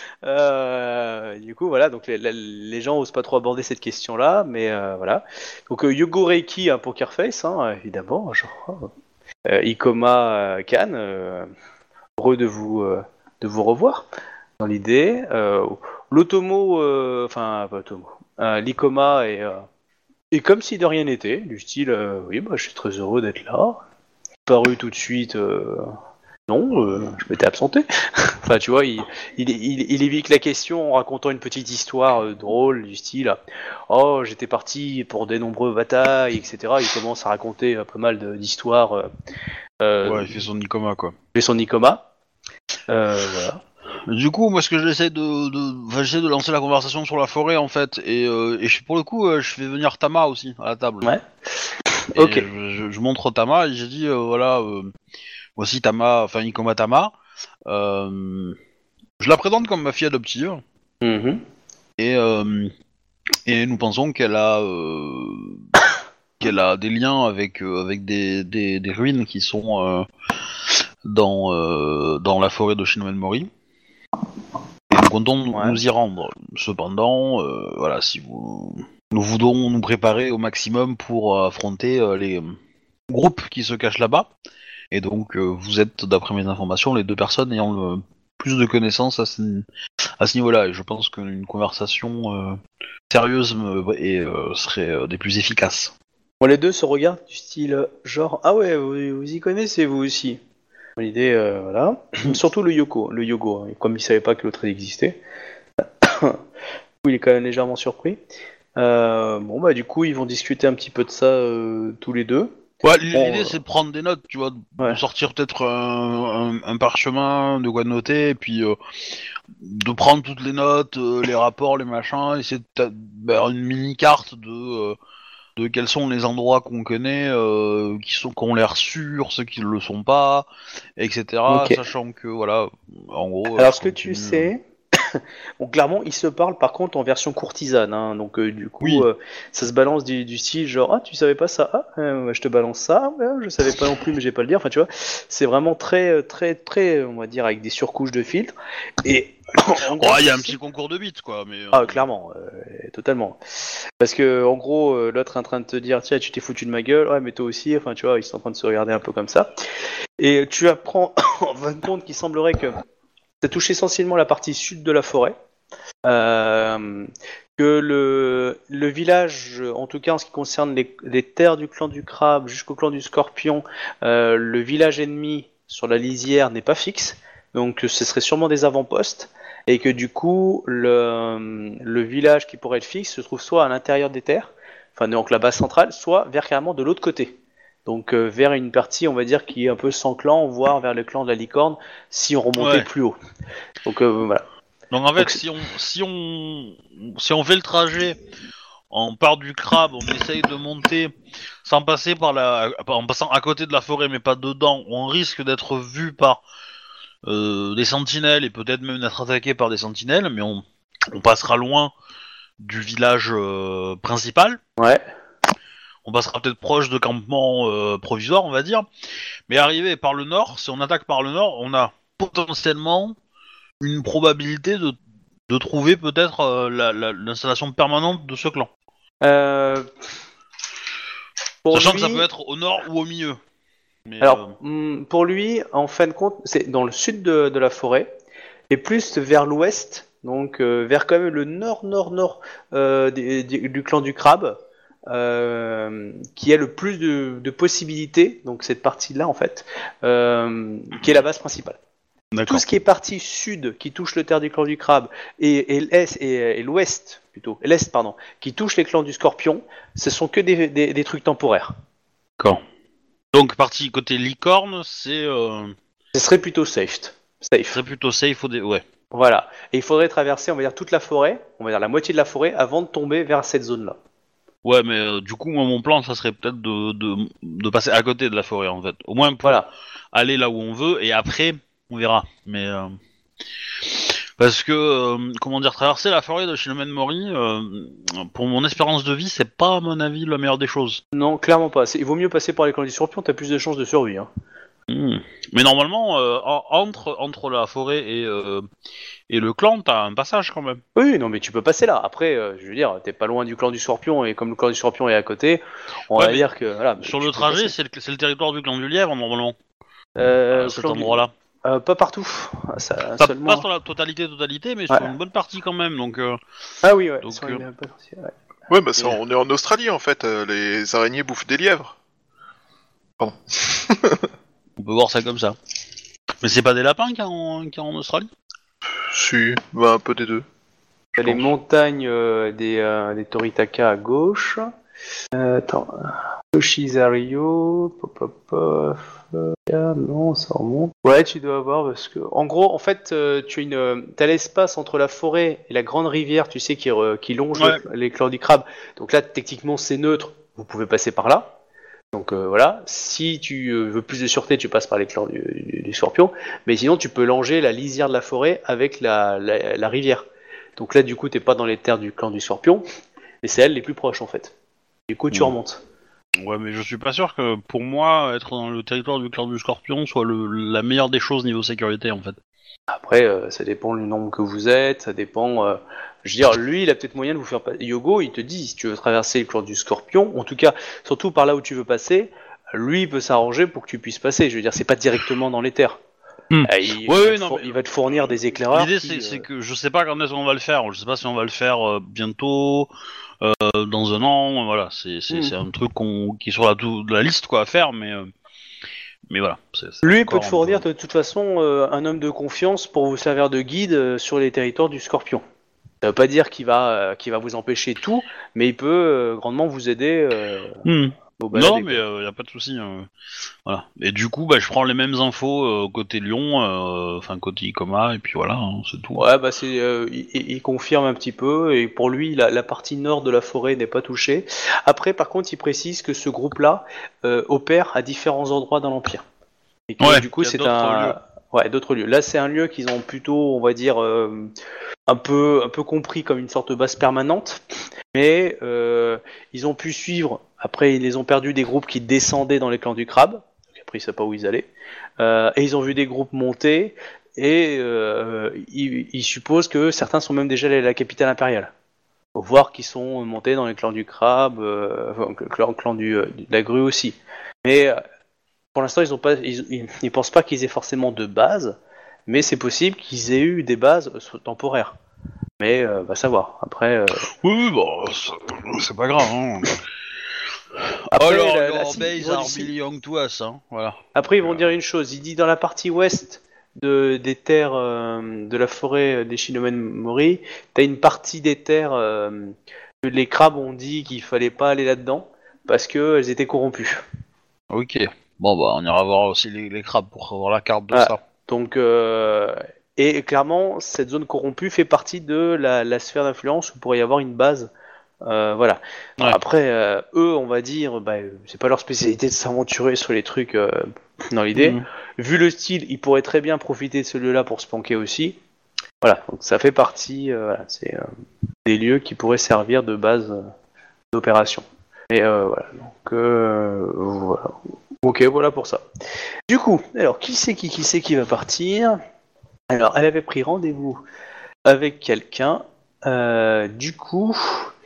Euh, du coup, voilà, donc les, les- les gens osent pas trop aborder cette question-là, mais euh, voilà. Donc euh, Yogo Reiki, un poker face, hein, évidemment, genre euh, Ikoma euh, Khan, euh, heureux de vous euh, de vous revoir dans l'idée. Euh, L'Otomo, euh, enfin pas Otomo, euh, l'Ikoma est, euh, est comme si de rien n'était, du style euh, oui, bah, je suis très heureux d'être là. Paru tout de suite, euh, non, euh, je m'étais absenté. Enfin, tu vois, il, il, il, il évite la question en racontant une petite histoire euh, drôle du style oh, j'étais parti pour des nombreuses batailles, et cetera. Il commence à raconter euh, pas mal de- d'histoires. Euh, euh, Ouais, il fait son Nikoma, quoi. de son Ikoma. Euh, voilà. Du coup, moi, ce que j'essaie de, de, enfin, j'essaie de lancer la conversation sur la forêt, en fait, et, euh, et je, pour le coup, euh, je fais venir Tama aussi à la table. Ouais. Et Ok. je, je- je montre Tama et j'ai dit, euh, voilà, euh, voici Tama, enfin Ikoma Tama. Euh, je la présente comme ma fille adoptive Mhm. et, euh, et nous pensons qu'elle a, euh, qu'elle a des liens avec, euh, avec des, des, des ruines qui sont euh, dans, euh, dans la forêt de Shinwen Mori. Et nous comptons nous- Ouais. nous y rendre. Cependant, euh, voilà, si vous, nous voulons nous préparer au maximum pour euh, affronter euh, les euh, groupes qui se cachent là-bas. Et donc, euh, vous êtes, d'après mes informations, les deux personnes ayant le plus de connaissances à ce, à ce niveau-là. Et je pense qu'une conversation euh, sérieuse me, et, euh, serait euh, des plus efficaces. Bon, les deux se regardent du style euh, genre ah ouais, vous, vous y connaissez vous aussi. L'idée, euh, voilà. Surtout le Yoko, le Yogo, hein, comme il savait pas que l'autre existait. Il est quand même légèrement surpris. Euh, bon bah du coup ils vont discuter un petit peu de ça euh, tous les deux. Ouais, l'idée Bon, euh, c'est de prendre des notes, tu vois, de ouais. sortir peut-être un, un, un parchemin, de quoi noter, et puis euh, de prendre toutes les notes, euh, les rapports, les machins, essayer de ta- bah, une mini carte de euh, de quels sont les endroits qu'on connaît, euh, qui sont qui ont l'air sûrs, ceux qui ne le sont pas, et cetera. Ok. Sachant que voilà, en gros, euh, Alors je ce que tu continue. euh. sais, bon clairement ils se parlent par contre en version courtisane, hein, donc euh, du coup Oui, euh, ça se balance du, du style genre ah tu savais pas ça, ah euh, je te balance ça, ouais, je savais pas non plus mais j'ai pas le dire, enfin tu vois, c'est vraiment très très très on va dire avec des surcouches de filtres et en gros oh, il y a tu un sais- petit concours de bits, quoi, mais. ah euh, clairement, euh, totalement. Parce que en gros euh, l'autre est en train de te dire tiens tu t'es foutu de ma gueule, ouais mais toi aussi, enfin tu vois ils sont en train de se regarder un peu comme ça et tu apprends en fin de compte qu'il semblerait que ça touche essentiellement la partie sud de la forêt. Euh, que le, le village, en tout cas en ce qui concerne les, les terres du clan du crabe jusqu'au clan du scorpion, euh, le village ennemi sur la lisière n'est pas fixe, donc ce serait sûrement des avant-postes, et que du coup le, le village qui pourrait être fixe se trouve soit à l'intérieur des terres, enfin donc la base centrale, soit vers carrément de l'autre côté. Donc euh, vers une partie, on va dire, qui est un peu sans clan, voire vers le clan de la licorne, si on remontait Ouais. plus haut. Donc euh, voilà. Donc en fait, Donc, si on si on si on fait le trajet, on part du crabe, on essaye de monter sans passer par la, en passant à côté de la forêt, mais pas dedans, on risque d'être vu par euh, des sentinelles et peut-être même d'être attaqué par des sentinelles, mais on, on passera loin du village euh, principal. ouais. On passera peut-être proche de campements euh, provisoires, on va dire. Mais arrivé par le nord, si on attaque par le nord, on a potentiellement une probabilité de, de trouver peut-être euh, la- la- l'installation permanente de ce clan. Euh, pour Sachant lui, que ça peut être au nord ou au milieu. Mais, alors euh, hum, pour lui, en fin de compte, c'est dans le sud de, de la forêt et plus vers l'ouest, donc euh, vers quand même le nord, nord, nord euh, des- des- du clan du crabe, euh, qui a le plus de, de possibilités. Donc cette partie-là, en fait, euh, qui est la base principale. Tout d'accord. ce qui est partie sud, qui touche le terre du clan du crabe, et, et l'est et, et l'ouest plutôt, et l'est pardon, qui touche les clans du scorpion, ce sont que des, des, des trucs temporaires. D'accord. Donc partie côté licorne, c'est euh, Ce serait plutôt safe. Safe. très plutôt safe au dé... ouais. Voilà. Et il faudrait traverser, on va dire, toute la forêt, on va dire la moitié de la forêt, avant de tomber vers cette zone-là. Ouais, mais euh, du coup, moi, mon plan, ça serait peut-être de, de, de passer à côté de la forêt, en fait. Au moins pour Voilà. aller là où on veut, et après, on verra. Mais euh, Parce que, euh, comment dire, traverser la forêt de Shinomane Mori, euh, pour mon espérance de vie, c'est pas, à mon avis, la meilleure des choses. Non, clairement pas. C'est- Il vaut mieux passer par les clans du Scorpion, t'as plus de chances de survie. Hein. Hmm. Mais normalement, euh, en- entre, entre la forêt et, euh, et le clan, t'as un passage quand même. Oui, non, mais tu peux passer là. Après, euh, je veux dire, t'es pas loin du clan du Scorpion, et comme le clan du Scorpion est à côté, on Ouais, va mais dire que... Voilà, Sur tu le peux trajet, passer. c'est le, c'est le territoire du clan du Lièvre, normalement, Euh, à cet clan du- endroit-là. Euh, pas partout. Ah, ça, Pas, seulement... pas sur la totalité, totalité, mais Ouais. sur une bonne partie quand même, donc... euh, Ah oui, ouais. Donc, sur euh, les- pas sorciers, ouais. Ouais, bah ça, Et- on est en Australie en fait, euh, les araignées bouffent des lièvres. on peut voir ça comme ça. Mais c'est pas des lapins qu'il y a en, qu'il y a en Australie? Si, bah un peu des deux. T'as je les pense. montagnes euh, des, euh, des Toritaka à gauche. Euh, attends. Toshizario. Pop, pop, pop. Euh, non, ça remonte. Ouais, tu dois avoir parce que. En gros, en fait, euh, tu as une. euh, T'as l'espace entre la forêt et la grande rivière, tu sais, qui, re- qui longe Ouais. le- les clans du crabe. Donc là, techniquement, c'est neutre. Vous pouvez passer par là. Donc euh, voilà, si tu euh, veux plus de sûreté, tu passes par les clans du, du, du Scorpion, mais sinon tu peux longer la lisière de la forêt avec la, la, la rivière. Donc là, du coup, t'es pas dans les terres du clan du Scorpion, mais c'est elles les plus proches en fait. Du coup, tu Mm. remontes. Ouais, mais je suis pas sûr que, pour moi, être dans le territoire du clan du Scorpion soit le, la meilleure des choses niveau sécurité, en fait. Après, euh, ça dépend du nombre que vous êtes, ça dépend. Euh, je veux dire, lui, il a peut-être moyen de vous faire passer. Yogo, il te dit, si tu veux traverser le clan du Scorpion, en tout cas, surtout par là où tu veux passer, lui, il peut s'arranger pour que tu puisses passer. Je veux dire, c'est pas directement dans les terres. Hmm. Euh, il, Ouais, il va ouais, te non, four- mais- il va te fournir des éclaireurs. L'idée, qui, c'est, euh, c'est que je sais pas quand est-ce qu'on va le faire. Je sais pas si on va le faire euh, bientôt, euh, dans un an. Voilà, c'est, c'est, Mm. c'est un truc qu'on, qui est sur la, tout- de la liste quoi à faire, mais, euh, mais voilà. C'est, c'est Lui peut encore te un fournir peu- de toute façon euh, un homme de confiance pour vous servir de guide euh, sur les territoires du Scorpion. Ça veut pas dire qu'il va, euh, qu'il va vous empêcher tout, mais il peut euh, grandement vous aider euh, Hmm. au balader, Non, mais quoi. euh, y a pas de souci. euh, Voilà. Et du coup, bah, je prends les mêmes infos euh, côté Lyon, euh, enfin côté Icoma, et puis voilà, hein, c'est tout. Ouais, bah c'est, euh, il, il- il confirme un petit peu, et pour lui, la, la partie nord de la forêt n'est pas touchée. Après, par contre, il précise que ce groupe-là euh, opère à différents endroits dans l'Empire. Et que Ouais, du coup, qu'il y a c'est d'autres un... lieux. Ouais, d'autres lieux. Là, c'est un lieu qu'ils ont plutôt, on va dire, euh, un peu, un peu compris comme une sorte de base permanente. Mais euh, ils ont pu suivre. Après, ils les ont perdu des groupes qui descendaient dans les clans du crabe. Donc après, ils ne savaient pas où ils allaient. Euh, et ils ont vu des groupes monter. Et euh, ils, ils supposent que certains sont même déjà allés à la capitale impériale. Faut voir qu'ils sont montés dans les clans du crabe, euh, enfin, le clan, clan du, euh, de la grue aussi. Mais euh, pour l'instant, ils ont pas, ils, ils, ils pensent pas qu'ils aient forcément de base, mais c'est possible qu'ils aient eu des bases euh, temporaires. Mais euh, va savoir. Après, euh, Oui, oui, bah, c'est, c'est pas grave. Hein. après, Alors, la- your la- si, base ils vont- are si- belong to us, hein. Voilà. après, ils vont Euh, dire une chose. Il dit dans la partie ouest de, des terres euh, de la forêt des Shinomane Mori, t'as une partie des terres euh, que les crabes ont dit qu'il fallait pas aller là-dedans parce que elles étaient corrompues. Ok. Bon, bah, on ira voir aussi les, les crabes pour avoir la carte de Ah. ça. Donc, euh, et clairement, cette zone corrompue fait partie de la, la sphère d'influence où pourrait y avoir une base. Euh, voilà. Ouais. Après, euh, eux, on va dire, bah, c'est pas leur spécialité de s'aventurer sur les trucs euh, dans l'idée. Mhm. Vu le style, ils pourraient très bien profiter de ce lieu-là pour se planquer aussi. Voilà. Donc, ça fait partie, euh, voilà, c'est euh, des lieux qui pourraient servir de base euh, d'opération. Et euh, voilà. Donc, euh, voilà. Ok, voilà pour ça. Du coup, alors, qui c'est qui, qui c'est qui va partir? Alors, elle avait pris rendez-vous avec quelqu'un. Euh, du coup,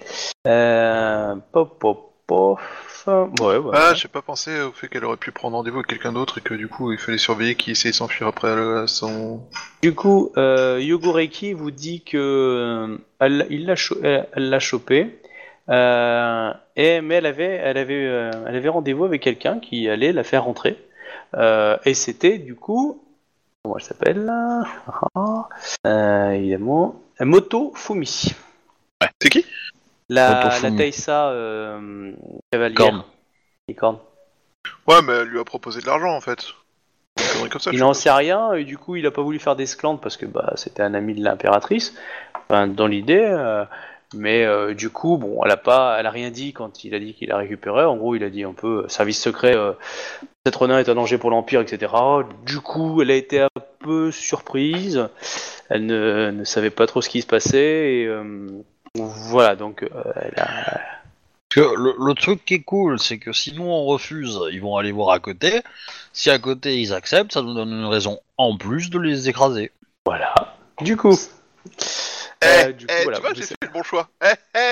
euh, pop, pop, pop. Ouais, ouais. Ah, j'ai pas pensé au fait qu'elle aurait pu prendre rendez-vous avec quelqu'un d'autre et que du coup il fallait surveiller qui essayait de s'enfuir après euh, son. Du coup, euh, Yogoreki vous dit que euh, elle, il l'a, cho- elle, elle l'a chopé. Euh, et mais elle avait, elle avait, euh, elle avait rendez-vous avec quelqu'un qui allait la faire rentrer. Euh, et c'était du coup, comment elle s'appelle là Ah, euh, évidemment, Moto Fumi. C'est qui? La, Moto la Fumi. Taïsa euh, cavalière. Corne. Licorne. Ouais, mais elle lui a proposé de l'argent en fait. Une connerie comme ça. Il je n'en suppose. sait rien et du coup il a pas voulu faire d'esclandre parce que bah c'était un ami de l'impératrice. Enfin, dans l'idée. Euh, mais euh, du coup bon, elle a pas, elle a rien dit quand il a dit qu'il la récupérait. En gros il a dit un peu euh, service secret. Euh, cette renard est un danger pour l'empire, et cetera. Du coup elle a été un peu surprise. Elle ne, ne savait pas trop ce qui se passait. Et, euh, voilà, donc euh, elle a... Parce que le, le truc qui est cool, c'est que si nous on refuse, ils vont aller voir à côté. Si à côté ils acceptent, ça nous donne une raison en plus de les écraser. Voilà. Du coup... Eh, euh, du coup, eh, voilà, tu vois, vous, j'ai fait le bon choix. Eh,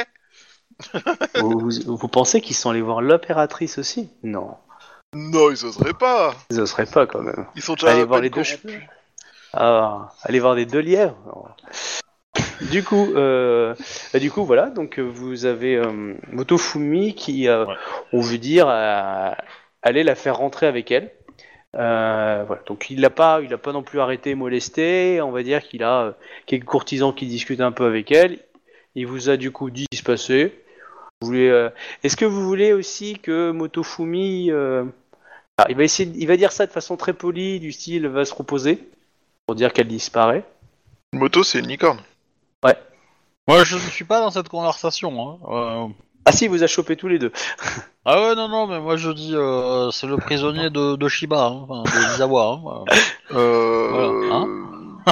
eh. vous, vous, vous pensez qu'ils sont allés voir l'impératrice aussi? Non. Non, ils oseraient pas. Ils oseraient pas quand même. Ils sont déjà Allez à voir peine les deux corrompus. cheveux. Ah, aller voir des deux lièvres. Non. Du coup, euh, bah, du coup, voilà. Donc, vous avez euh, Motofumi qui, euh, Ouais. on veut dire, euh, allait la faire rentrer avec elle. Euh, voilà. Donc, il l'a pas, il a pas non plus arrêté, molesté. On va dire qu'il a euh, quelques courtisans qui discutent un peu avec elle. Il vous a du coup dit ce qui se passait. Vous voulez, euh, est-ce que vous voulez aussi que Motofumi, euh, ah, il va essayer, il va dire ça de façon très polie, du style va se reposer pour dire qu'elle disparaît. Moto, c'est une licorne. Moi, je ne suis pas dans cette conversation. Hein. Euh... Ah si, il vous a chopé tous les deux. Ah ouais, non, non, mais moi je dis, euh, c'est le prisonnier de, de Shiba, hein, enfin, de Izawa. Hein. Euh... Voilà, hein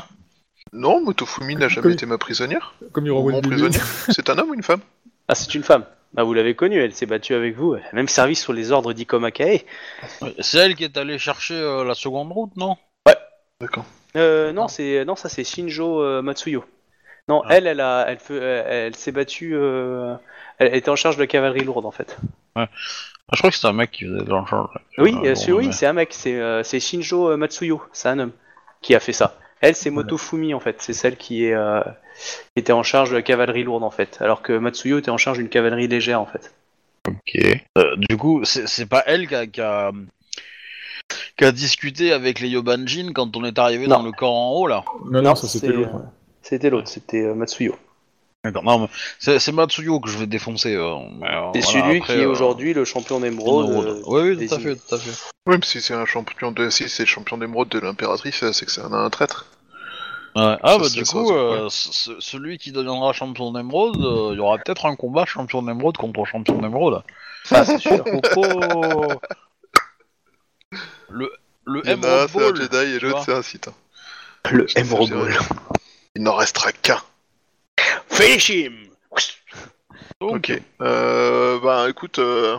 Non, Motofumi n'a jamais Comme- été ma prisonnière. Comme il Ou renvoie mon le bébé. prisonnier. C'est un homme ou une femme? Ah, c'est une femme. Ah, vous l'avez connue, elle s'est battue avec vous. Elle a même servi sur les ordres d'Ikoma Kae. Ouais, c'est elle qui est allée chercher euh, la seconde route, non? D'accord. Euh, non, c'est non, ça c'est Shinjo euh, Matsuyo. Non, Ah. elle, elle a, elle, fe- elle, elle s'est battue. Euh, elle était en charge de la cavalerie lourde en fait. Ah, je crois que c'était un mec qui faisait dans le charge. Oui, Euh, euh, bon, c'est, oui, mais- c'est un mec. C'est, euh, c'est Shinjo euh, Matsuyo. C'est un homme qui a fait ça. Elle, c'est Motofumi en fait. C'est celle qui est euh, qui était en charge de la cavalerie lourde en fait. Alors que Matsuyo était en charge d'une cavalerie légère en fait. Ok. Euh, du coup, c'est c'est pas elle qui a, qui a qui a discuté avec les Yobanjin quand on est arrivé Non. dans le camp en haut là. Non, non, Non, ça c'était c'est, l'autre. euh, ouais. C'était l'autre. C'était euh, Matsuyo. D'accord. Non, mais c'est, c'est Matsuyo que je vais défoncer. Euh, mais, euh, C'est voilà, celui après, qui est euh, aujourd'hui le champion d'émeraude. euh, Oui, oui, des tout à îles. fait, tout à fait. Oui, mais si c'est un champion de... Si c'est le champion d'émeraude de l'impératrice, c'est que c'est un, un traître. Ouais. Ah Ça, bah c'est du ça, coup, c'est euh, cool. ce- ce- celui qui deviendra champion d'émeraude, euh, il y aura peut-être un combat champion d'émeraude contre champion d'émeraude. Ah, c'est sûr. Oh, oh. Le le Il y en a un, Emerald c'est un Ball. Jedi, et tu l'autre, vois. c'est un Sith. hein. Le Je te Emerald dirais. Ball. Il n'en restera qu'un. Finish him. Donc, Ok. Euh, bah, écoute... Euh...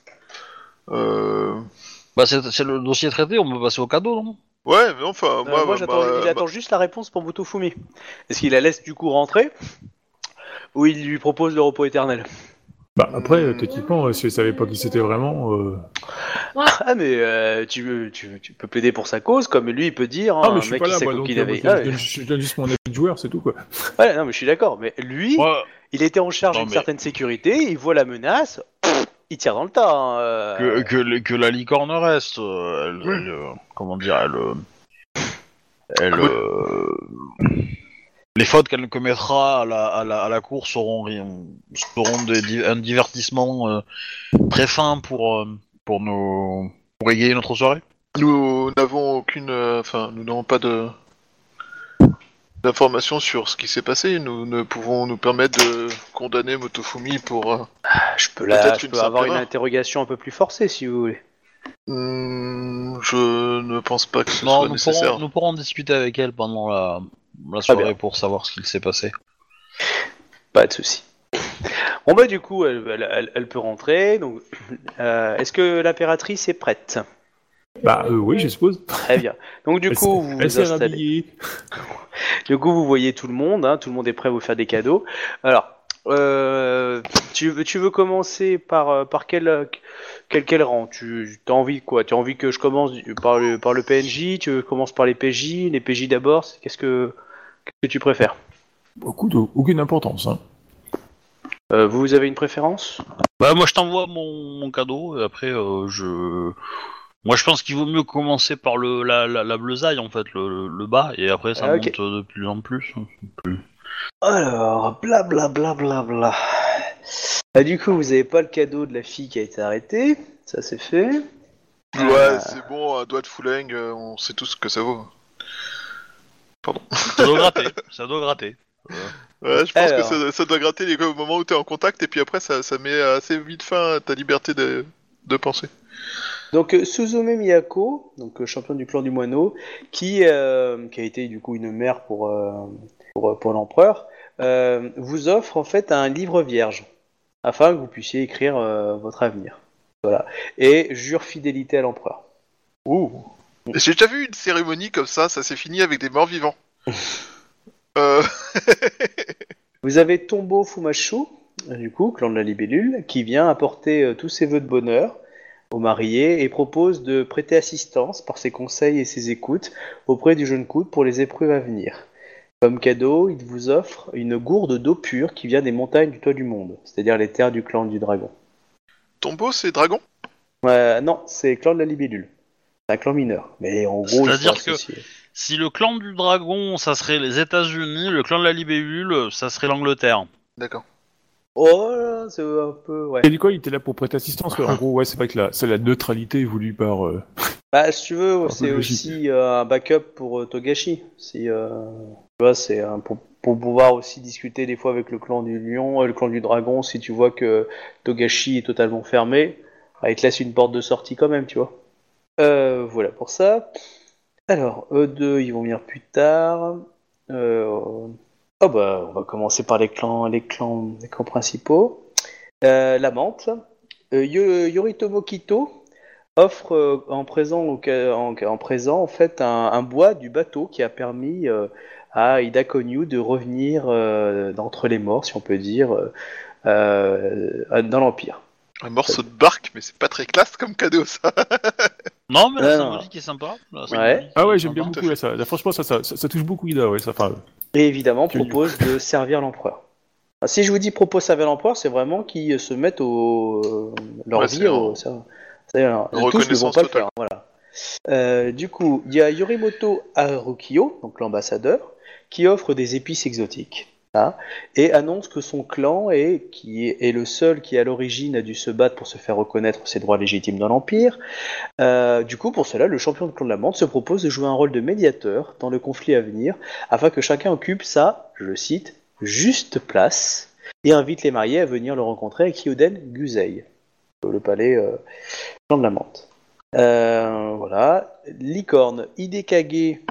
Euh... Bah c'est, c'est le dossier traité, on peut passer au cadeau, non? Ouais, mais enfin, Euh, moi... moi, bah, j'attends, bah, il attend juste la réponse pour Motofumi. Est-ce qu'il la laisse du coup rentrer ou il lui propose le repos éternel? Bah après, Hmm. euh, techniquement, euh, si elle savait pas qui c'était vraiment... euh, Ah mais euh, tu, veux- tu, tu peux plaider pour sa cause comme lui il peut dire. Hein, Ah, mais un je suis mec pas qui là, sait moi, qu'on donc qu'il euh, avait. moi, Ah, je, donne, je donne juste mon avis de joueur, c'est tout, quoi. ouais, non mais je suis d'accord. Mais lui, Ouais, il était en charge Non, d'une mais- certaine sécurité. Il voit la menace. pff, il tire dans le tas. Hein, euh. que, que, le- que la licorne reste. euh, elle, Oui. elle, euh, comment dire, elle. euh, elle euh, les fautes qu'elle commettra à la, à la, à la cour seront, rien- seront des, di- un divertissement euh, très fin pour, euh, pour, nos, pour égayer notre soirée. Nous n'avons aucune... euh, Enfin, nous n'avons pas de... d'informations sur ce qui s'est passé. Nous ne pouvons nous permettre de condamner Motofumi pour... euh, Je peux, la, peut-être je une peux simple avoir une erreur. interrogation un peu plus forcée si vous voulez. hmm, je ne pense pas que ce Non, soit nous nécessaire. pourrons, nous pourrons discuter avec elle pendant la, la Très bien. soirée pour savoir ce qu'il s'est passé. Pas de souci. Bon bah du coup elle, elle, elle- elle peut rentrer. Donc euh, est-ce que l'impératrice est prête? Bah euh, oui, je suppose. Très bien. Donc du Elle coup s'est- vous Elle vous s'est installez. rhabillée. Du coup, vous voyez tout le monde, hein, tout le monde est prêt à vous faire des cadeaux. Alors, euh, tu, veux, tu veux commencer par, euh, par quel, euh, quel, quel rang? Tu as envie de quoi? Tu as envie que je commence du- par le, par le P N J? Tu commences par les P J? Les P J d'abord? Qu'est-ce que, qu'est-ce que tu préfères? Beaucoup de... Aucune importance, hein. euh, Vous avez une préférence? Bah moi je t'envoie mon, mon cadeau et après euh, je... Moi je pense qu'il vaut mieux commencer par le la, la, la bleusaille en fait, le, le, le bas, et après ça Ah, ok. monte de plus en plus. Alors, blablabla. Bla, bla, bla. Ah, du coup, vous avez pas le cadeau de la fille qui a été arrêtée. Ça, c'est fait. Ouais, Euh, c'est bon, un doigt de fouling, euh, on sait tous ce que ça vaut. Ça doit gratter, ça doit gratter. Ouais, je pense Alors. que ça, ça doit gratter les- au moment où t'es en contact, et puis après ça, ça met assez vite fin à ta liberté de, de penser. Donc euh, Suzume Miyako, donc euh, champion du clan du moineau, qui, euh, qui a été du coup une mère pour, euh, pour, pour l'empereur, euh, vous offre en fait un livre vierge, afin que vous puissiez écrire euh, votre avenir. Voilà. Et jure fidélité à l'empereur. Ouh. J'ai déjà vu une cérémonie comme ça, ça s'est fini avec des morts vivants. euh... Vous avez Tombo Fumashu, du coup, clan de la libellule, qui vient apporter euh, tous ses vœux de bonheur aux mariés et propose de prêter assistance par ses conseils et ses écoutes auprès du jeune couple pour les épreuves à venir. Comme cadeau, il vous offre une gourde d'eau pure qui vient des montagnes du toit du monde, c'est-à-dire les terres du clan du dragon. Tombo, c'est dragon ? euh, Non, c'est clan de la libellule. C'est un clan mineur, mais en gros, c'est-à-dire il faut que associer. Si le clan du dragon, ça serait les États-Unis, le clan de la libellule, ça serait l'Angleterre. D'accord. Oh là, c'est un peu, ouais. Et du coup, il était là pour prêter assistance. En gros, ouais, c'est vrai que la, c'est la neutralité voulue par. Euh... Bah, si tu veux, Un c'est peu aussi euh, un backup pour euh, Togashi. Si, euh, tu vois, c'est un, pour, pour pouvoir aussi discuter des fois avec le clan du lion, euh, le clan du dragon. Si tu vois que Togashi est totalement fermé, bah, il te laisse une porte de sortie quand même, tu vois. Euh, voilà pour ça. Alors, eux deux, ils vont venir plus tard. Euh... Oh bah, on va commencer par les clans, les clans, les clans principaux. Euh, la menthe. Euh, Yo- Yoritomo Kito offre euh, en présent, au ca- en, en présent en fait un, un bois du bateau qui a permis euh, à Ida Konyu de revenir euh, d'entre les morts, si on peut dire, euh, euh, dans l'Empire. Un morceau de barque, mais c'est pas très classe comme cadeau, ça. Non, mais la Ouais, symbolique non. est sympa. La Ouais. symbolique Ah ouais, est j'aime bien sympa. beaucoup là, ça. Là, franchement, ça, ça, ça, ça touche beaucoup Ida, ouais. Ça, enfin, Et évidemment Konyu. propose de servir l'empereur. Ah, si je vous dis propose servir l'empereur, c'est vraiment qu'ils se mettent au euh, leur Ouais, vie c'est au un- ça. Ça, alors, tous ne vont reconnaissance pas le totale. faire. Voilà. Euh, du coup, il y a Yorimoto Harukiyo, donc l'ambassadeur, qui offre des épices exotiques. Hein, et annonce que son clan est, qui est, est le seul qui à l'origine a dû se battre pour se faire reconnaître ses droits légitimes dans l'Empire. Euh, du coup, pour cela, le champion de clan de la Menthe se propose de jouer un rôle de médiateur dans le conflit à venir, afin que chacun occupe sa, je le cite, juste place, et invite les mariés à venir le rencontrer à Kyoden Gusei, le palais euh, clan de la Menthe. Euh, voilà. Licorne, Hidekage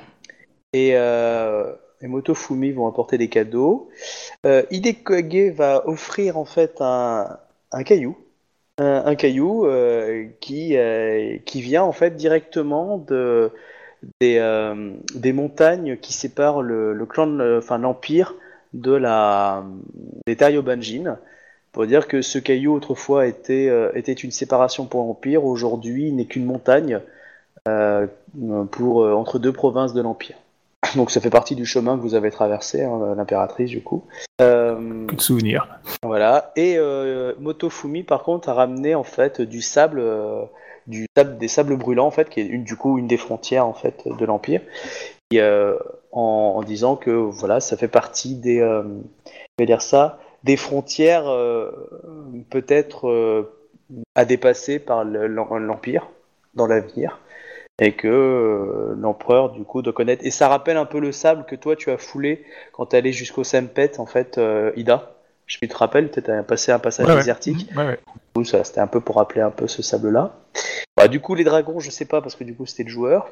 et, euh, et Motofumi vont apporter des cadeaux. Euh, Hidekage va offrir en fait un, un caillou. Un, un caillou euh, qui, euh, qui vient en fait directement de, des, euh, des montagnes qui séparent le, le clan, de, enfin l'empire de la des Taiobanjin. Pour dire que ce caillou autrefois était, euh, était une séparation pour l'empire, aujourd'hui il n'est qu'une montagne euh, pour, euh, entre deux provinces de l'empire. Donc ça fait partie du chemin que vous avez traversé, hein, l'impératrice du coup. Euh, que de souvenirs. voilà. Et euh, Motofumi par contre a ramené en fait du sable, euh, du sable, des sables brûlants en fait, qui est une, du coup une des frontières en fait de l'empire, et, euh, en, en disant que voilà ça fait partie des, euh, je vais dire ça, des frontières euh, peut-être euh, à dépasser par le, l'empire dans l'avenir. Et que euh, l'empereur du coup doit connaître. Et ça rappelle un peu le sable que toi tu as foulé quand tu allais jusqu'au Sempet en fait, euh, Ida. Je te rappelle, tu as passé un passage Ouais, ouais. désertique. Ouais, ouais. Du coup, ça, c'était un peu pour rappeler un peu ce sable-là. Bah, du coup, les dragons, je sais pas parce que du coup c'était le joueur.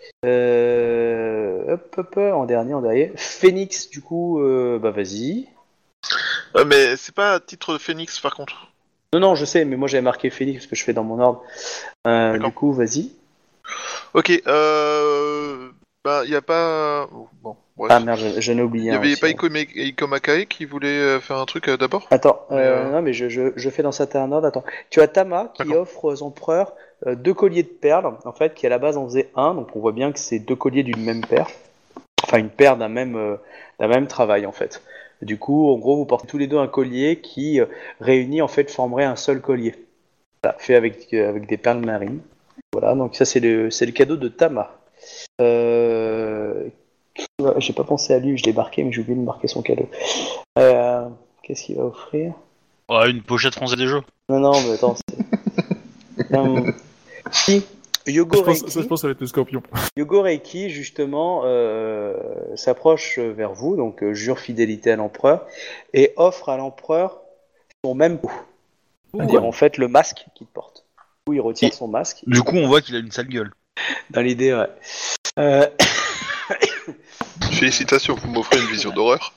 Euh, hop, hop, hop, en dernier, en dernier. Phoenix, du coup, euh, bah vas-y. Euh, mais c'est pas à titre de Phoenix, par contre. Non, non, je sais, mais moi j'avais marqué Phoenix parce que je fais dans mon ordre. Euh, du coup, vas-y. Ok, euh... Bah, y a pas... oh, bon, bref. Ah merde, j'en ai oublié. Il y avait aussi, pas ouais. Iko, Iko Makae qui voulait euh, faire un truc euh, d'abord. Attends, Mais, euh, euh... non mais je, je, je fais dans certains ordre. Attends, tu as Tama qui D'accord. offre aux empereurs euh, deux colliers de perles, en fait, qui à la base en faisait un, donc on voit bien que c'est deux colliers d'une même paire, enfin une paire d'un même euh, d'un même travail en fait. Du coup, en gros, vous portez tous les deux un collier qui euh, réuni en fait formerait un seul collier, voilà, fait avec euh, avec des perles marines. Voilà, donc ça c'est le c'est le cadeau de Tama. Euh... J'ai pas pensé à lui, je l'ai marqué, mais j'ai oublié de marquer son cadeau. Euh... Qu'est-ce qu'il va offrir? Ouais, une pochette française des jeux. Non, non, mais attends. C'est... um, si, Yogo Je pense, Reiki, ça, je pense que ça va être le scorpion. Yogo Reiki, justement, euh, s'approche vers vous, donc euh, jure fidélité à l'empereur, et offre à l'empereur son même coup. C'est-à-dire, en fait, le masque qu'il porte. coup, il retire Et son masque. Du coup, on voit qu'il a une sale gueule. Dans l'idée, ouais. Euh... Félicitations, vous m'offrez une vision d'horreur.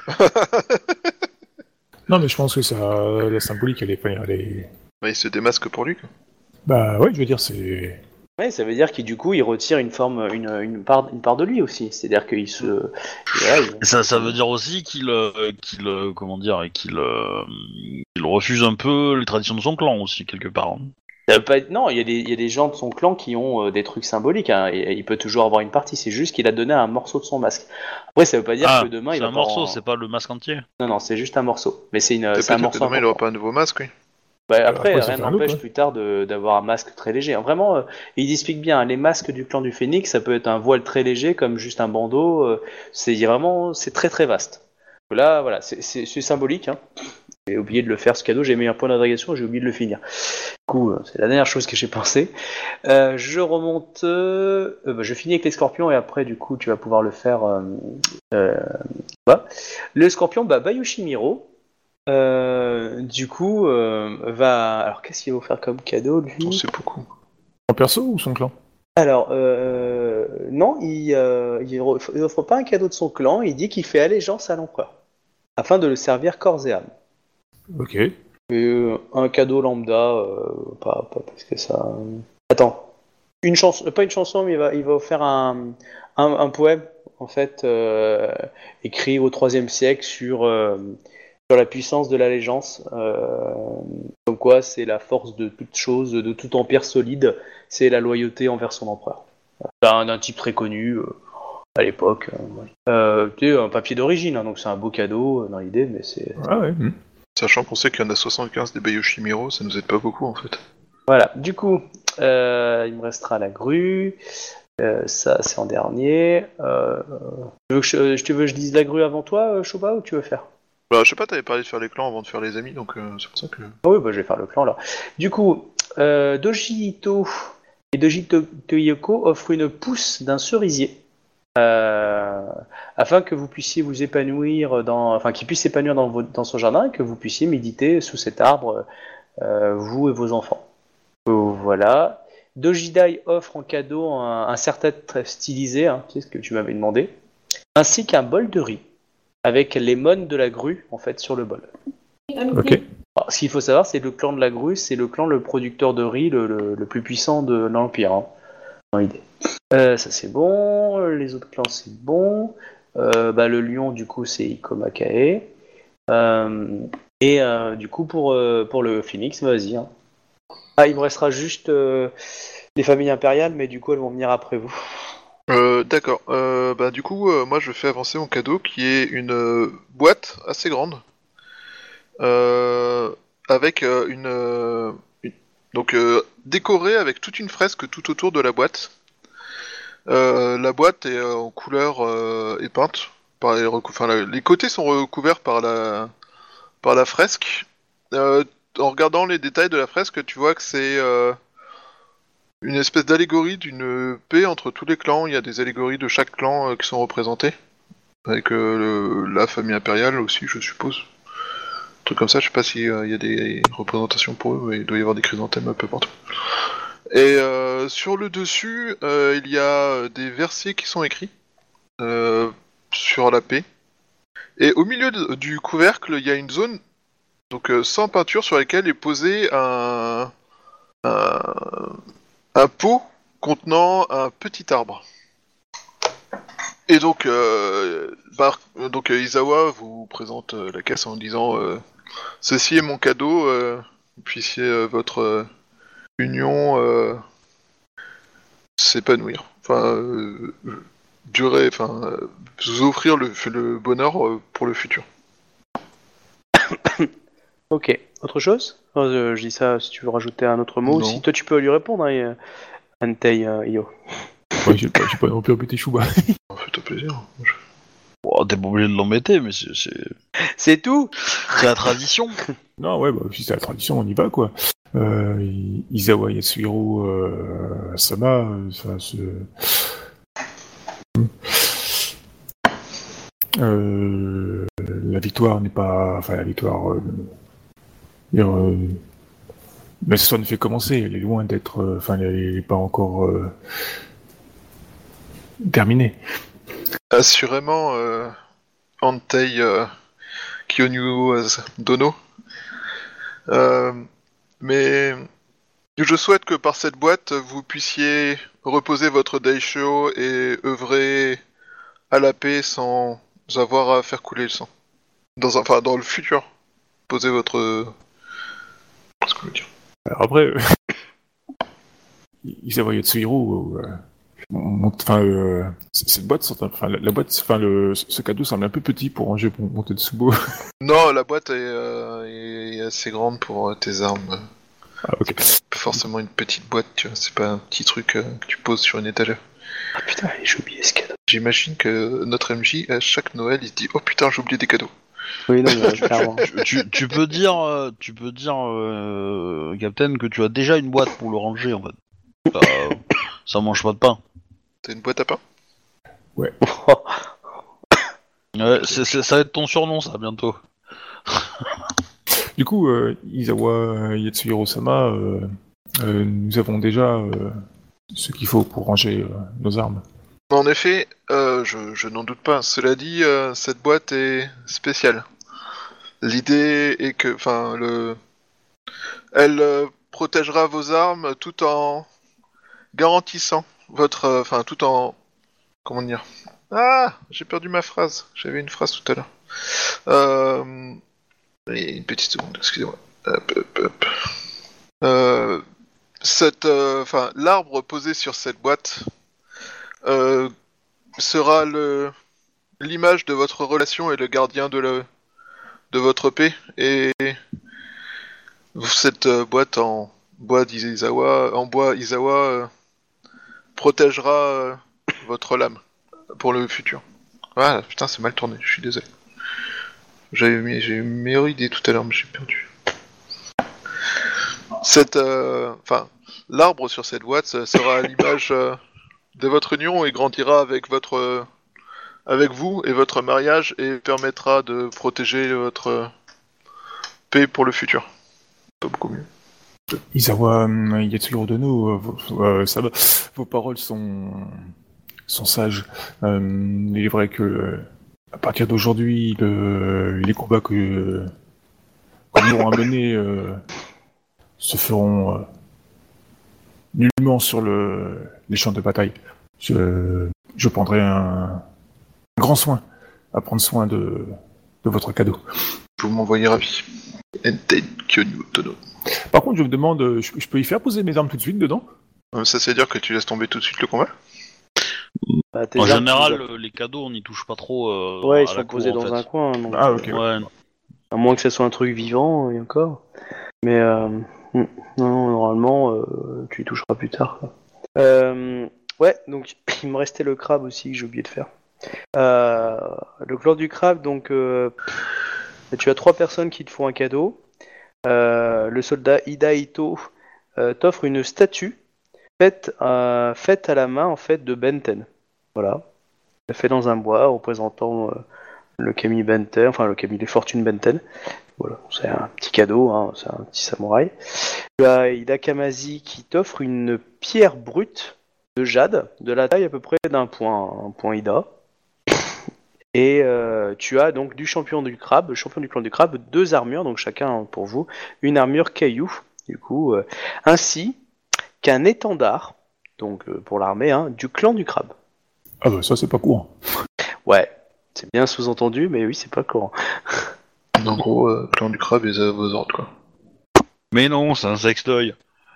Non, mais je pense que ça, la symbolique, elle est, elle est... Bah, il se démasque pour lui, quoi. Bah ouais, je veux dire, c'est... Ouais, ça veut dire qu'il du coup il retire une forme, une, une part, une part de lui aussi. C'est-à-dire qu'il se, ouais, il... Ça, ça veut dire aussi qu'il, euh, qu'il, euh, comment dire, qu'il, euh, qu'il refuse un peu les traditions de son clan aussi quelque part. Hein. Ça veut pas être... Non, il y a des, il y a des gens de son clan qui ont euh, des trucs symboliques. Hein, et, et il peut toujours avoir une partie. C'est juste qu'il a donné un morceau de son masque. Après, ça veut pas dire Ah, que demain c'est il va un pas morceau, en- c'est pas le masque entier. Non, non, c'est juste un morceau. Mais c'est une, C'est c'est un peut-être que morceau. demain il aura important. pas un nouveau masque, oui. Bah, après, après, ça rien fait un n'empêche look, ouais. plus tard de, d'avoir un masque très léger. Vraiment, euh, ils expliquent bien, hein, les masques du clan du Phénix, ça peut être un voile très léger, comme juste un bandeau. Euh, c'est vraiment, c'est très très vaste. Là, voilà, c'est, c'est, c'est symbolique. Hein. J'ai oublié de le faire ce cadeau, j'ai mis un point d'interrogation, j'ai oublié de le finir. Du coup, euh, c'est la dernière chose que j'ai pensé. Euh, je remonte, euh, bah, je finis avec les scorpions et après, du coup, tu vas pouvoir le faire. Euh, euh, bah. Le scorpion, bah, Bayushimiro. Euh, du coup, euh, va. Alors, qu'est-ce qu'il va vous faire comme cadeau, lui? On sait beaucoup. En perso ou son clan? Alors, euh, non, il, euh, il offre pas un cadeau de son clan, il dit qu'il fait allégeance à l'empereur, afin de le servir corps et âme. Ok. Et, euh, un cadeau lambda, euh, pas, pas plus que ça. Attends, une chanson, pas une chanson, mais il va, il va faire un, un, un poème, en fait, euh, écrit au troisième siècle sur... Euh, sur la puissance de l'allégeance, euh, comme quoi c'est la force de toute chose, de tout empire solide, c'est la loyauté envers son empereur. D'un, d'un type très connu euh, à l'époque. Euh, c'est un papier d'origine, hein, donc c'est un beau cadeau euh, dans l'idée, mais c'est... Ah ouais. hmm. Sachant qu'on sait qu'il y en a soixante-quinze des Bayushimiro, ça nous aide pas beaucoup en fait. Voilà, du coup, euh, il me restera la grue, euh, ça c'est en dernier. Euh, tu veux que je, je, tu veux que je dise la grue avant toi, Chouba, ou tu veux faire? Bah, je sais pas, t'avais parlé de faire les clans avant de faire les amis, donc euh, c'est pour ça que... Ah oui, bah, je vais faire le clan là. Du coup, euh, Doji Ito et Doji Toyoko offrent une pousse d'un cerisier euh, afin que vous puissiez vous épanouir dans, enfin, qu'il puisse s'épanouir dans, votre, dans son jardin et que vous puissiez méditer sous cet arbre, euh, vous et vos enfants. Euh, voilà. Dojidai offre en cadeau un, un serre-tête stylisé, hein, tu sais ce que tu m'avais demandé, ainsi qu'un bol de riz avec les mônes de la grue en fait sur le bol. Ok. Alors, ce qu'il faut savoir, c'est que le clan de la grue, c'est le clan le producteur de riz le, le, le plus puissant de l'Empire, hein, dans l'idée. Euh, ça c'est bon, les autres clans c'est bon. Euh, bah, le lion du coup c'est Ikomakae. Euh, et euh, du coup pour, euh, pour le phénix, vas-y. Hein. Ah, il me restera juste euh, les familles impériales, mais du coup elles vont venir après vous. Euh, d'accord. Euh, bah du coup, euh, moi je fais avancer mon cadeau qui est une euh, boîte assez grande euh, avec euh, une, euh, une- donc euh, décorée avec toute une fresque tout autour de la boîte. Euh, la boîte est euh, en couleur euh, est peinte par les, recou- enfin, la- les côtés sont recouverts par la par la fresque. Euh, en regardant les détails de la fresque, tu vois que c'est euh, une espèce d'allégorie d'une paix entre tous les clans. Il y a des allégories de chaque clan euh, qui sont représentés. Avec euh, le- la famille impériale aussi, je suppose. Un truc comme ça, je sais pas s'il euh, y a des représentations pour eux, mais il doit y avoir des chrysanthèmes un peu partout. Et euh, sur le dessus, euh, il y a des versets qui sont écrits euh, sur la paix. Et au milieu de- du couvercle, il y a une zone donc euh, sans peinture sur laquelle est posé un, un, un pot contenant un petit arbre. Et donc, euh, bah, donc euh, Izawa vous présente euh, la caisse en disant euh, ceci est mon cadeau, euh, puissiez euh, votre euh, union euh, s'épanouir. Enfin, euh, durer, enfin, euh, vous offrir le, le bonheur euh, pour le futur. Ok, autre chose? Oh, je, je dis ça si tu veux rajouter un autre mot. Non. Si toi tu peux lui répondre, hein, Antei euh, Io. Ouais, j'ai pas, j'ai pas non plus embêté Chouba. Fais-toi plaisir. Oh, t'es pas obligé de l'embêter, mais c'est, c'est... C'est tout? c'est la tradition. Non, ouais, bah, si c'est la tradition, on y va, quoi. Euh, I- Izawa Yasuhiro euh, Sama, euh, ça se... Euh, la victoire n'est pas... Enfin, la victoire... Euh, dire, euh, Mais ça ne fait commencer, elle est loin d'être... Enfin, euh, elle n'est pas encore euh, terminée. Assurément, euh, Antei euh, Kyonyu Dono. Euh, mais je souhaite que par cette boîte, vous puissiez reposer votre Daisho et œuvrer à la paix sans avoir à faire couler le sang. Dans un, enfin, dans le futur. Posez votre... Qu'est-ce que je veux dire ? Alors après, euh, Isawa Yatsuhiro, euh, enfin, euh, cette boîte, enfin, la, la boîte, enfin, le, ce cadeau semble un peu petit pour ranger mon, mon Tetsubo. Non, la boîte est, euh, est assez grande pour euh, tes armes. Ah, ok. C'est pas forcément une petite boîte, tu vois. C'est pas un petit truc euh, que tu poses sur une étagère. Ah putain, j'ai oublié ce cadeau. J'imagine que notre M J, à chaque Noël, il se dit « Oh putain, j'ai oublié des cadeaux ». Oui, non, mais clairement. tu, tu peux dire, euh, tu peux dire, euh, Captain, que tu as déjà une boîte pour le ranger, en fait. Euh, ça mange pas de pain. T'as une boîte à pain ? Ouais. Ouais, c'est, c'est, ça va être ton surnom, ça, bientôt. Du coup, euh, Isawa Yatsuhiro-sama, euh, euh, nous avons déjà euh, ce qu'il faut pour ranger euh, nos armes. En effet, euh, je, je n'en doute pas. Cela dit, euh, cette boîte est spéciale. L'idée est que, enfin, le, elle euh, protégera vos armes tout en garantissant votre, enfin, euh, tout en, comment dire. Ah, j'ai perdu ma phrase. J'avais une phrase tout à l'heure. Euh, une petite seconde, excusez-moi. Hop, hop, hop. Euh, cette, enfin, euh, l'arbre posé sur cette boîte. Euh, sera le l'image de votre relation et le gardien de le de votre paix, et cette euh, boîte en bois d'Isawa en bois Isawa euh, protégera euh, votre lame pour le futur. Ah putain, c'est mal tourné, je suis désolé. J'avais mis j'ai eu une meilleure idée tout à l'heure, mais j'ai perdu. Cette euh, enfin l'arbre sur cette boîte sera à l'image euh, de votre union et grandira avec votre euh, avec vous et votre mariage et permettra de protéger votre euh, paix pour le futur. Pas beaucoup mieux. Isawa euh, Yatsuhiro Dono, euh, vos, euh, ça va. Vos paroles sont sont sages. Euh, il est vrai que euh, à partir d'aujourd'hui, le, les combats que, que nous aurons à mener euh, se feront euh, nullement sur le, les champs de bataille. Je, je prendrai un, un grand soin à prendre soin de, de votre cadeau. Vous m'envoyez ravi. Entei Kyonyu Tono. Par contre, je me demande, je, je peux y faire poser mes armes tout de suite dedans ? Ça, c'est dire que tu laisses tomber tout de suite le combat ? Bah, En armes, général, tu- euh, les cadeaux, on n'y touche pas trop. Euh, ouais, à ils la sont cour, posés en dans fait. un coin. Donc, Ah, ok. Ouais. à moins que ce soit un truc vivant, et encore. Mais euh, non, non, normalement, euh, tu y toucheras plus tard. Quoi. Euh, ouais, donc il me restait le crabe aussi que j'ai oublié de faire. Euh, le clan du crabe, donc euh, tu as trois personnes qui te font un cadeau. Euh, le soldat Ida Ito euh, t'offre une statue faite, euh, faite à la main en fait de Benten. Voilà, fait dans un bois représentant euh, le Kami Benten, enfin le Kami des Fortunes Benten. Voilà, c'est un petit cadeau, hein, c'est un petit samouraï. Tu as Ida Kamazi qui t'offre une pierre brute de jade, de la taille à peu près d'un point, un point Ida. Et euh, tu as donc du champion du crabe, champion du clan du crabe, deux armures, donc chacun pour vous, une armure caillou, du coup, euh, ainsi qu'un étendard, donc euh, pour l'armée, hein, du clan du crabe. Ah bah ça c'est pas courant. Ouais, c'est bien sous-entendu, mais oui, c'est pas courant. En gros, euh, clan du crabe et à vos ordres, quoi. Mais non, c'est un sextoy.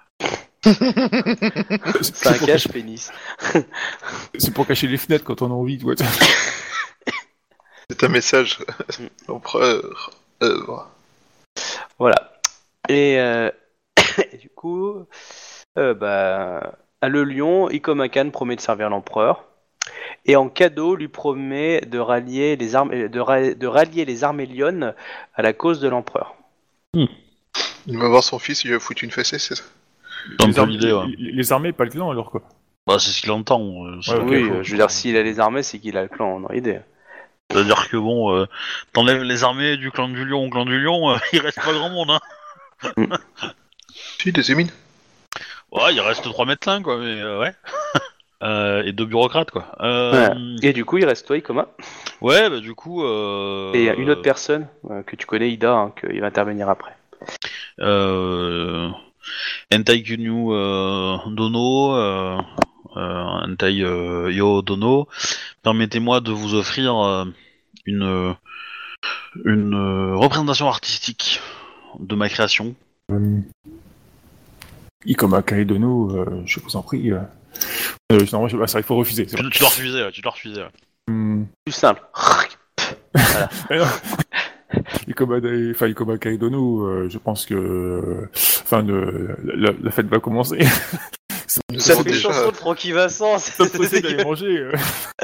C'est un pour cache-pénis. cacher- C'est pour cacher les fenêtres quand on a envie, tu vois. C'est un message. L'empereur œuvre. Voilà. Et, euh, et du coup, euh, bah, à le lion, Ikomakan promet de servir l'empereur. Et en cadeau, lui promet de rallier les armes, de, ra- de rallier les armées lionnes à la cause de l'empereur. Il va voir son fils, il lui a foutu une fessée, c'est ça ? C'est un Les, peu armées, l'idée, ouais. les, les armées, pas le clan alors quoi. Bah, c'est ce qu'il entend. euh, c'est Ouais, pas ok, oui, quelque euh, chose. je veux dire, s'il a les armées, c'est qu'il a le clan, on a idée. C'est-à-dire que bon, euh, t'enlèves les armées du clan du lion au clan du lion, euh, il reste pas grand monde, hein. Si, des émines. Ouais, il reste trois médecins, quoi, mais euh, ouais. euh, et deux bureaucrates, quoi. Euh, Ouais. Et du coup, il reste toi, Ikoma. Ouais, bah du coup... Euh... Et une autre personne euh, que tu connais, Ida, hein, qu'il va intervenir après. Euh... Entai Kunyu euh, Dono, euh, euh, Entai euh, Yo Dono, permettez-moi de vous offrir euh, une, une euh, représentation artistique de ma création. Euh, Ikoma Kaedono, euh, je vous en prie. Euh... Euh, non, je... ah, ça, il faut refuser. Tu, tu dois refuser, là, tu dois refuser. Là. Hum... Plus simple. Voilà. Ikoma, enfin, Ikoma Kaedono, euh, je pense que, enfin, le... la, la fête va commencer. Nous Ça avons fait déjà... chanson de Francky Vincent. Ça me possible d'aller manger. Euh.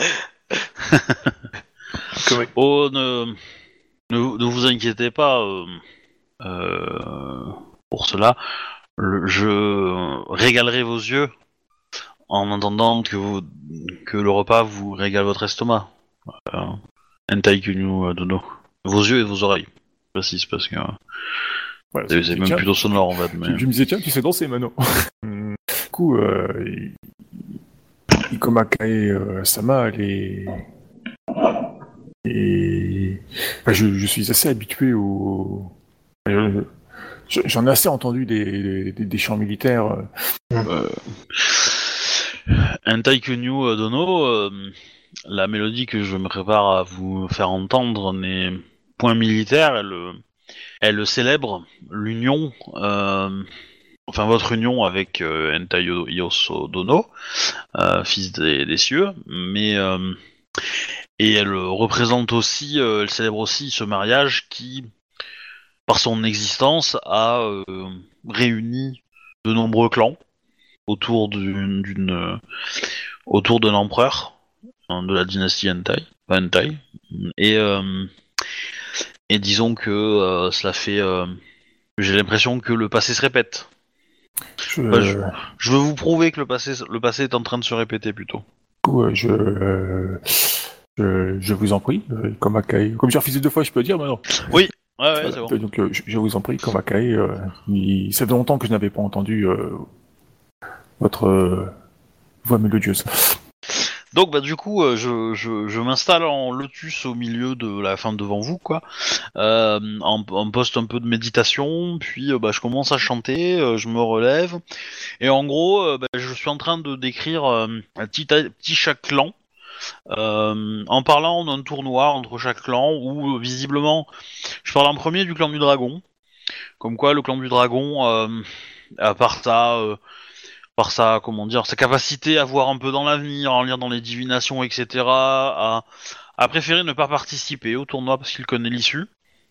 Comment- Oh, ne, ne, ne vous inquiétez pas euh, euh, pour cela. Le- je régalerai vos yeux en attendant que, vous, que le repas vous régale votre estomac. Euh, Entai Kunyu Dono. Vos yeux et vos oreilles. Je précise parce que Voilà, c'est, c'est même tiens, plutôt sonore en fait. Mais... Je, je me disais, tiens, tu sais danser maintenant. Du coup, euh, Ikoma Kae euh, Sama, elle est. Et... Enfin, je, je suis assez habitué au. Euh, j'en ai assez entendu des, des, des chants militaires. Euh, Entai Kunyu Dono, euh, la mélodie que je me prépare à vous faire entendre n'est point militaire, elle, elle célèbre l'union, euh, enfin votre union avec euh, Entai Yoso Dono, euh, fils des, des cieux, mais euh, et elle représente aussi, euh, elle célèbre aussi ce mariage qui, par son existence, a euh, réuni de nombreux clans autour d'une, d'une euh, autour d'un empereur hein, de la dynastie Entai, enfin, Entai. Et euh, et disons que euh, cela fait, euh, j'ai l'impression que le passé se répète. Je, Enfin, je, je veux vous prouver que le passé, le passé est en train de se répéter plutôt. Du coup, euh, je, euh, je, je vous en prie, euh, Ikoma Kae. Comme j'ai refusé deux fois, je peux dire maintenant. Oui. Ouais, ouais, Voilà. c'est bon. Donc, euh, je, je vous en prie, Ikoma Kae. Euh, il... Ça fait longtemps que je n'avais pas entendu euh, votre euh, voix mélodieuse. Donc bah du coup euh, je, je, je m'installe en lotus au milieu de la fin devant vous quoi, euh, en, en poste un peu de méditation, puis euh, bah, je commence à chanter, euh, je me relève et en gros euh, bah, je suis en train de décrire euh, un petit, petit chaque clan euh, en parlant d'un tournoi entre chaque clan où visiblement je parle en premier du clan du dragon, comme quoi le clan du dragon euh, à part ça euh, par sa, comment dire, sa capacité à voir un peu dans l'avenir, à lire dans les divinations, et cetera, à, à préférer ne pas participer au tournoi parce qu'il connaît l'issue.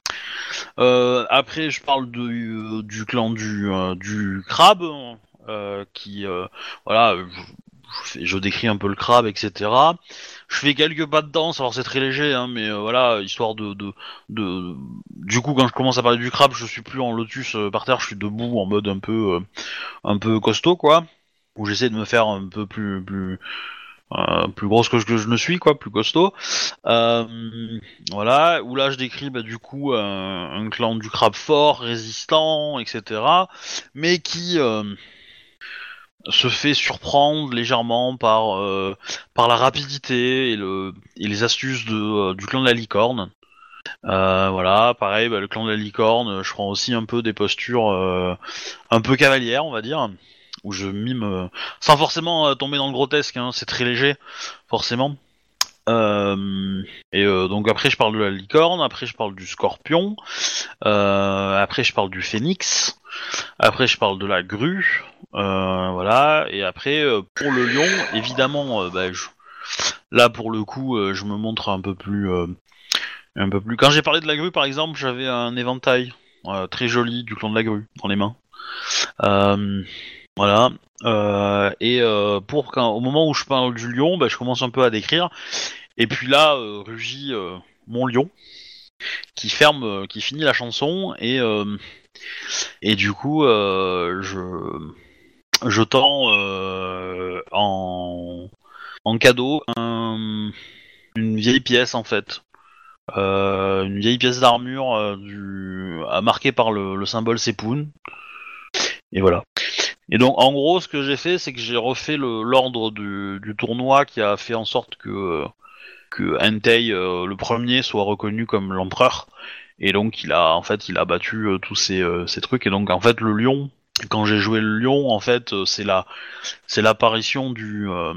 Euh, après, je parle de, euh, du clan du, euh, du crabe, euh, qui, euh, voilà, je, je, je décris un peu le crabe, et cetera. Je fais quelques pas de danse, alors c'est très léger, hein, mais euh, voilà, histoire de, de, de, du coup, quand je commence à parler du crabe, je suis plus en lotus euh, par terre, je suis debout en mode un peu, euh, un peu costaud, quoi. Où j'essaie de me faire un peu plus, plus, euh, plus grosse que je, que je ne suis, quoi, plus costaud. Euh, voilà, où là je décris bah, du coup un, un clan du crabe fort, résistant, et cetera. Mais qui euh, se fait surprendre légèrement par, euh, par la rapidité et, le, et les astuces de, euh, du clan de la licorne. Euh, voilà, pareil, bah, le clan de la licorne, je prends aussi un peu des postures euh, un peu cavalières, on va dire, où je mime, euh, sans forcément euh, tomber dans le grotesque, hein, c'est très léger, forcément. Euh, et euh, donc après je parle de la licorne, après je parle du scorpion, euh, après je parle du phénix, après je parle de la grue, euh, voilà, et après euh, pour le lion, évidemment, euh, bah, je... là pour le coup, euh, je me montre un peu plus... Euh, Un peu plus. Quand j'ai parlé de la grue, par exemple, j'avais un éventail euh, très joli du clan de la grue dans les mains. Euh, voilà. Euh, et euh, pour quand, au moment où je parle du lion, bah, je commence un peu à décrire. Et puis là, euh, rugit euh, mon lion qui ferme, euh, qui finit la chanson et euh, et du coup, euh, je je tends euh, en en cadeau un, une vieille pièce en fait. Euh, une vieille pièce d'armure euh, du... marquée par le, le symbole Sepun. et voilà. Et donc en gros, ce que j'ai fait, c'est que j'ai refait le, l'ordre du, du tournoi qui a fait en sorte que euh, que Entei, euh, le premier, soit reconnu comme l'empereur. Et donc il a en fait il a battu euh, tous ces, euh, ces trucs. Et donc en fait le lion, quand j'ai joué le lion, en fait euh, c'est la c'est l'apparition du euh,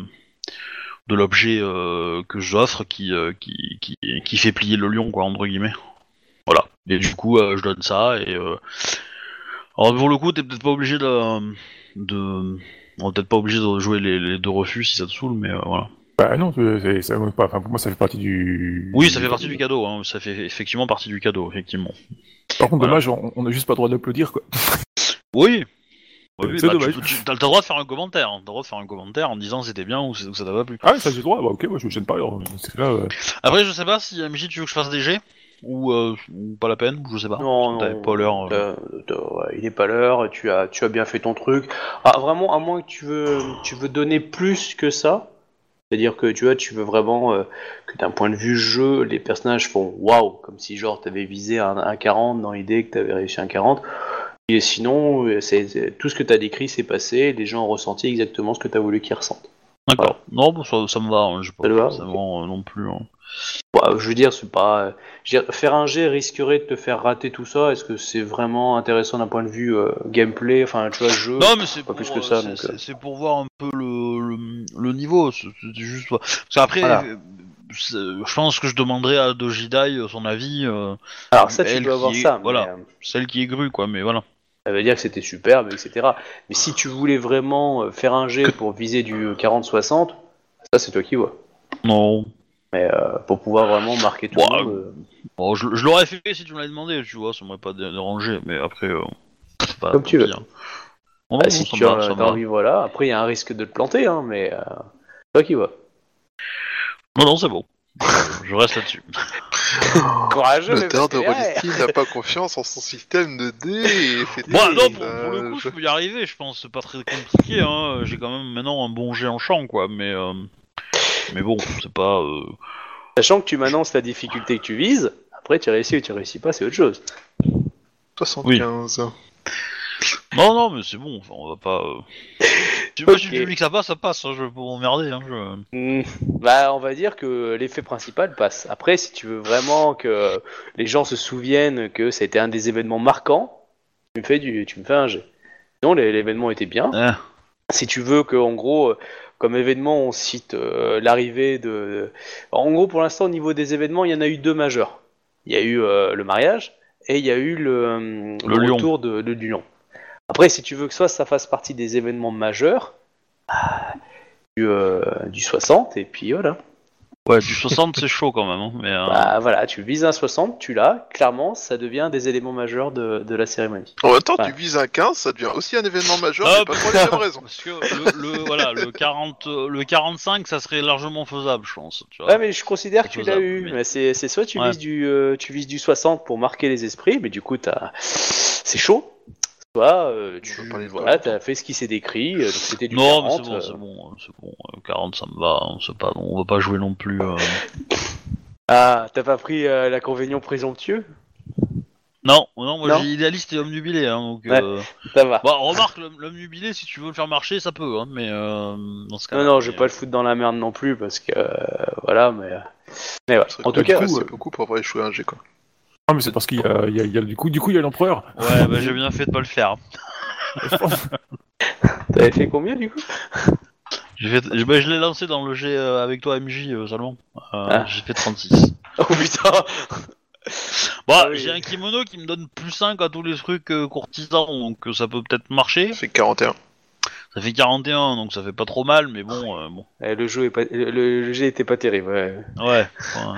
de l'objet euh, que j'offre qui, euh, qui qui qui fait plier le lion, quoi, entre guillemets. Voilà. Et du coup euh, je donne ça et euh... alors pour le coup t'es peut-être pas obligé de de on peut-être pas obligé de jouer les, les deux refus si ça te saoule, mais euh, voilà. Bah non, c'est, c'est, enfin, pour moi ça fait partie du... Oui, ça fait partie du cadeau, hein. Ça fait effectivement partie du cadeau, effectivement. Par contre, Voilà. dommage, on, on a juste pas le droit d'applaudir, quoi. Oui, oui, c'est bah, dommage. tu, tu, t'as le droit de faire un commentaire, hein. T'as le droit de faire un commentaire en disant c'était bien ou, ou ça t'a pas plu. Ah, ça j'ai le droit, bah ok, moi je me gêne pas, alors, c'est là... Euh... Après, je sais pas si M J tu veux que je fasse des jets ou, euh, ou pas la peine, je sais pas. Non, T'avais non, pas l'heure. Euh... t'as- t'as- ouais, il est pas l'heure, tu as, tu as bien fait ton truc. Ah, vraiment, à moins que tu veux, tu veux donner plus que ça, c'est-à-dire que tu vois, tu veux vraiment euh, que d'un point de vue jeu, les personnages font waouh, comme si genre t'avais visé un, un quarante dans l'idée que t'avais réussi un quarante. Et sinon, euh, c'est, c'est- tout ce que t'as décrit s'est passé, les gens ont ressenti exactement ce que t'as voulu qu'ils ressentent. D'accord. Non, bah, ça, ça me va, hein, j'ai pas Ça te va forcément euh, non plus. Hein. Ouais, je veux dire, c'est pas. euh, je veux dire, faire un jet risquerait de te faire rater tout ça. Est-ce que c'est vraiment intéressant d'un point de vue euh, gameplay, enfin, tu vois, jeu. Non, mais c'est pas pour, plus que euh, ça, c'est, donc, c'est- euh. c'est pour voir un peu le, le, le niveau. C'est, c'est juste. Parce qu'après, Voilà. euh, c'est- je pense que je demanderai à Dojidai euh, son avis. Euh, Alors ça, tu elle peux avoir qui est- ça, mais voilà, euh, celle qui est grue, quoi. Mais voilà. ça veut dire que c'était superbe, et cetera. Mais si tu voulais vraiment euh, faire un jet pour viser du quarante soixante, ça c'est toi qui vois. Non. Mais euh, pour pouvoir vraiment marquer tout Ouais, le monde. euh, Bon, je, je l'aurais fait si tu me l'avais demandé, tu vois, ça m'aurait pas dé- dérangé, mais après, euh, c'est pas Comme tant tu veux. pis, hein. Oh, bah, non, si ça tu me va, as, ça me t'as va. envie, voilà. Après, il y a un risque de te planter, hein, mais euh, c'est toi qui vois. Non, non, c'est bon. Je reste là-dessus. Courageux, Le mais terre de persévère. Rollisti n'a pas confiance en son système de dés et fait Bon, des non, pour, pour le coup, ravages. je peux y arriver, je pense, c'est pas très compliqué, hein. J'ai quand même maintenant un bon jet en champ, quoi, mais... Euh... Mais bon, c'est pas... Euh... Sachant que tu m'annonces la difficulté que tu vises, après tu réussis ou tu réussis pas, c'est autre chose. soixante-quinze. Non, non, mais c'est bon, enfin, on va pas... Euh... Tu vois, si tu dis que ça passe, ça passe, hein, je vais pas m'emmerder, hein, je... Hmm. Bah, on va dire que l'effet principal passe. Après, si tu veux vraiment que les gens se souviennent que c'était un des événements marquants, tu me fais, du, tu me fais un jet. Sinon, les- l'événement était bien. Eh. Si tu veux que, en gros, euh, comme événement, on cite euh, l'arrivée de... En gros, pour l'instant, au niveau des événements, il y en a eu deux majeurs. Il y a eu euh, le mariage et il y a eu le, euh, Le le lion. retour de, de- du lion. Après, si tu veux que soit ça fasse partie des événements majeurs, du, euh, du soixante, et puis voilà. Ouais, du soixante, c'est chaud quand même, hein, mais... Euh... Bah voilà, tu vises un soixante, tu l'as, clairement, ça devient des éléments majeurs de, de la cérémonie. En même temps, Ouais. tu vises un quinze, ça devient aussi un événement majeur, Ah, mais pas pour les mêmes raisons. Parce que le, le, voilà, le, quarante, le quarante-cinq, ça serait largement faisable, je pense. Tu vois. Ouais, mais je considère que tu l'as faisable, eu. mais- Mais c'est, c'est soit tu Ouais. vises du, euh, tu vises du soixante pour marquer les esprits, mais du coup t'as, c'est chaud. Soit euh, tu, On va parler de voilà, toi, t'as fait ce qui s'est décrit, euh, donc c'était du Non, mais quarante. c'est bon, euh. c'est bon, euh, c'est bon. euh, quarante, ça me va. hein, c'est pas, on va pas jouer non plus. euh. Ah, t'as pas pris euh, l'inconvénient présomptueux? Non, non, moi Non j'ai idéaliste et omnubilé, hein, donc. Ouais. Euh... Ça va. Bah, remarque, l'om- l'omnubilé, si tu veux le faire marcher, ça peut, hein, mais euh, dans ce cas. Non, non, je vais pas le foutre dans la merde non plus parce que euh, voilà, mais, euh, mais voilà. Ça En tout serait cas, cool, euh, c'est beaucoup pour avoir échoué un G, quoi. Ah, mais c'est parce qu'il y a, il y a, il y a du coup, du coup, il y a l'empereur. Ouais, bah j'ai bien fait de pas le faire. t'avais fait combien du coup? J'ai fait, je- bah, je l'ai lancé dans le G euh, avec toi M J euh, seulement. Euh, Ah. J'ai fait trente-six. Oh putain. Bon, Ah oui. j'ai un kimono qui me donne plus cinq à tous les trucs euh, courtisans, donc euh, ça peut peut-être marcher. Ça fait quarante et un. Ça fait quarante et un, donc ça fait pas trop mal, mais bon, euh, bon. Eh, le jeu est pas, le, le jet était pas terrible. Ouais. Ouais. ouais.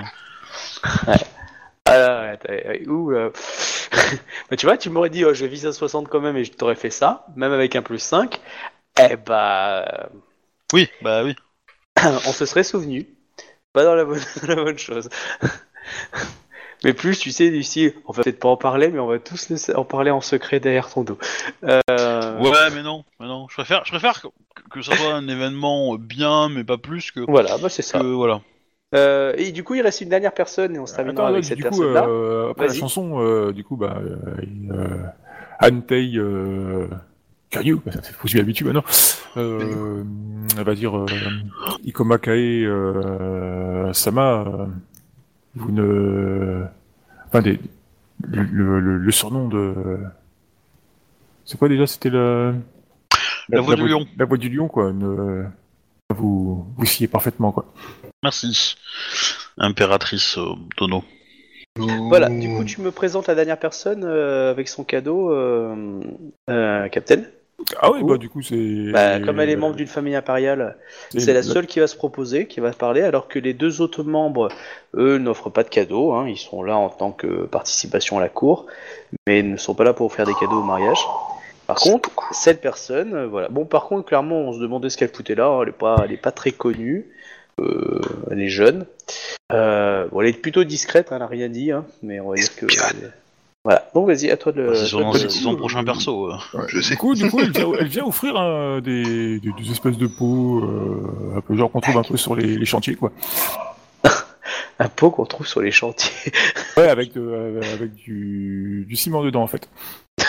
Ah là, ouais, t'as- ouais, ouh, là. Bah, tu vois, tu m'aurais dit, oh, je vise à soixante quand même et je t'aurais fait ça, même avec un plus cinq. Eh bah, Oui, bah oui. on se serait souvenu. Pas dans la bonne, dans la bonne chose. Mais plus, tu sais, ici, on va peut-être pas en parler, mais on va tous laisser- en parler en secret derrière ton dos. Euh, Ouais, mais non, mais non. Je préfère, je préfère que, que ça soit un événement bien, mais pas plus que. Voilà, bah c'est ça. que voilà. Euh, et du coup, il reste une dernière personne et on se terminera Attends, avec là, cette du coup, personne-là. euh, après la Vas-y. chanson, euh, du coup, bah, euh, euh, Antei, euh, Caillou, faut s'y habituer maintenant. Euh, elle va dire euh, Ikomakae euh, Sama, euh, vous ne. Enfin, des, le, le, le surnom de. C'est quoi déjà? C'était le. La, la voix du lion. La voix du lion, quoi. Ne, vous vous fiez parfaitement, quoi. Merci, impératrice euh, Tono. Voilà, du coup, tu me présentes la dernière personne euh, avec son cadeau, euh, euh, Captain. Ah oui, bah du coup, c'est... Bah, comme elle est membre d'une famille impériale, c'est, c'est la seule qui va se proposer, qui va parler, alors que les deux autres membres, eux, n'offrent pas de cadeaux, hein, ils sont là en tant que participation à la cour, mais ne sont pas là pour faire des cadeaux au mariage. Par contre, cette personne, euh, voilà. Bon, par contre, clairement, on se demandait ce qu'elle foutait là, hein, elle est pas, elle est pas très connue, euh, elle est jeune. Euh, bon, elle est plutôt discrète, hein, elle n'a rien dit, hein, mais on va dire que... Euh, voilà, donc vas-y, à toi de le... C'est son, de... c'est son prochain perso. Euh. Ouais, je sais. Du coup, du coup elle, vient, elle vient offrir hein, des, des, des espèces de pots, euh, un peu genre qu'on trouve un peu sur les, les chantiers, quoi. Un pot qu'on trouve sur les chantiers. Ouais, avec, de, euh, avec du, du ciment dedans, en fait.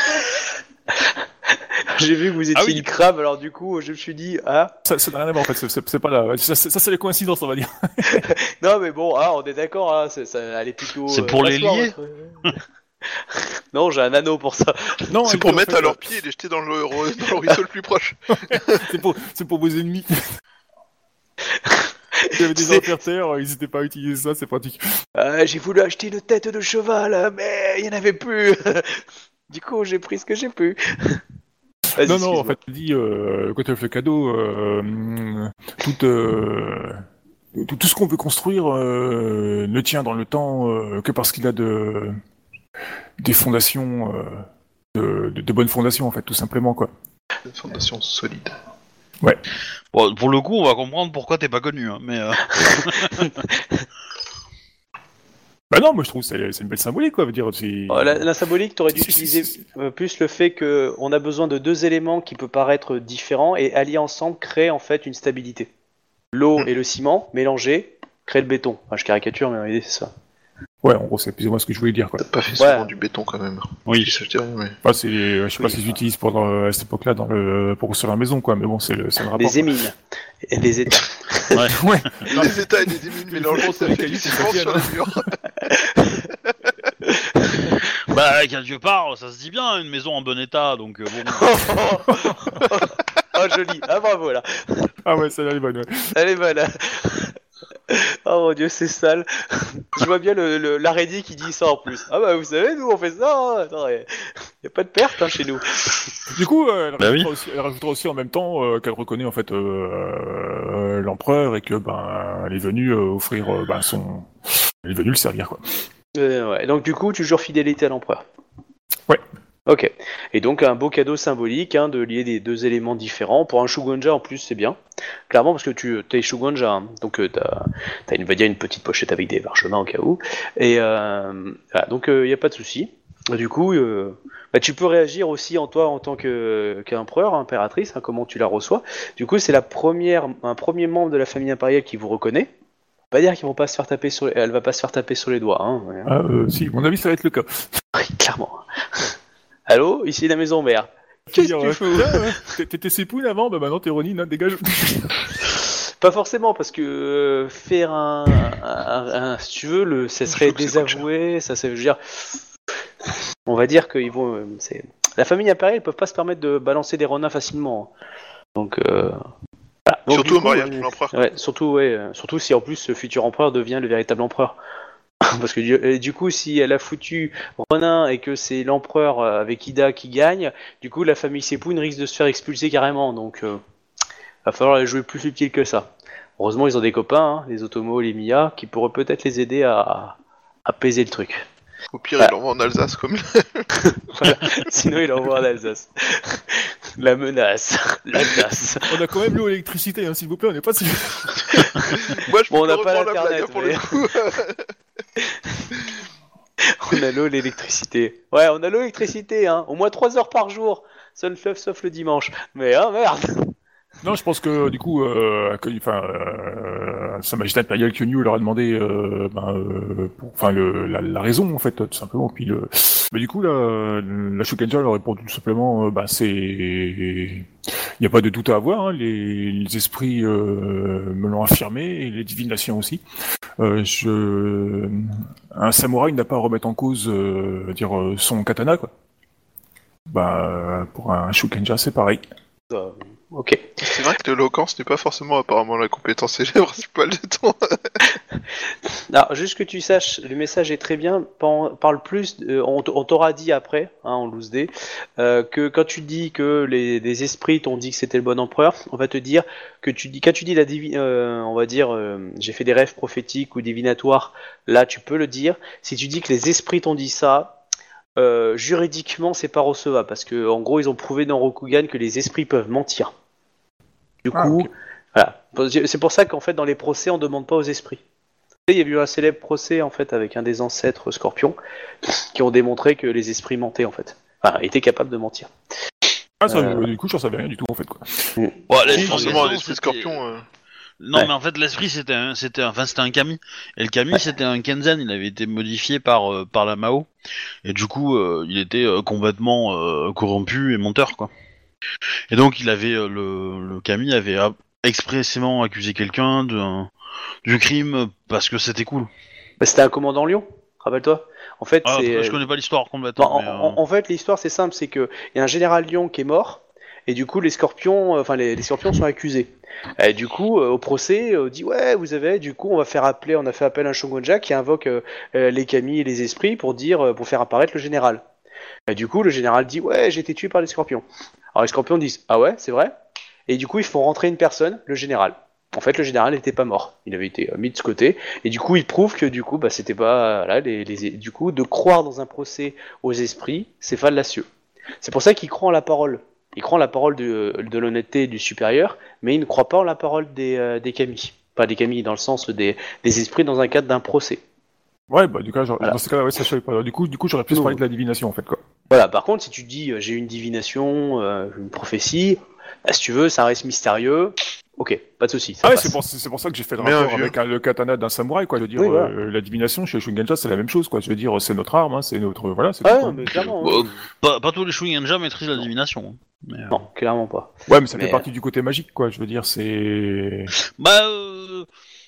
J'ai vu que vous étiez ah oui. une crabe, alors du coup, je me suis dit, ah... Ça, ça n'a rien à voir, en fait, c'est, c'est, c'est pas là. Ça, c'est, ça, c'est les coïncidences, on va dire. Non, mais bon, ah, on est d'accord, hein, c'est, ça, elle est plutôt... C'est pour euh, les lier votre... Non, j'ai un anneau pour ça. Non, c'est pour mettre fait, à leurs pieds et les jeter dans le, dans le ruisseau le plus proche. c'est, pour, c'est pour vos ennemis. Il y avait des c'est... enfers terre, ils n'hésitaient pas à utiliser ça, c'est pratique. Euh, j'ai voulu acheter une tête de cheval, mais il n'y en avait plus. Du coup, j'ai pris ce que j'ai pu. Vas-y, non, non, en fait, elle dit, euh, quand elle fait cadeau, euh, tout, euh, tout, tout ce qu'on veut construire euh, ne tient dans le temps euh, que parce qu'il a de, des fondations, euh, de, de, de bonnes fondations, en fait, tout simplement, quoi. Des fondations solides. Ouais. Bon, pour le coup, on va comprendre pourquoi t'es pas connu, hein, mais... Euh... Bah non, moi je trouve que c'est, c'est une belle symbolique, quoi. Veut dire, c'est... Oh, la, la symbolique, t'aurais dû utiliser euh, plus le fait qu'on a besoin de deux éléments qui peuvent paraître différents et alliés ensemble créer en fait une stabilité. L'eau et le ciment mélangés créent le béton. Enfin, je caricature, mais l'idée c'est ça. Ouais, en gros, c'est plus ou moins ce que je voulais dire, quoi. T'as pas fait souvent ouais. du béton quand même. Oui, ça je dirais, mais... Enfin, c'est, je sais pas oui, s'ils utilisent pendant à cette époque-là dans le pour construire la maison, quoi. Mais bon, c'est le, c'est le rapport. Des émines et des états. Ouais. ouais. Des états et des émines mélangés, ça fait du ciment sur le mur. Bah, quelque part, ça se dit bien, une maison en bon état, donc euh, bon. Oh, joli. Ah, bravo, là. Ah ouais, celle-là, elle est bonne, ouais. Elle est bonne. Oh mon dieu, c'est sale. Je vois bien le, le, l'araignée qui dit ça en plus. Ah bah vous savez, nous on fait ça, hein. Attends, y a pas de perte hein, chez nous. Du coup, euh, elle, bah rajoutera oui. aussi, elle rajoutera aussi en même temps euh, qu'elle reconnaît en fait euh, euh, l'empereur et que ben elle est venue euh, offrir euh, ben, son, elle est venue le servir quoi. Euh, ouais. Donc du coup, tu jures fidélité à l'empereur. Ouais. Ok. Et donc un beau cadeau symbolique hein, de lier des deux éléments différents. Pour un Shugonja en plus, c'est bien. Clairement parce que tu t'es Shugonja, hein, donc euh, t'as, t'as une, va dire une petite pochette avec des parchemins au cas où. Et euh, voilà, donc il euh, y a pas de souci. Du coup, euh, bah, tu peux réagir aussi en toi en tant que qu'empereur, impératrice, hein, comment tu la reçois. Du coup, c'est la première, un premier membre de la famille impériale qui vous reconnaît. Pas dire qu'ils vont pas se faire taper sur, les... elle va pas se faire taper sur les doigts. Hein, ouais. Ah, euh, si, à mon avis, ça va être le cas. Oui, clairement. Allô, ici la maison mère. Qu'est-ce que tu fais? T'étais Sépoune avant, bah maintenant t'es Ronin, hein, dégage. Pas forcément, parce que euh, faire un, un, un, un, si tu veux, le, ça serait désavoué, ça, ça veut dire, on va dire qu'ils vont, euh, c'est, la famille impériale, ils peuvent pas se permettre de balancer des renards facilement, donc. Euh, voilà. Donc, surtout au mariage euh, de l'empereur. Ouais, surtout, ouais, euh, surtout si en plus ce futur empereur devient le véritable empereur. Parce que du, du coup, si elle a foutu Ronin et que c'est l'empereur avec Ida qui gagne, du coup, la famille Sépoune risque de se faire expulser carrément. Donc, euh, va falloir jouer plus subtil que ça. Heureusement, ils ont des copains, hein, les Otomo, les Mia, qui pourraient peut-être les aider à, à peser le truc. Au pire, ah. il l'envoie en Alsace comme. Voilà. Sinon, il l'envoie en Alsace. La menace, l'Alsace. On a quand même l'eau et l'électricité, hein, s'il vous plaît, on n'est pas si. Moi, je bon, peux on n'a pas la l'internet blague, hein, pour mais... le coup. On a l'eau et l'électricité. Ouais, on a l'eau et l'électricité, hein. Au moins trois heures par jour. Seul fleuve sauf le dimanche. Mais, hein, merde. Non, je pense que du coup, euh, que- enfin, euh, Sa Majesté impériale Kyonyu leur a demandé, euh, ben, euh, pour- enfin, le, la, la raison en fait, tout simplement. Puis le, mais du coup, la, la Shugenja leur a répondu tout simplement, euh, ben, c'est, il n'y a pas de doute à avoir. Hein, les, les esprits euh, me l'ont affirmé et les divinations aussi. Euh, je, un samouraï n'a pas à remettre en cause, euh, dire son katana, quoi. Bah, pour un Shugenja, c'est pareil. Euh, ok. C'est vrai que l'éloquence n'est pas forcément apparemment la compétence principale de ton... Alors, juste que tu saches, le message est très bien. Pan- Parle plus. euh, on t- on t'aura dit après, hein, en loose day, euh, que quand tu dis que les, les esprits t'ont dit que c'était le bon empereur, on va te dire que tu dis quand tu dis la divi- euh, on va dire, euh, j'ai fait des rêves prophétiques ou divinatoires. Là, tu peux le dire. Si tu dis que les esprits t'ont dit ça. Euh, juridiquement, c'est pas recevable parce que en gros, ils ont prouvé dans Rokugan que les esprits peuvent mentir. Du Ah, coup, ok. voilà. C'est pour ça qu'en fait, dans les procès, on demande pas aux esprits. Il y a eu un célèbre procès en fait avec un des ancêtres scorpions qui ont démontré que les esprits mentaient en fait. Enfin, étaient capables de mentir. Ah, ça, Euh, du coup, j'en savais rien du tout en fait, quoi. Ouais, Si, l'esprit, forcément, non, l'esprit c'était- scorpion... euh, Non, Ouais. mais en fait, l'esprit, c'était un, c'était un, enfin, c'était un kami. Et le kami, Ouais. c'était un kenzen. Il avait été modifié par, euh, par la Mao. Et du coup, euh, il était euh, complètement euh, corrompu et menteur, quoi. Et donc, il avait, euh, le, le kami avait euh, expressément accusé quelqu'un d'un- du crime parce que c'était cool. Bah, c'était un commandant Lion, rappelle-toi. En fait, Ah, c'est. après, je connais pas l'histoire complètement. Bah, en, mais, euh, en- en fait, l'histoire c'est simple, c'est que il y a un général Lion qui est mort, et du coup les scorpions, euh, enfin les, les scorpions sont accusés. Et du coup, euh, au procès, euh, dit ouais, vous avez, du coup, on va faire appeler, on a fait appel à un shogunja qui invoque euh, euh, les kami et les esprits pour dire, euh, pour faire apparaître le général. Et du coup, le général dit ouais, j'ai été tué par les scorpions. Alors les scorpions disent ah ouais, c'est vrai. Et du coup, ils font rentrer une personne, le général. En fait, le général n'était pas mort, il avait été euh, mis de ce côté, et du coup, il prouve que du coup, bah, c'était pas, voilà, les, les, du coup, de croire dans un procès aux esprits, c'est fallacieux. C'est pour ça qu'il croit en la parole. Il croit en la parole de, de l'honnêteté du supérieur, mais il ne croit pas en la parole des, euh, des kami. Pas des kami dans le sens des, des esprits dans un cadre d'un procès. Ouais, bah, du coup, genre, Voilà. dans ce cas-là, ouais, ça je savais pas. Du coup, du coup, j'aurais plus Non. parlé de la divination, en fait, quoi. Voilà, par contre, si tu dis euh, j'ai une divination, euh, une prophétie, bah, si tu veux, ça reste mystérieux. Ok, pas de souci. Ah ouais, passe. c'est pour, c'est pour ça que j'ai fait le Mais un rapport vieux. avec un- le katana d'un samouraï, quoi. Je veux dire, Oui, voilà. euh, la divination chez Shugenja, c'est la même chose, quoi. Je veux dire, c'est notre arme, hein, c'est notre, voilà, c'est Ouais, tout, quoi. mais clairement. bah, hein. pas, pas tous les Shugenja maîtrisent la divination. hein. Mais, euh, Non, clairement pas. Ouais, mais ça Mais, fait partie du côté magique, quoi. Je veux dire, c'est. Bah, euh,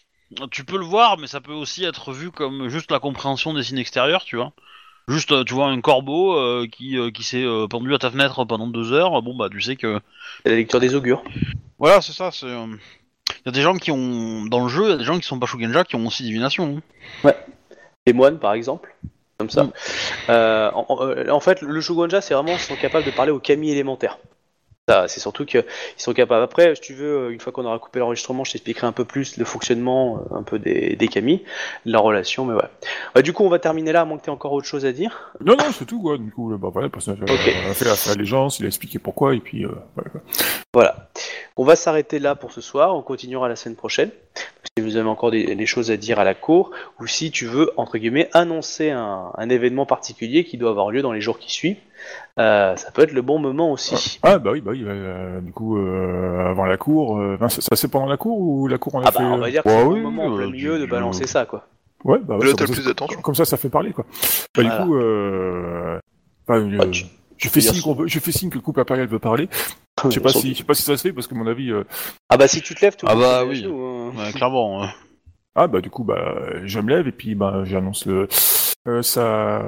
tu peux le voir, mais ça peut aussi être vu comme juste la compréhension des signes extérieurs, tu vois. Juste, euh, tu vois un corbeau euh, qui, euh, qui s'est euh, pendu à ta fenêtre pendant deux heures, bon bah tu sais que... C'est la lecture des augures. Voilà, c'est ça, c'est... Il euh... y a des gens qui ont... Dans le jeu, il y a des gens qui sont pas Shugenja qui ont aussi divination. Hein. Les moines, par exemple. Comme ça. Mm. Euh, en, en- en fait, le Shogunja, c'est vraiment, ils sont capables de parler aux kami élémentaires. Ça, c'est surtout qu'ils sont capables. Après, si tu veux, une fois qu'on aura coupé l'enregistrement, je t'expliquerai un peu plus le fonctionnement euh, un peu des, des kami, de la relation, mais ouais. Bah, du coup, on va terminer là, à moins que tu aies encore autre chose à dire. Non, non, c'est tout, quoi. Du coup, bah, voilà, le personnage a- Ok. a fait la, fait allégeance, il a expliqué pourquoi, et puis, euh, voilà, quoi. Voilà. On va s'arrêter là pour ce soir, on continuera la semaine prochaine. Si vous avez encore des, des choses à dire à la cour, ou si tu veux, entre guillemets, annoncer un, un événement particulier qui doit avoir lieu dans les jours qui suivent, euh, ça peut être le bon moment aussi. Ah, bah oui, bah oui, euh, du coup, euh, avant la cour, euh, ben, ça, ça c'est pendant la cour ou la cour on a Ah fait... bah, on va dire que Ouais, c'est le oui, bon moment en euh, plein milieu de du- balancer ça, quoi. Ouais, bah ouais, Là, ça- t'as ça- plus ça- d'attention. Comme ça, ça fait parler, quoi. Bah, Voilà. du coup, euh... enfin, Ah, euh, tu- je fais dire signe ça. qu'on veut, je fais signe que le couple impérial veut parler. Je sais pas si, je sais pas si ça se fait, parce que à mon avis, euh... Ah bah si tu te lèves, tout le Ah monde bah se met à oui. genoux, hein. Ouais, clairement. hein. ah bah du coup, bah, je me lève et puis bah, j'annonce le, euh, sa,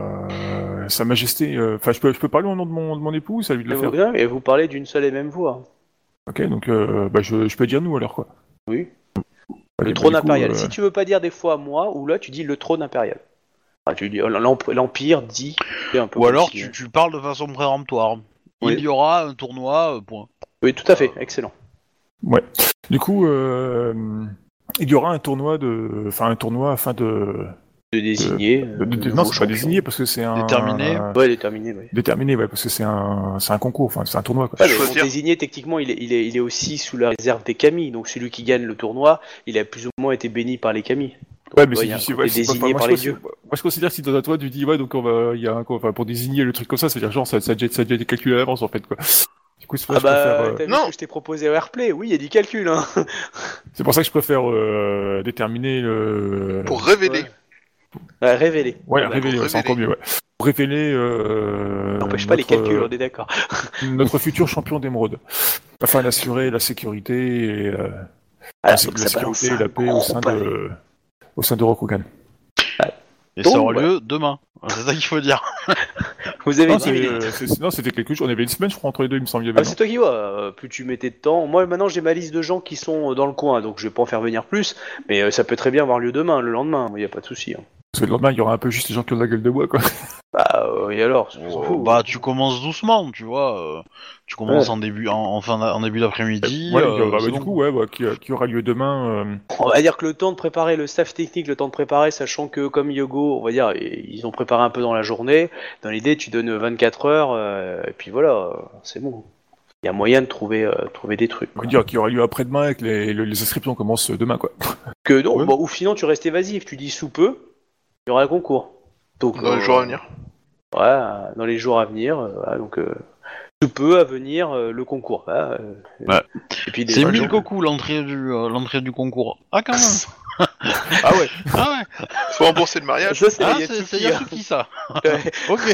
sa majesté. euh, Enfin, je peux, je peux parler au nom de mon, de mon époux, ça lui de Et le vous, faire. non, et vous parlez d'une seule et même voix. Ok, donc, euh, bah, je, je peux dire nous alors quoi. Oui. Ok, Le bah, trône du coup, impérial. euh, Si tu veux pas dire des fois moi, ou là tu dis le trône impérial. Ah, tu dis l'emp- l'empire dit. c'est un peu Ou comme alors si, tu, euh, tu parles de façon péremptoire. Oui. Il y aura un tournoi, euh, point. Oui, tout à fait. Excellent. Ouais. Du coup, euh, il y aura un tournoi de, enfin un tournoi afin de, De désigner. de- euh, de- le de- non, nouveau c'est pas champion. désigné parce que c'est un Déterminé. un- Ouais, déterminé. Ouais. déterminé, ouais, parce que c'est un, c'est un concours, enfin c'est un tournoi quoi. Ouais, mais Choisir. bon, désigné, techniquement, il est, il, est, il est aussi sous la réserve des kami. Donc celui qui gagne le tournoi, il a plus ou moins été béni par les kami. Ouais, mais Ouais, c'est il y a un c'est- côté ouais, c'est pas- désigné moi, par je les considère- dieux. Moi, je considère que si dans un toit tu dis ouais, donc on va, il y a un, enfin, pour désigner le truc comme ça, c'est-à-dire genre ça, ça, a déjà, ça a déjà été calculé à l'avance en fait quoi. Du coup, c'est pour Ah ça que je bah, préfère, euh, t'as vu Non. ce que je t'ai proposé au Airplay? Oui, il y a du calcul, hein. c'est pour ça que je préfère euh, déterminer le. Pour révéler. Ouais, ouais révéler. Ouais, Ah bah, révéler, pour ouais, c'est encore mieux. Ouais. Pour révéler. Euh, n'empêche pas les notre, calculs, euh, on est d'accord. notre futur champion d'émeraude, afin d'assurer la sécurité et euh, Ah, la, donc la ça balance sécurité et un la paix au gros sein palais. de au sein de Rokugan. Et Donc, ça aura ouais. lieu demain. C'est ça qu'il faut dire. Vous avez Non, dix c'est- minutes. c'est- non, c'était quelque chose. On avait une semaine, je crois, entre les deux, il me semble. il y Ah, avait, bah, c'est toi qui vois, euh, plus tu mettais de temps. Moi maintenant j'ai ma liste de gens qui sont dans le coin, donc je vais pas en faire venir plus, mais euh, ça peut très bien avoir lieu demain, le lendemain, il n'y a pas de souci. Hein. Parce que le lendemain, il y aura un peu juste les gens qui ont de la gueule de bois, quoi. Bah euh, et alors, on s'en Oh, fout. bah, tu commences doucement, tu vois. euh, tu commences Ouais. en début, en, en fin, d'a- en début d'après-midi. Ouais, euh, bah, c'est bah, du bon. coup, ouais, bah, qui, qui aura lieu demain. euh, On va dire que le temps de préparer le staff technique, le temps de préparer, sachant que comme Yogo, on va dire, ils ont préparé un peu dans la journée. Dans l'idée, tu donnes vingt-quatre heures, euh, et puis voilà, euh, c'est bon. Il y a moyen de trouver, euh, trouver des trucs. on quoi. va dire qui aura lieu après-demain et que les, le- les inscriptions commencent demain, quoi. Que non, Ouais. bah, ou sinon tu restes évasif, tu dis sous peu, il y aura un concours. Donc, Dans euh, les jours à venir. Ouais, euh, dans les jours à venir, euh, voilà, donc euh, sous peu à venir euh, le concours. Voilà, euh, Ouais. Et puis des C'est gens- mille cocos l'entrée du, euh, l'entrée du concours. Ah, quand même. Ah ouais, Ah ouais. Faut rembourser le mariage. ça c'est Ah, les c'est c'est Yatsuki. hein. Yasuki, ça. Ouais. Ok.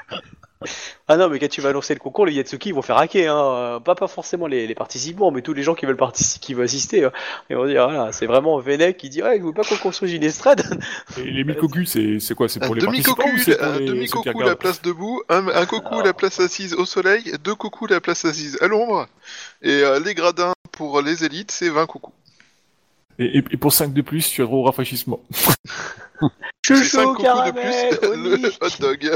Ah non, mais quand tu vas lancer le concours, les Yatsuki ils vont faire hacker, hein. Euh, Pas, pas forcément les, les participants, mais tous les gens qui veulent participer, qui veulent assister. Hein. Ils vont dire, voilà, c'est vraiment Venec qui dit, ouais, vous voulez pas qu'on construise une estrade? Et les mille cocus, c'est c'est quoi? C'est Un pour les participants ou demi-cocu, c'est pour un les, demi ceux qui cocu la regardent? place debout, un, un cocu Alors. la place assise au soleil, deux cocus la place assise à l'ombre, et euh, les gradins pour les élites, c'est vingt cocus. Et, et, et pour cinq de plus, tu as droit au rafraîchissement. C'est Chouchou, cinq cocus de caramel, plus, Oni. le hot dog.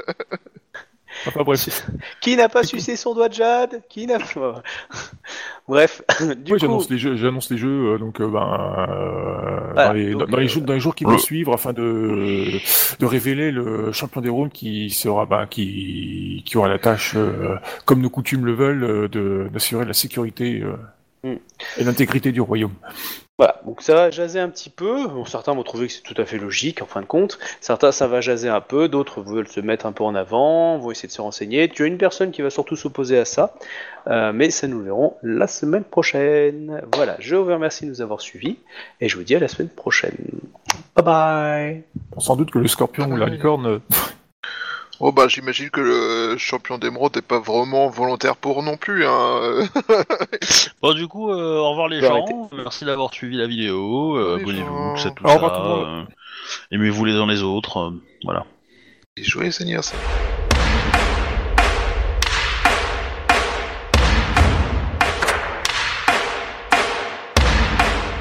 Enfin bref. Qui n'a pas sucé son doigt de jade? Qui n'a Bref, du Oui, coup, j'annonce les jeux, j'annonce les jeux, euh, donc euh, ben, euh, Voilà, dans, les, donc, dans, dans les euh, jours, dans les jours qui vont suivre, afin de de révéler le champion des Rhônes qui sera, ben, qui qui aura la tâche, euh, comme nos coutumes le veulent, euh, de d'assurer la sécurité euh, Mm. et l'intégrité du royaume. voilà, donc ça va jaser un petit peu. Bon, certains vont trouver que c'est tout à fait logique en fin de compte. Certains, ça va jaser un peu. D'autres veulent se mettre un peu en avant, vont essayer de se renseigner. Tu as une personne qui va surtout s'opposer à ça, euh, mais ça nous le verrons la semaine prochaine. Voilà, je vous remercie de nous avoir suivis et je vous dis à la semaine prochaine. Bye bye. Bon, sans doute que le scorpion ou la licorne, euh, Oh bah j'imagine que le champion d'émeraude n'est pas vraiment volontaire pour non plus, hein. Bon, du coup, euh, au revoir les Je vais gens. Merci d'avoir suivi la vidéo. Euh, Les Abonnez-vous, tout ça, gens. tout Au revoir ça. tout le monde. euh, Aimez-vous les uns les autres. euh, voilà. Et joyeux anniversaire.